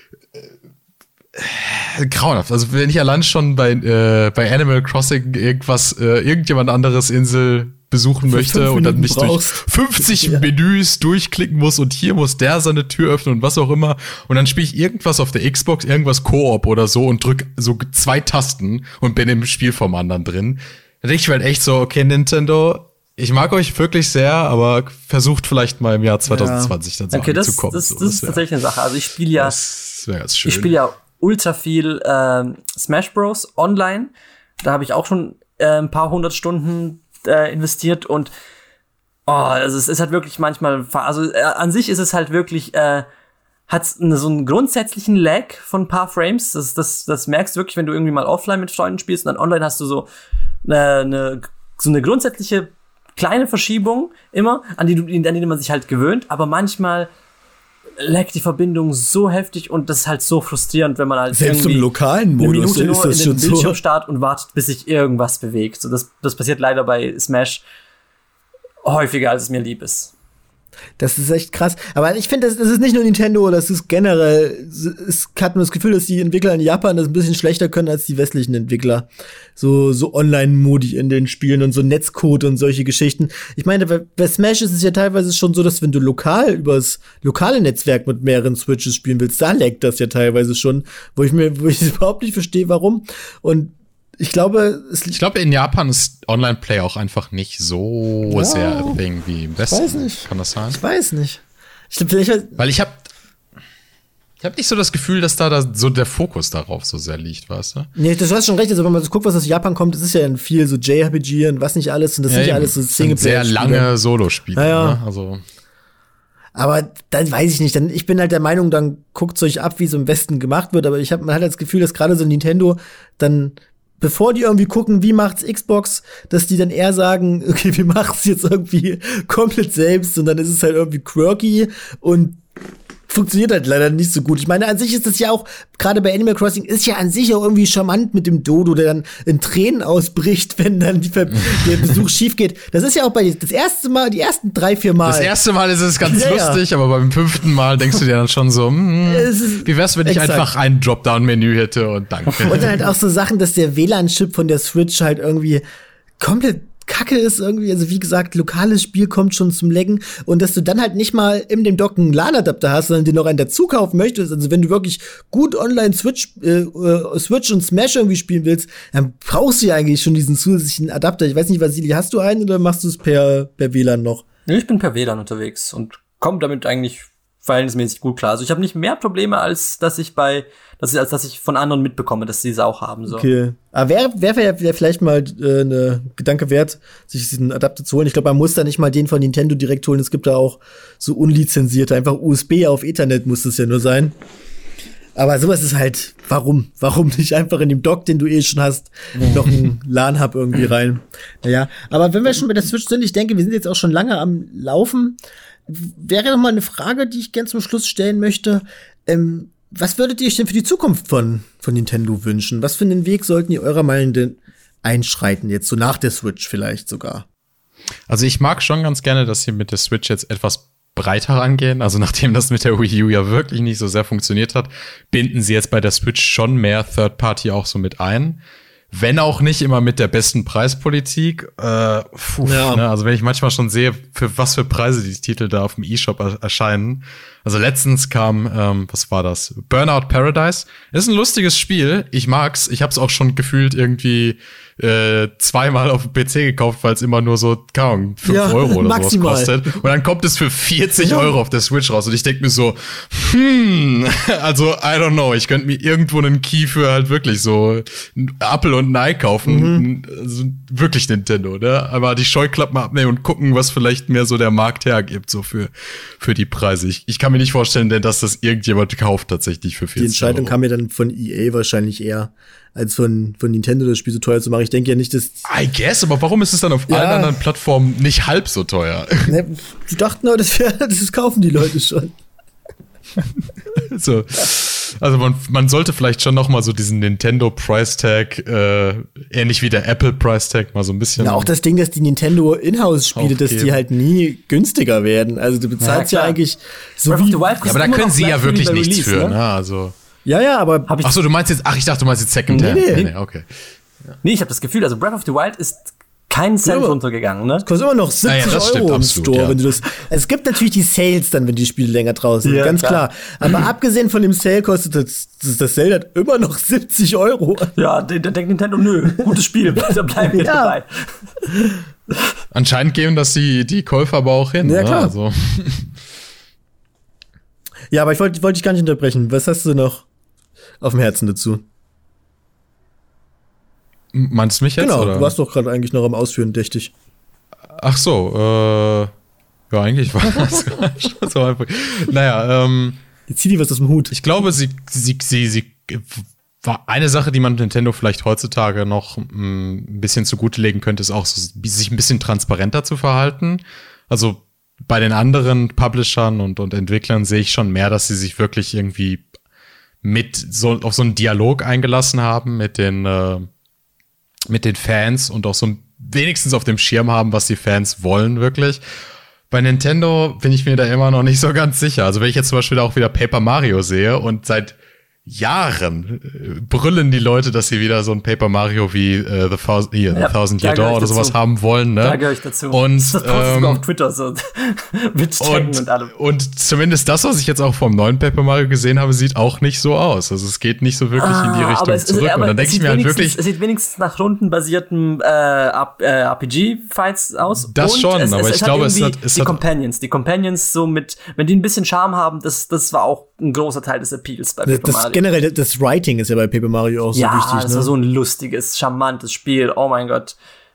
äh, grauenhaft. Also, wenn ich allein schon bei, äh, bei Animal Crossing irgendwas, äh, irgendjemand anderes Insel besuchen möchte und dann mich brauchst. durch fünfzig ja. Menüs durchklicken muss und hier muss der seine Tür öffnen und was auch immer. Und dann spiele ich irgendwas auf der Xbox, irgendwas Koop oder so und drück so zwei Tasten und bin im Spiel vom anderen drin. Da denke ich mir halt echt so, okay, Nintendo, ich mag euch wirklich sehr, aber versucht vielleicht mal im Jahr zwanzig zwanzig ja. dann so okay, das, anzukommen. Das, so, das, das ist tatsächlich eine Sache. Also ich spiele ja, das wäre ganz schön. Ich spiele ja ultra viel ähm, Smash Bros. Online. Da habe ich auch schon äh, ein paar hundert Stunden äh, investiert und oh, also es ist halt wirklich manchmal, also äh, an sich ist es halt wirklich, äh, hat so einen grundsätzlichen Lag von ein paar Frames. Das, das, das merkst du wirklich, wenn du irgendwie mal offline mit Freunden spielst und dann online hast du so eine, eine so eine grundsätzliche kleine Verschiebung immer, an die, du, an die man sich halt gewöhnt, aber manchmal laggt die Verbindung so heftig und das ist halt so frustrierend, wenn man halt selbst im lokalen Modus eine Minute ist nur das in schon den Bildschirm starrt und wartet, bis sich irgendwas bewegt. So, das, das passiert leider bei Smash häufiger, als es mir lieb ist. Das ist echt krass. Aber ich finde, das, das ist nicht nur Nintendo, das ist generell, es hat man das Gefühl, dass die Entwickler in Japan das ein bisschen schlechter können als die westlichen Entwickler. So, so Online-Modi in den Spielen und so Netzcode und solche Geschichten. Ich meine, bei, bei Smash ist es ja teilweise schon so, dass wenn du lokal übers lokale Netzwerk mit mehreren Switches spielen willst, da laggt das ja teilweise schon, wo ich mir, wo ich überhaupt nicht verstehe, warum. Und ich glaube, es ich glaube, in Japan ist Online-Play auch einfach nicht so ja, sehr a thing wie im Westen. Ich weiß nicht. Kann das sein? Ich weiß nicht. Ich glaub, vielleicht Weil ich habe ich hab nicht so das Gefühl, dass da, da so der Fokus darauf so sehr liegt, weißt du? Nee, du hast schon recht. Also wenn man so guckt, was aus Japan kommt, das ist ja viel so J R P G und was nicht alles. Und das ja, sind ja alles so Singleplayer. Sehr lange Solo-Spiele. Ja, ja. Ne? Also aber dann weiß ich nicht, dann ich bin halt der Meinung, dann guckt's euch ab, wie es im Westen gemacht wird. Aber ich habe man hat das Gefühl, dass gerade so Nintendo dann bevor die irgendwie gucken, wie macht's Xbox, dass die dann eher sagen, okay, wir machen's jetzt irgendwie komplett selbst und dann ist es halt irgendwie quirky und funktioniert halt leider nicht so gut. Ich meine, an sich ist das ja auch, gerade bei Animal Crossing, ist ja an sich auch irgendwie charmant mit dem Dodo, der dann in Tränen ausbricht, wenn dann die Ver- der Besuch schief geht. Das ist ja auch bei das erste Mal, die ersten drei, vier Mal. Das erste Mal ist es ganz ja, lustig, ja. aber beim fünften Mal denkst du dir dann schon so, hm, wie wär's, wenn ich exakt. einfach ein Dropdown-Menü hätte und danke. Und dann halt auch so Sachen, dass der W L A N-Chip von der Switch halt irgendwie komplett Kacke ist irgendwie, also wie gesagt, lokales Spiel kommt schon zum Lecken und dass du dann halt nicht mal in dem Dock einen LAN-Adapter hast, sondern dir noch einen dazu kaufen möchtest, also wenn du wirklich gut online Switch, äh, Switch und Smash irgendwie spielen willst, dann brauchst du ja eigentlich schon diesen zusätzlichen Adapter. Ich weiß nicht, Vasili, hast du einen oder machst du es per, per W L A N noch? Nee, ich bin per W L A N unterwegs und komme damit eigentlich verhältnismäßig gut klar. Also ich habe nicht mehr Probleme, als dass ich bei, dass ich, als dass ich von anderen mitbekomme, dass sie es auch haben. So. Okay. Aber wäre wär, wär, wär vielleicht mal äh, ne Gedanke wert, sich diesen Adapter zu holen. Ich glaube, man muss da nicht mal den von Nintendo direkt holen. Es gibt da auch so unlizenzierte, einfach U S B auf Ethernet muss das ja nur sein. Aber sowas ist halt, warum? Warum nicht einfach in dem Dock, den du eh schon hast, noch einen LAN-Hub irgendwie rein? Naja, aber wenn wir schon bei der Switch sind, ich denke, wir sind jetzt auch schon lange am Laufen. Wäre noch mal eine Frage, die ich gern zum Schluss stellen möchte. Ähm, was würdet ihr euch denn für die Zukunft von, von Nintendo wünschen? Was für einen Weg sollten ihr eurer Meinung denn einschreiten, jetzt so nach der Switch vielleicht sogar? Also ich mag schon ganz gerne, dass sie mit der Switch jetzt etwas breiter rangehen. Also nachdem das mit der Wii U ja wirklich nicht so sehr funktioniert hat, binden sie jetzt bei der Switch schon mehr Third-Party auch so mit ein. Wenn auch nicht immer mit der besten Preispolitik. Äh, puh, ja. ne? Also wenn ich manchmal schon sehe, für was für Preise die Titel da auf dem eShop er- erscheinen. Also letztens kam, ähm, was war das? Burnout Paradise. Ist ein lustiges Spiel. Ich mag's. Ich hab's auch schon gefühlt irgendwie äh, zweimal auf dem P C gekauft, weil es immer nur so, keine Ahnung, fünf ja, Euro oder maximal. sowas kostet. Und dann kommt es für vierzig Euro auf der Switch raus. Und ich denk mir so, hm, also I don't know. Ich könnte mir irgendwo einen Key für halt wirklich so ein Apple und ein Ei kaufen. Mhm. Also wirklich Nintendo, ne? Aber die Scheuklappen abnehmen und gucken, was vielleicht mehr so der Markt hergibt, so für, für die Preise. Ich, ich kann mir nicht vorstellen, denn dass das irgendjemand kauft tatsächlich für vierzig Euro. Die Entscheidung kam ja dann von E A wahrscheinlich eher, als von, von Nintendo das Spiel so teuer zu machen. Ich denke ja nicht, dass... I guess, aber warum ist es dann auf ja. allen anderen Plattformen nicht halb so teuer? Ne, die dachten nur, das, wär, das kaufen die Leute schon. so. Also man, man sollte vielleicht schon noch mal so diesen Nintendo Price Tag, äh, ähnlich wie der Apple Price Tag, mal so ein bisschen. Na, auch das Ding, dass die Nintendo Inhouse-Spiele, dass die halt nie günstiger werden. Also du bezahlst ja, ja eigentlich so wie... Ja, aber da können sie ja wirklich nichts Release, für, ne? ne? Also ja, ja, aber... Hab ich ach so, du meinst jetzt... Ach, ich dachte, du meinst jetzt Secondhand. Nee, nee. nee, okay. Ja. Nee, ich habe das Gefühl, also Breath of the Wild ist kein Cent ja, runtergegangen, ne? Das kostet immer noch siebzig ja, ja, Euro stimmt, im absolut, Store, ja. wenn du das. Es gibt natürlich die Sales dann, wenn die Spiele länger draußen sind, ja, ganz klar. klar. Aber abgesehen von dem Sale kostet das, das, das Zelda immer noch siebzig Euro. Ja, da denkt Nintendo, nö, gutes Spiel, da bleiben wir ja. dabei. Anscheinend geben das die, die Käufer aber auch hin. Ja, klar. Ne? Also. Ja, aber ich wollte wollt dich gar nicht unterbrechen. Was hast du noch auf dem Herzen dazu? Meinst du mich jetzt? Genau, oder? Du warst doch gerade eigentlich noch am Ausführen, dächte ich. Ach so, äh, ja, eigentlich war das schon so einfach. Naja, ähm. Jetzt zieh dir was aus dem Hut. Ich glaube, sie, sie, sie, sie war eine Sache, die man Nintendo vielleicht heutzutage noch m, ein bisschen zugutelegen könnte, ist auch so, sich ein bisschen transparenter zu verhalten. Also bei den anderen Publishern und, und Entwicklern sehe ich schon mehr, dass sie sich wirklich irgendwie mit so auf so einen Dialog eingelassen haben mit den äh, mit den Fans und auch so ein, wenigstens auf dem Schirm haben, was die Fans wollen wirklich. Bei Nintendo bin ich mir da immer noch nicht so ganz sicher. Also wenn ich jetzt zum Beispiel auch wieder Paper Mario sehe und seit Jahren äh, brüllen die Leute, dass sie wieder so ein Paper Mario wie äh, The Thousand, hier, ja, The Thousand Year Door oder sowas haben wollen. Ne? Da gehöre ich dazu. Und, das postet ähm, sogar auf Twitter so mit Taggen und, und allem. Und zumindest das, was ich jetzt auch vom neuen Paper Mario gesehen habe, sieht auch nicht so aus. Also es geht nicht so wirklich ah, in die Richtung es, zurück. Aber und dann denke ich mir halt wirklich... Es sieht wenigstens nach rundenbasierten äh, R P G-Fights aus. Das und schon, es, aber es, ich es glaube, hat es hat... Es die hat Companions, die Companions so mit, wenn die ein bisschen Charme haben, das, das war auch ein großer Teil des Appeals bei Paper das, Mario. Generell, das Writing ist ja bei Paper Mario auch so ja, wichtig. Ja, das ne? war so ein lustiges, charmantes Spiel. Oh mein Gott.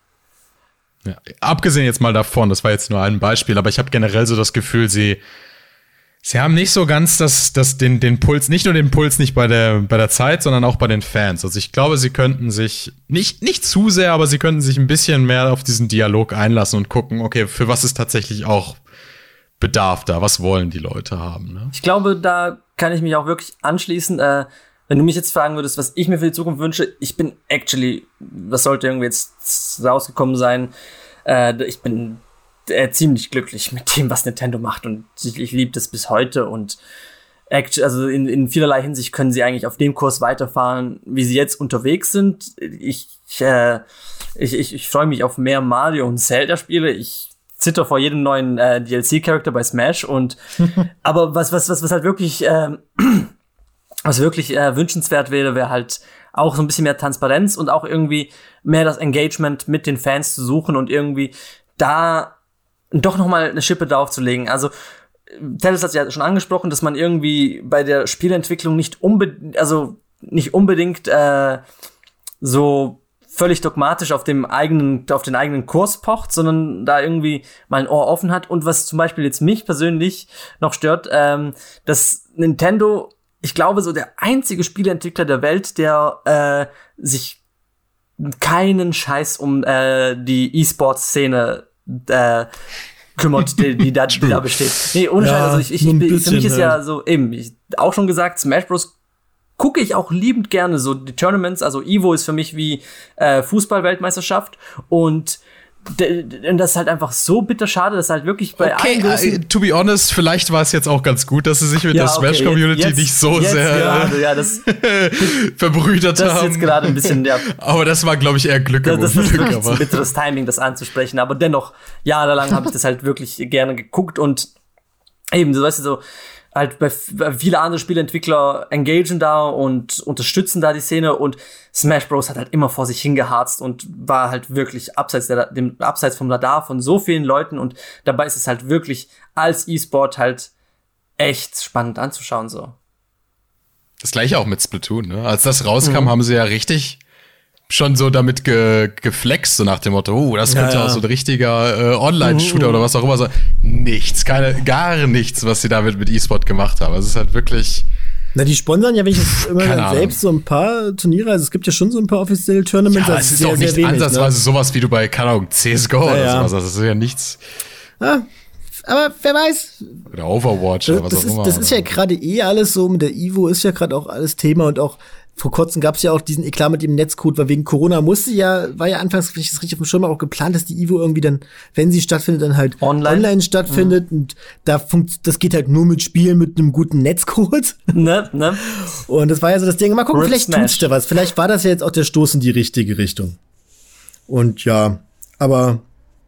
Ja, abgesehen jetzt mal davon, das war jetzt nur ein Beispiel, aber ich habe generell so das Gefühl, sie sie haben nicht so ganz das, das den, den Puls, nicht nur den Puls nicht bei der, bei der Zeit, sondern auch bei den Fans. Also ich glaube, sie könnten sich, nicht, nicht zu sehr, aber sie könnten sich ein bisschen mehr auf diesen Dialog einlassen und gucken, okay, für was ist tatsächlich auch Bedarf da? Was wollen die Leute haben? Ne? Ich glaube, da kann ich mich auch wirklich anschließen. Äh, wenn du mich jetzt fragen würdest, was ich mir für die Zukunft wünsche, ich bin actually, das sollte irgendwie jetzt rausgekommen sein, äh, ich bin äh, ziemlich glücklich mit dem, was Nintendo macht und ich, ich liebe das bis heute und act- also in, in vielerlei Hinsicht können sie eigentlich auf dem Kurs weiterfahren, wie sie jetzt unterwegs sind. Ich, äh, ich, ich, ich freue mich auf mehr Mario und Zelda-Spiele. Ich zitter vor jedem neuen äh, D L C-Charakter bei Smash und aber was was was was halt wirklich äh, was wirklich äh, wünschenswert wäre, wäre halt auch so ein bisschen mehr Transparenz und auch irgendwie mehr das Engagement mit den Fans zu suchen und irgendwie da doch noch mal eine Schippe draufzulegen. Also Teles hat es ja schon angesprochen, dass man irgendwie bei der Spielentwicklung nicht unbedingt also nicht unbedingt äh, so völlig dogmatisch auf dem eigenen, auf den eigenen Kurs pocht, sondern da irgendwie mal ein Ohr offen hat. Und was zum Beispiel jetzt mich persönlich noch stört, ähm, dass Nintendo, ich glaube, so der einzige Spieleentwickler der Welt, der äh, sich keinen Scheiß um äh, die E-Sport-Szene äh, kümmert, die, die, da, die da besteht. Nee, ohne Scheiß, also ich, ich, ich für mich ist ja so, eben, ich, auch schon gesagt, Smash Bros. Gucke ich auch liebend gerne so die Tournaments, also Evo ist für mich wie äh, Fußball-Weltmeisterschaft und Und das ist halt einfach so bitter schade, dass halt wirklich bei okay, allen uh, to be honest, vielleicht war es jetzt auch ganz gut, dass sie sich mit ja, der Smash-Community okay, nicht so jetzt sehr gerade, ja, das, verbrüdert das haben. Das ist jetzt gerade ein bisschen, ja. Aber das war, glaube ich, eher Glück im Das, das ist Unglück. wirklich ein bitteres Timing, das anzusprechen. Aber dennoch, jahrelang habe ich das halt wirklich gerne geguckt. Und eben, du weißt so, halt bei, bei viele andere Spieleentwickler engagen da und unterstützen da die Szene, und Smash Bros. Hat halt immer vor sich hingeharzt und war halt wirklich abseits, der, dem, abseits vom Radar von so vielen Leuten, und dabei ist es halt wirklich als E-Sport halt echt spannend anzuschauen, so. Das gleiche auch mit Splatoon, ne? Als das rauskam, mhm. haben sie ja richtig schon so damit ge geflext, so nach dem Motto, oh, das könnte ja, ja. auch so ein richtiger äh, Online-Shooter mhm. oder was auch immer sein. Nichts, keine, gar nichts, was sie damit mit E-Sport gemacht haben. Also es ist halt wirklich. Na, die sponsern ja wenigstens immer selbst so ein paar Turniere. Also es gibt ja schon so ein paar offizielle Tournaments. Ja, es ist auch nicht ansatzweise ne? sowas wie du bei, keine Ahnung, C S G O ja, oder ja. sowas. Also das ist ja nichts. Ja, aber wer weiß. Oder Overwatch das, oder was das auch ist, immer. Das ist ja gerade eh alles so. Mit der Evo ist ja gerade auch alles Thema, und auch vor kurzem gab es ja auch diesen Eklat mit dem Netzcode, weil wegen Corona musste ja, war ja anfangs, wenn ich das richtig auf dem Schirm habe, auch geplant, dass die Evo irgendwie dann, wenn sie stattfindet, dann halt online, online stattfindet. Mhm. Und da funkt, das geht halt nur mit Spielen mit einem guten Netzcode. Ne, ne. Und das war ja so das Ding, mal gucken, Rip vielleicht Smash. tut's da was. Vielleicht war das ja jetzt auch der Stoß in die richtige Richtung. Und ja, aber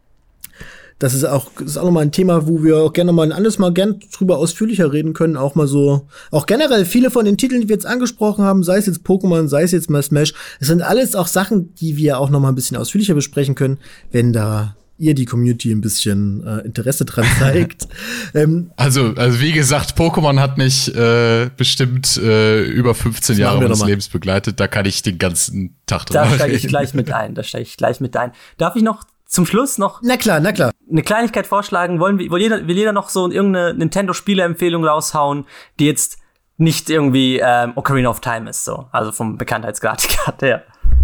das ist auch, das ist auch nochmal ein Thema, wo wir auch gerne mal ein anderes Mal gern drüber ausführlicher reden können. Auch mal so, auch generell viele von den Titeln, die wir jetzt angesprochen haben, sei es jetzt Pokémon, sei es jetzt mal Smash, es sind alles auch Sachen, die wir auch nochmal ein bisschen ausführlicher besprechen können, wenn da ihr die Community ein bisschen äh, Interesse dran zeigt. ähm, also, also wie gesagt, Pokémon hat mich äh, bestimmt äh, über fünfzehn Jahre meines Lebens begleitet. Da kann ich den ganzen Tag drüber reden. Da steige ich gleich mit ein. Da steige ich gleich mit ein. Darf ich noch zum Schluss noch na klar, na klar. eine Kleinigkeit vorschlagen? Wollen wir, will jeder, will jeder noch so irgendeine Nintendo-Spiele-Empfehlung raushauen, die jetzt nicht irgendwie ähm, Ocarina of Time ist, so, also vom Bekanntheitsgrad her.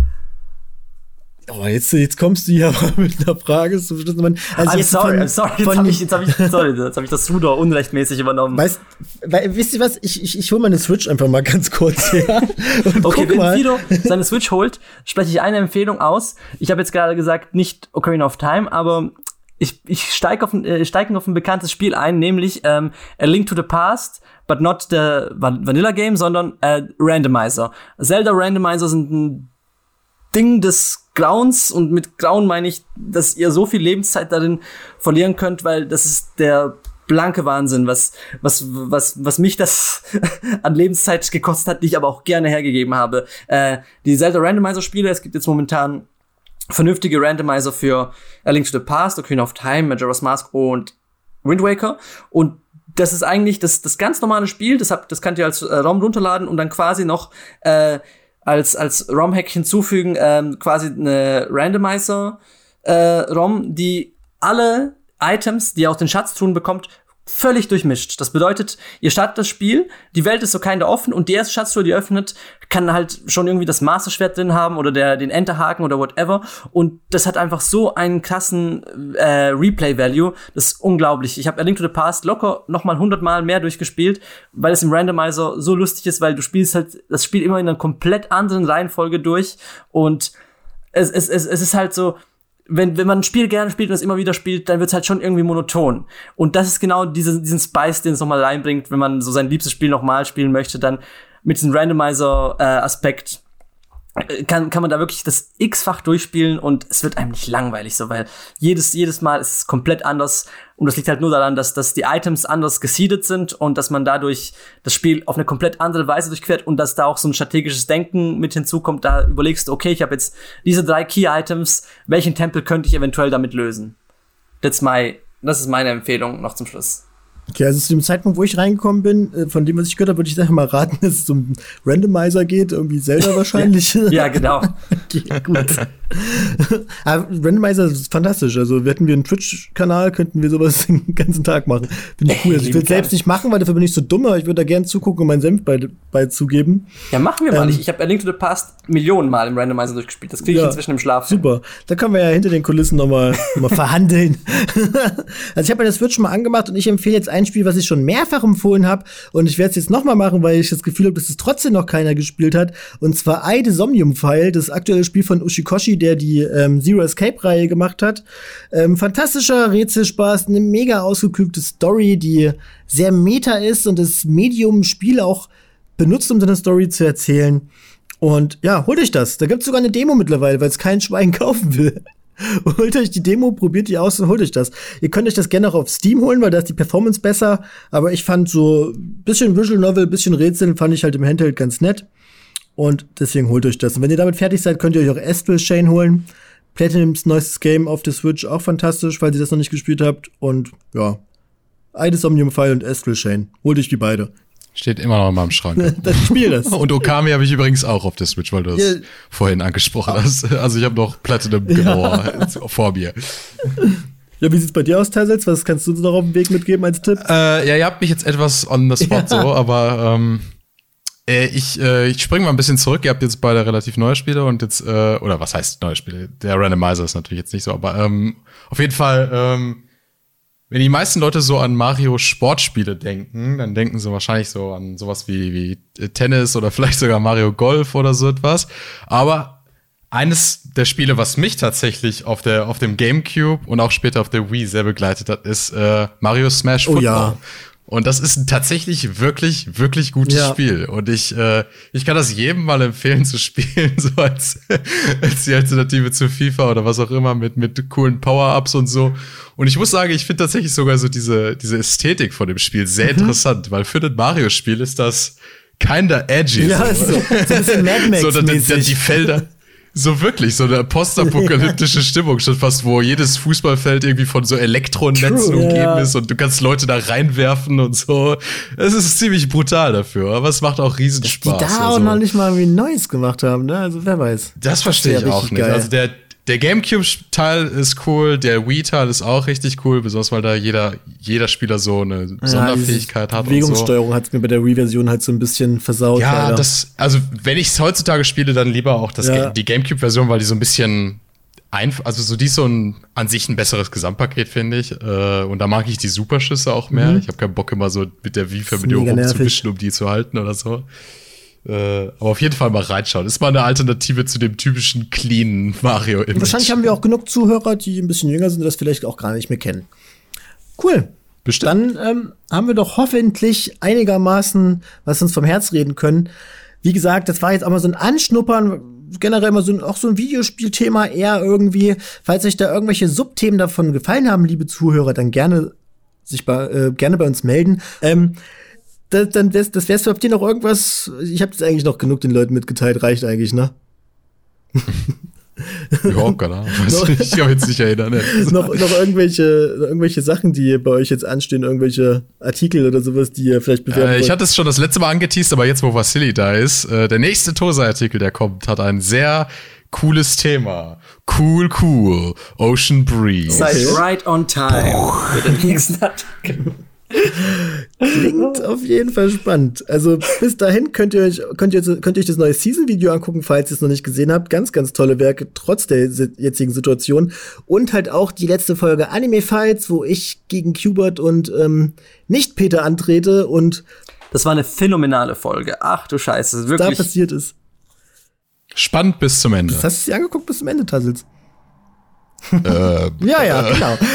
Oh, jetzt, jetzt kommst du hier aber mit einer Frage. Also I'm jetzt sorry, von, I'm sorry, jetzt habe ich, jetzt hab ich, sorry, jetzt hab ich das Ruder unrechtmäßig übernommen. Weißt, weil, wisst ihr was? Ich, ich, ich hole meine Switch einfach mal ganz kurz her. Und okay, guck wenn mal. Fido seine Switch holt, spreche ich eine Empfehlung aus. Ich habe jetzt gerade gesagt, nicht Ocarina of Time, aber ich, ich steige auf, äh, steig auf ein bekanntes Spiel ein, nämlich ähm, A Link to the Past, but not the Vanilla Game, sondern äh, Randomizer. Zelda Randomizer sind ein Ding des Grauens, und mit Grauen meine ich, dass ihr so viel Lebenszeit darin verlieren könnt, weil das ist der blanke Wahnsinn, was was was was mich das an Lebenszeit gekostet hat, die ich aber auch gerne hergegeben habe. Äh, die Zelda Randomizer Spiele, es gibt jetzt momentan vernünftige Randomizer für A Link to the Past, Ocarina of Time, Majora's Mask und Wind Waker, und das ist eigentlich das das ganz normale Spiel, das habt das könnt ihr als äh, ROM runterladen und dann quasi noch äh, als als ROM-Hack hinzufügen, ähm, quasi eine Randomizer äh, ROM, die alle Items, die ihr aus den Schatztruhen bekommt, völlig durchmischt. Das bedeutet, ihr startet das Spiel, die Welt ist so kinda offen, und die erste Schatztruhe, die öffnet, kann halt schon irgendwie das Masterschwert drin haben oder der den Enterhaken oder whatever, und das hat einfach so einen krassen äh, Replay-Value, das ist unglaublich. Ich habe A Link to the Past locker noch mal hundert Mal mehr durchgespielt, weil es im Randomizer so lustig ist, weil du spielst halt das Spiel immer in einer komplett anderen Reihenfolge durch, und es, es, es, es ist halt so, Wenn, wenn man ein Spiel gerne spielt und es immer wieder spielt, dann wird's halt schon irgendwie monoton. Und das ist genau diese, diesen Spice, den es nochmal reinbringt, wenn man so sein liebstes Spiel nochmal spielen möchte, dann mit diesem Randomizer-Aspekt äh, kann, kann man da wirklich das x-fach durchspielen, und es wird einem nicht langweilig, so, weil jedes, jedes Mal ist es komplett anders, und das liegt halt nur daran, dass, dass die Items anders geseedet sind und dass man dadurch das Spiel auf eine komplett andere Weise durchquert, und dass da auch so ein strategisches Denken mit hinzukommt. Da überlegst du, okay, ich habe jetzt diese drei Key-Items, welchen Tempel könnte ich eventuell damit lösen? That's my, das ist meine Empfehlung noch zum Schluss. Okay, also zu dem Zeitpunkt, wo ich reingekommen bin, von dem, was ich gehört habe, würde ich einfach mal raten, dass es um Randomizer geht, irgendwie Zelda wahrscheinlich. Ja, genau. Okay, gut. Aber Randomizer ist fantastisch. Also hätten wir einen Twitch-Kanal, könnten wir sowas den ganzen Tag machen. Finde ich cool. Also ich will es selbst nicht machen, weil dafür bin ich so dumm, aber ich würde da gerne zugucken und meinen Senf bei, beizugeben. Ja, machen wir mal. Ähm, ich ich habe A Link to the Past Millionen Mal im Randomizer durchgespielt. Das kriege ich ja, inzwischen im Schlaf. Super. Da können wir ja hinter den Kulissen noch mal, noch mal verhandeln. Also ich habe mir das Switch mal angemacht, und ich empfehle jetzt ein Spiel, was ich schon mehrfach empfohlen habe und ich werde es jetzt nochmal machen, weil ich das Gefühl habe, dass es trotzdem noch keiner gespielt hat. Und zwar Eye the Somnium File, das aktuelle Spiel von Ushikoshi, der die ähm, Zero Escape-Reihe gemacht hat. Ähm, fantastischer Rätselspaß, eine mega ausgeklügelte Story, die sehr meta ist und das Medium-Spiel auch benutzt, um seine Story zu erzählen. Und ja, holt euch das. Da gibt's sogar eine Demo mittlerweile, weil es kein Schwein kaufen will. Holt euch die Demo, probiert die aus und holt euch das. Ihr könnt euch das gerne auch auf Steam holen, weil da ist die Performance besser. Aber ich fand so ein bisschen Visual Novel, ein bisschen Rätseln fand ich halt im Handheld ganz nett. Und deswegen holt euch das. Und wenn ihr damit fertig seid, könnt ihr euch auch Astral Chain holen. Platinums neuestes Game auf der Switch, auch fantastisch, falls ihr das noch nicht gespielt habt. Und ja, Eye the Somnium File und Astral Chain. Holt euch die beide. Steht immer noch in meinem Schrank. Das Spiel das. Und Okami habe ich übrigens auch auf der Switch, weil du das ja. vorhin angesprochen hast. Also ich habe noch Platinum genau ja. vor mir. Ja, wie sieht's bei dir aus, Tassels? Was kannst du uns noch auf den Weg mitgeben als Tipp? Äh, ja, ihr habt mich jetzt etwas on the spot ja. so, aber ähm, äh, ich, äh, ich springe mal ein bisschen zurück. Ihr habt jetzt beide relativ neue Spiele und jetzt, äh, oder was heißt neue Spiele? Der Randomizer ist natürlich jetzt nicht so, aber ähm, auf jeden Fall, ähm, wenn die meisten Leute so an Mario-Sportspiele denken, dann denken sie wahrscheinlich so an sowas wie, wie Tennis oder vielleicht sogar Mario Golf oder so etwas. Aber eines der Spiele, was mich tatsächlich auf der auf dem GameCube und auch später auf der Wii sehr begleitet hat, ist äh, Mario Smash Football. Oh ja. Und das ist ein tatsächlich wirklich, wirklich gutes ja. Spiel. Und ich, äh, ich kann das jedem mal empfehlen zu spielen, so als, als die Alternative zu FIFA oder was auch immer, mit, mit coolen Power-Ups und so. Und ich muss sagen, ich finde tatsächlich sogar so diese, diese Ästhetik von dem Spiel sehr mhm. interessant, weil für ein Mario-Spiel ist das kinda edgy. Ja, so, so ein bisschen Mad Max-mäßig. So, dann, dann die Felder. So wirklich, so eine postapokalyptische Stimmung, schon fast, wo jedes Fußballfeld irgendwie von so Elektronetzen umgeben ja. ist und du kannst Leute da reinwerfen und so. Es ist ziemlich brutal dafür, aber es macht auch Riesenspaß. Die da also. auch noch nicht mal irgendwie Neues gemacht haben, ne? Also wer weiß. Das verstehe ich auch nicht. Geil. Also der Der GameCube-Teil ist cool, der Wii-Teil ist auch richtig cool, besonders weil da jeder, jeder Spieler so eine ja, Sonderfähigkeit hat. Bewegungssteuerung so. hat es mir bei der Wii-Version halt so ein bisschen versaut. Ja, leider. das, also wenn ich es heutzutage spiele, dann lieber auch das ja. die GameCube-Version, weil die so ein bisschen einfach, also so die ist so ein an sich ein besseres Gesamtpaket, finde ich. Äh, und da mag ich die Superschüsse auch mehr. Mhm. Ich habe keinen Bock immer so mit der Wii-Verbindung rumzuwischen, um die zu halten oder so. Äh, aber auf jeden Fall mal reinschauen. Ist mal eine Alternative zu dem typischen cleanen Mario-Image. Wahrscheinlich haben wir auch genug Zuhörer, die ein bisschen jünger sind und das vielleicht auch gar nicht mehr kennen. Cool. Bestimmt. Dann ähm, haben wir doch hoffentlich einigermaßen was uns vom Herz reden können. Wie gesagt, das war jetzt auch mal so ein Anschnuppern, generell mal so ein, auch so ein Videospielthema eher irgendwie. Falls euch da irgendwelche Subthemen davon gefallen haben, liebe Zuhörer, dann gerne sich bei, äh, gerne bei uns melden. Ähm, Das, dann wär's, das wär's, habt ihr noch irgendwas? Ich habe das eigentlich noch genug den Leuten mitgeteilt, reicht eigentlich, ne? Überhaupt keine Ahnung. Ich kann mich jetzt nicht erinnern. noch, noch irgendwelche, irgendwelche Sachen, die bei euch jetzt anstehen, irgendwelche Artikel oder sowas, die ihr vielleicht bewerben äh, wollt? Ich hatte es schon das letzte Mal angeteased, aber jetzt, wo Vasili da ist, äh, der nächste Tosa-Artikel, der kommt, hat ein sehr cooles Thema. Cool, cool. Ocean Breeze. Seid right on time für den nächsten Artikel. Klingt auf jeden Fall spannend. Also bis dahin könnt ihr euch, könnt ihr, könnt ihr euch das neue Season-Video angucken, falls ihr es noch nicht gesehen habt. Ganz, ganz tolle Werke, trotz der jetzigen Situation. Und halt auch die letzte Folge Anime Fights, wo ich gegen Qbert und ähm, nicht Peter antrete und das war eine phänomenale Folge. Ach du Scheiße, wirklich. Was da passiert ist. Spannend bis zum Ende. Das hast du dir angeguckt bis zum Ende, Tassels? äh, ja, ja, äh. genau.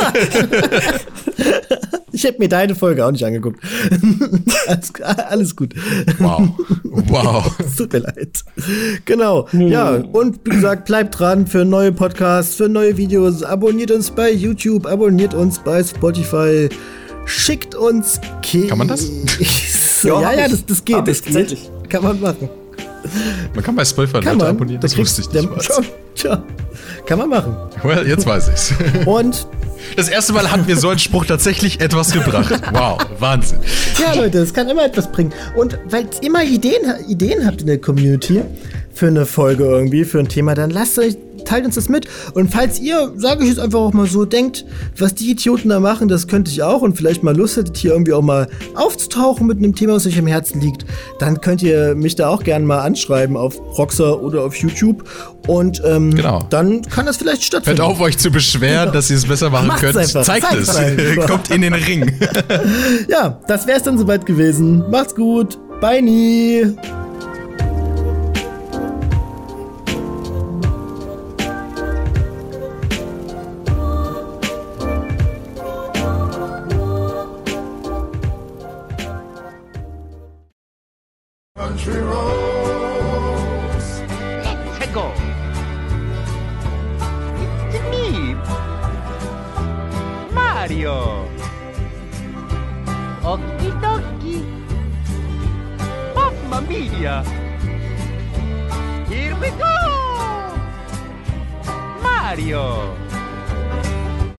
Ich hätte mir deine Folge auch nicht angeguckt. alles, alles gut. Wow. Wow. Es tut mir leid. Genau. Mhm. Ja, und wie gesagt, bleibt dran für neue Podcasts, für neue Videos. Abonniert uns bei YouTube, abonniert uns bei Spotify. Schickt uns Ke- Kann man das? so, ja, ja, das, das geht. Das geht. Kann man machen. Man kann bei Spotify Leute abonnieren, das wusste ich nicht. Schon, schon. Kann man machen. Well, jetzt weiß ich's. Und das erste Mal hat mir so ein Spruch tatsächlich etwas gebracht. Wow, Wahnsinn. Ja, Leute, es kann immer etwas bringen. Und weil ihr immer Ideen, Ideen habt in der Community, für eine Folge irgendwie, für ein Thema, dann lasst euch, teilt uns das mit. Und falls ihr, sage ich jetzt einfach auch mal so, denkt, was die Idioten da machen, das könnte ich auch und vielleicht mal Lust hättet, hier irgendwie auch mal aufzutauchen mit einem Thema, was euch am Herzen liegt, dann könnt ihr mich da auch gerne mal anschreiben auf Proxer oder auf YouTube. Und ähm, genau. dann kann das vielleicht stattfinden. Hört auf, euch zu beschweren, dass ihr es besser machen Macht's könnt. einfach. Zeigt Zeigt's es. einfach. Kommt in den Ring. Ja, das wär's dann soweit gewesen. Macht's gut. Bye nie. Country roads. Let's go. It's me, Mario. Okie dokie. Mamma mia. Here we go. Mario.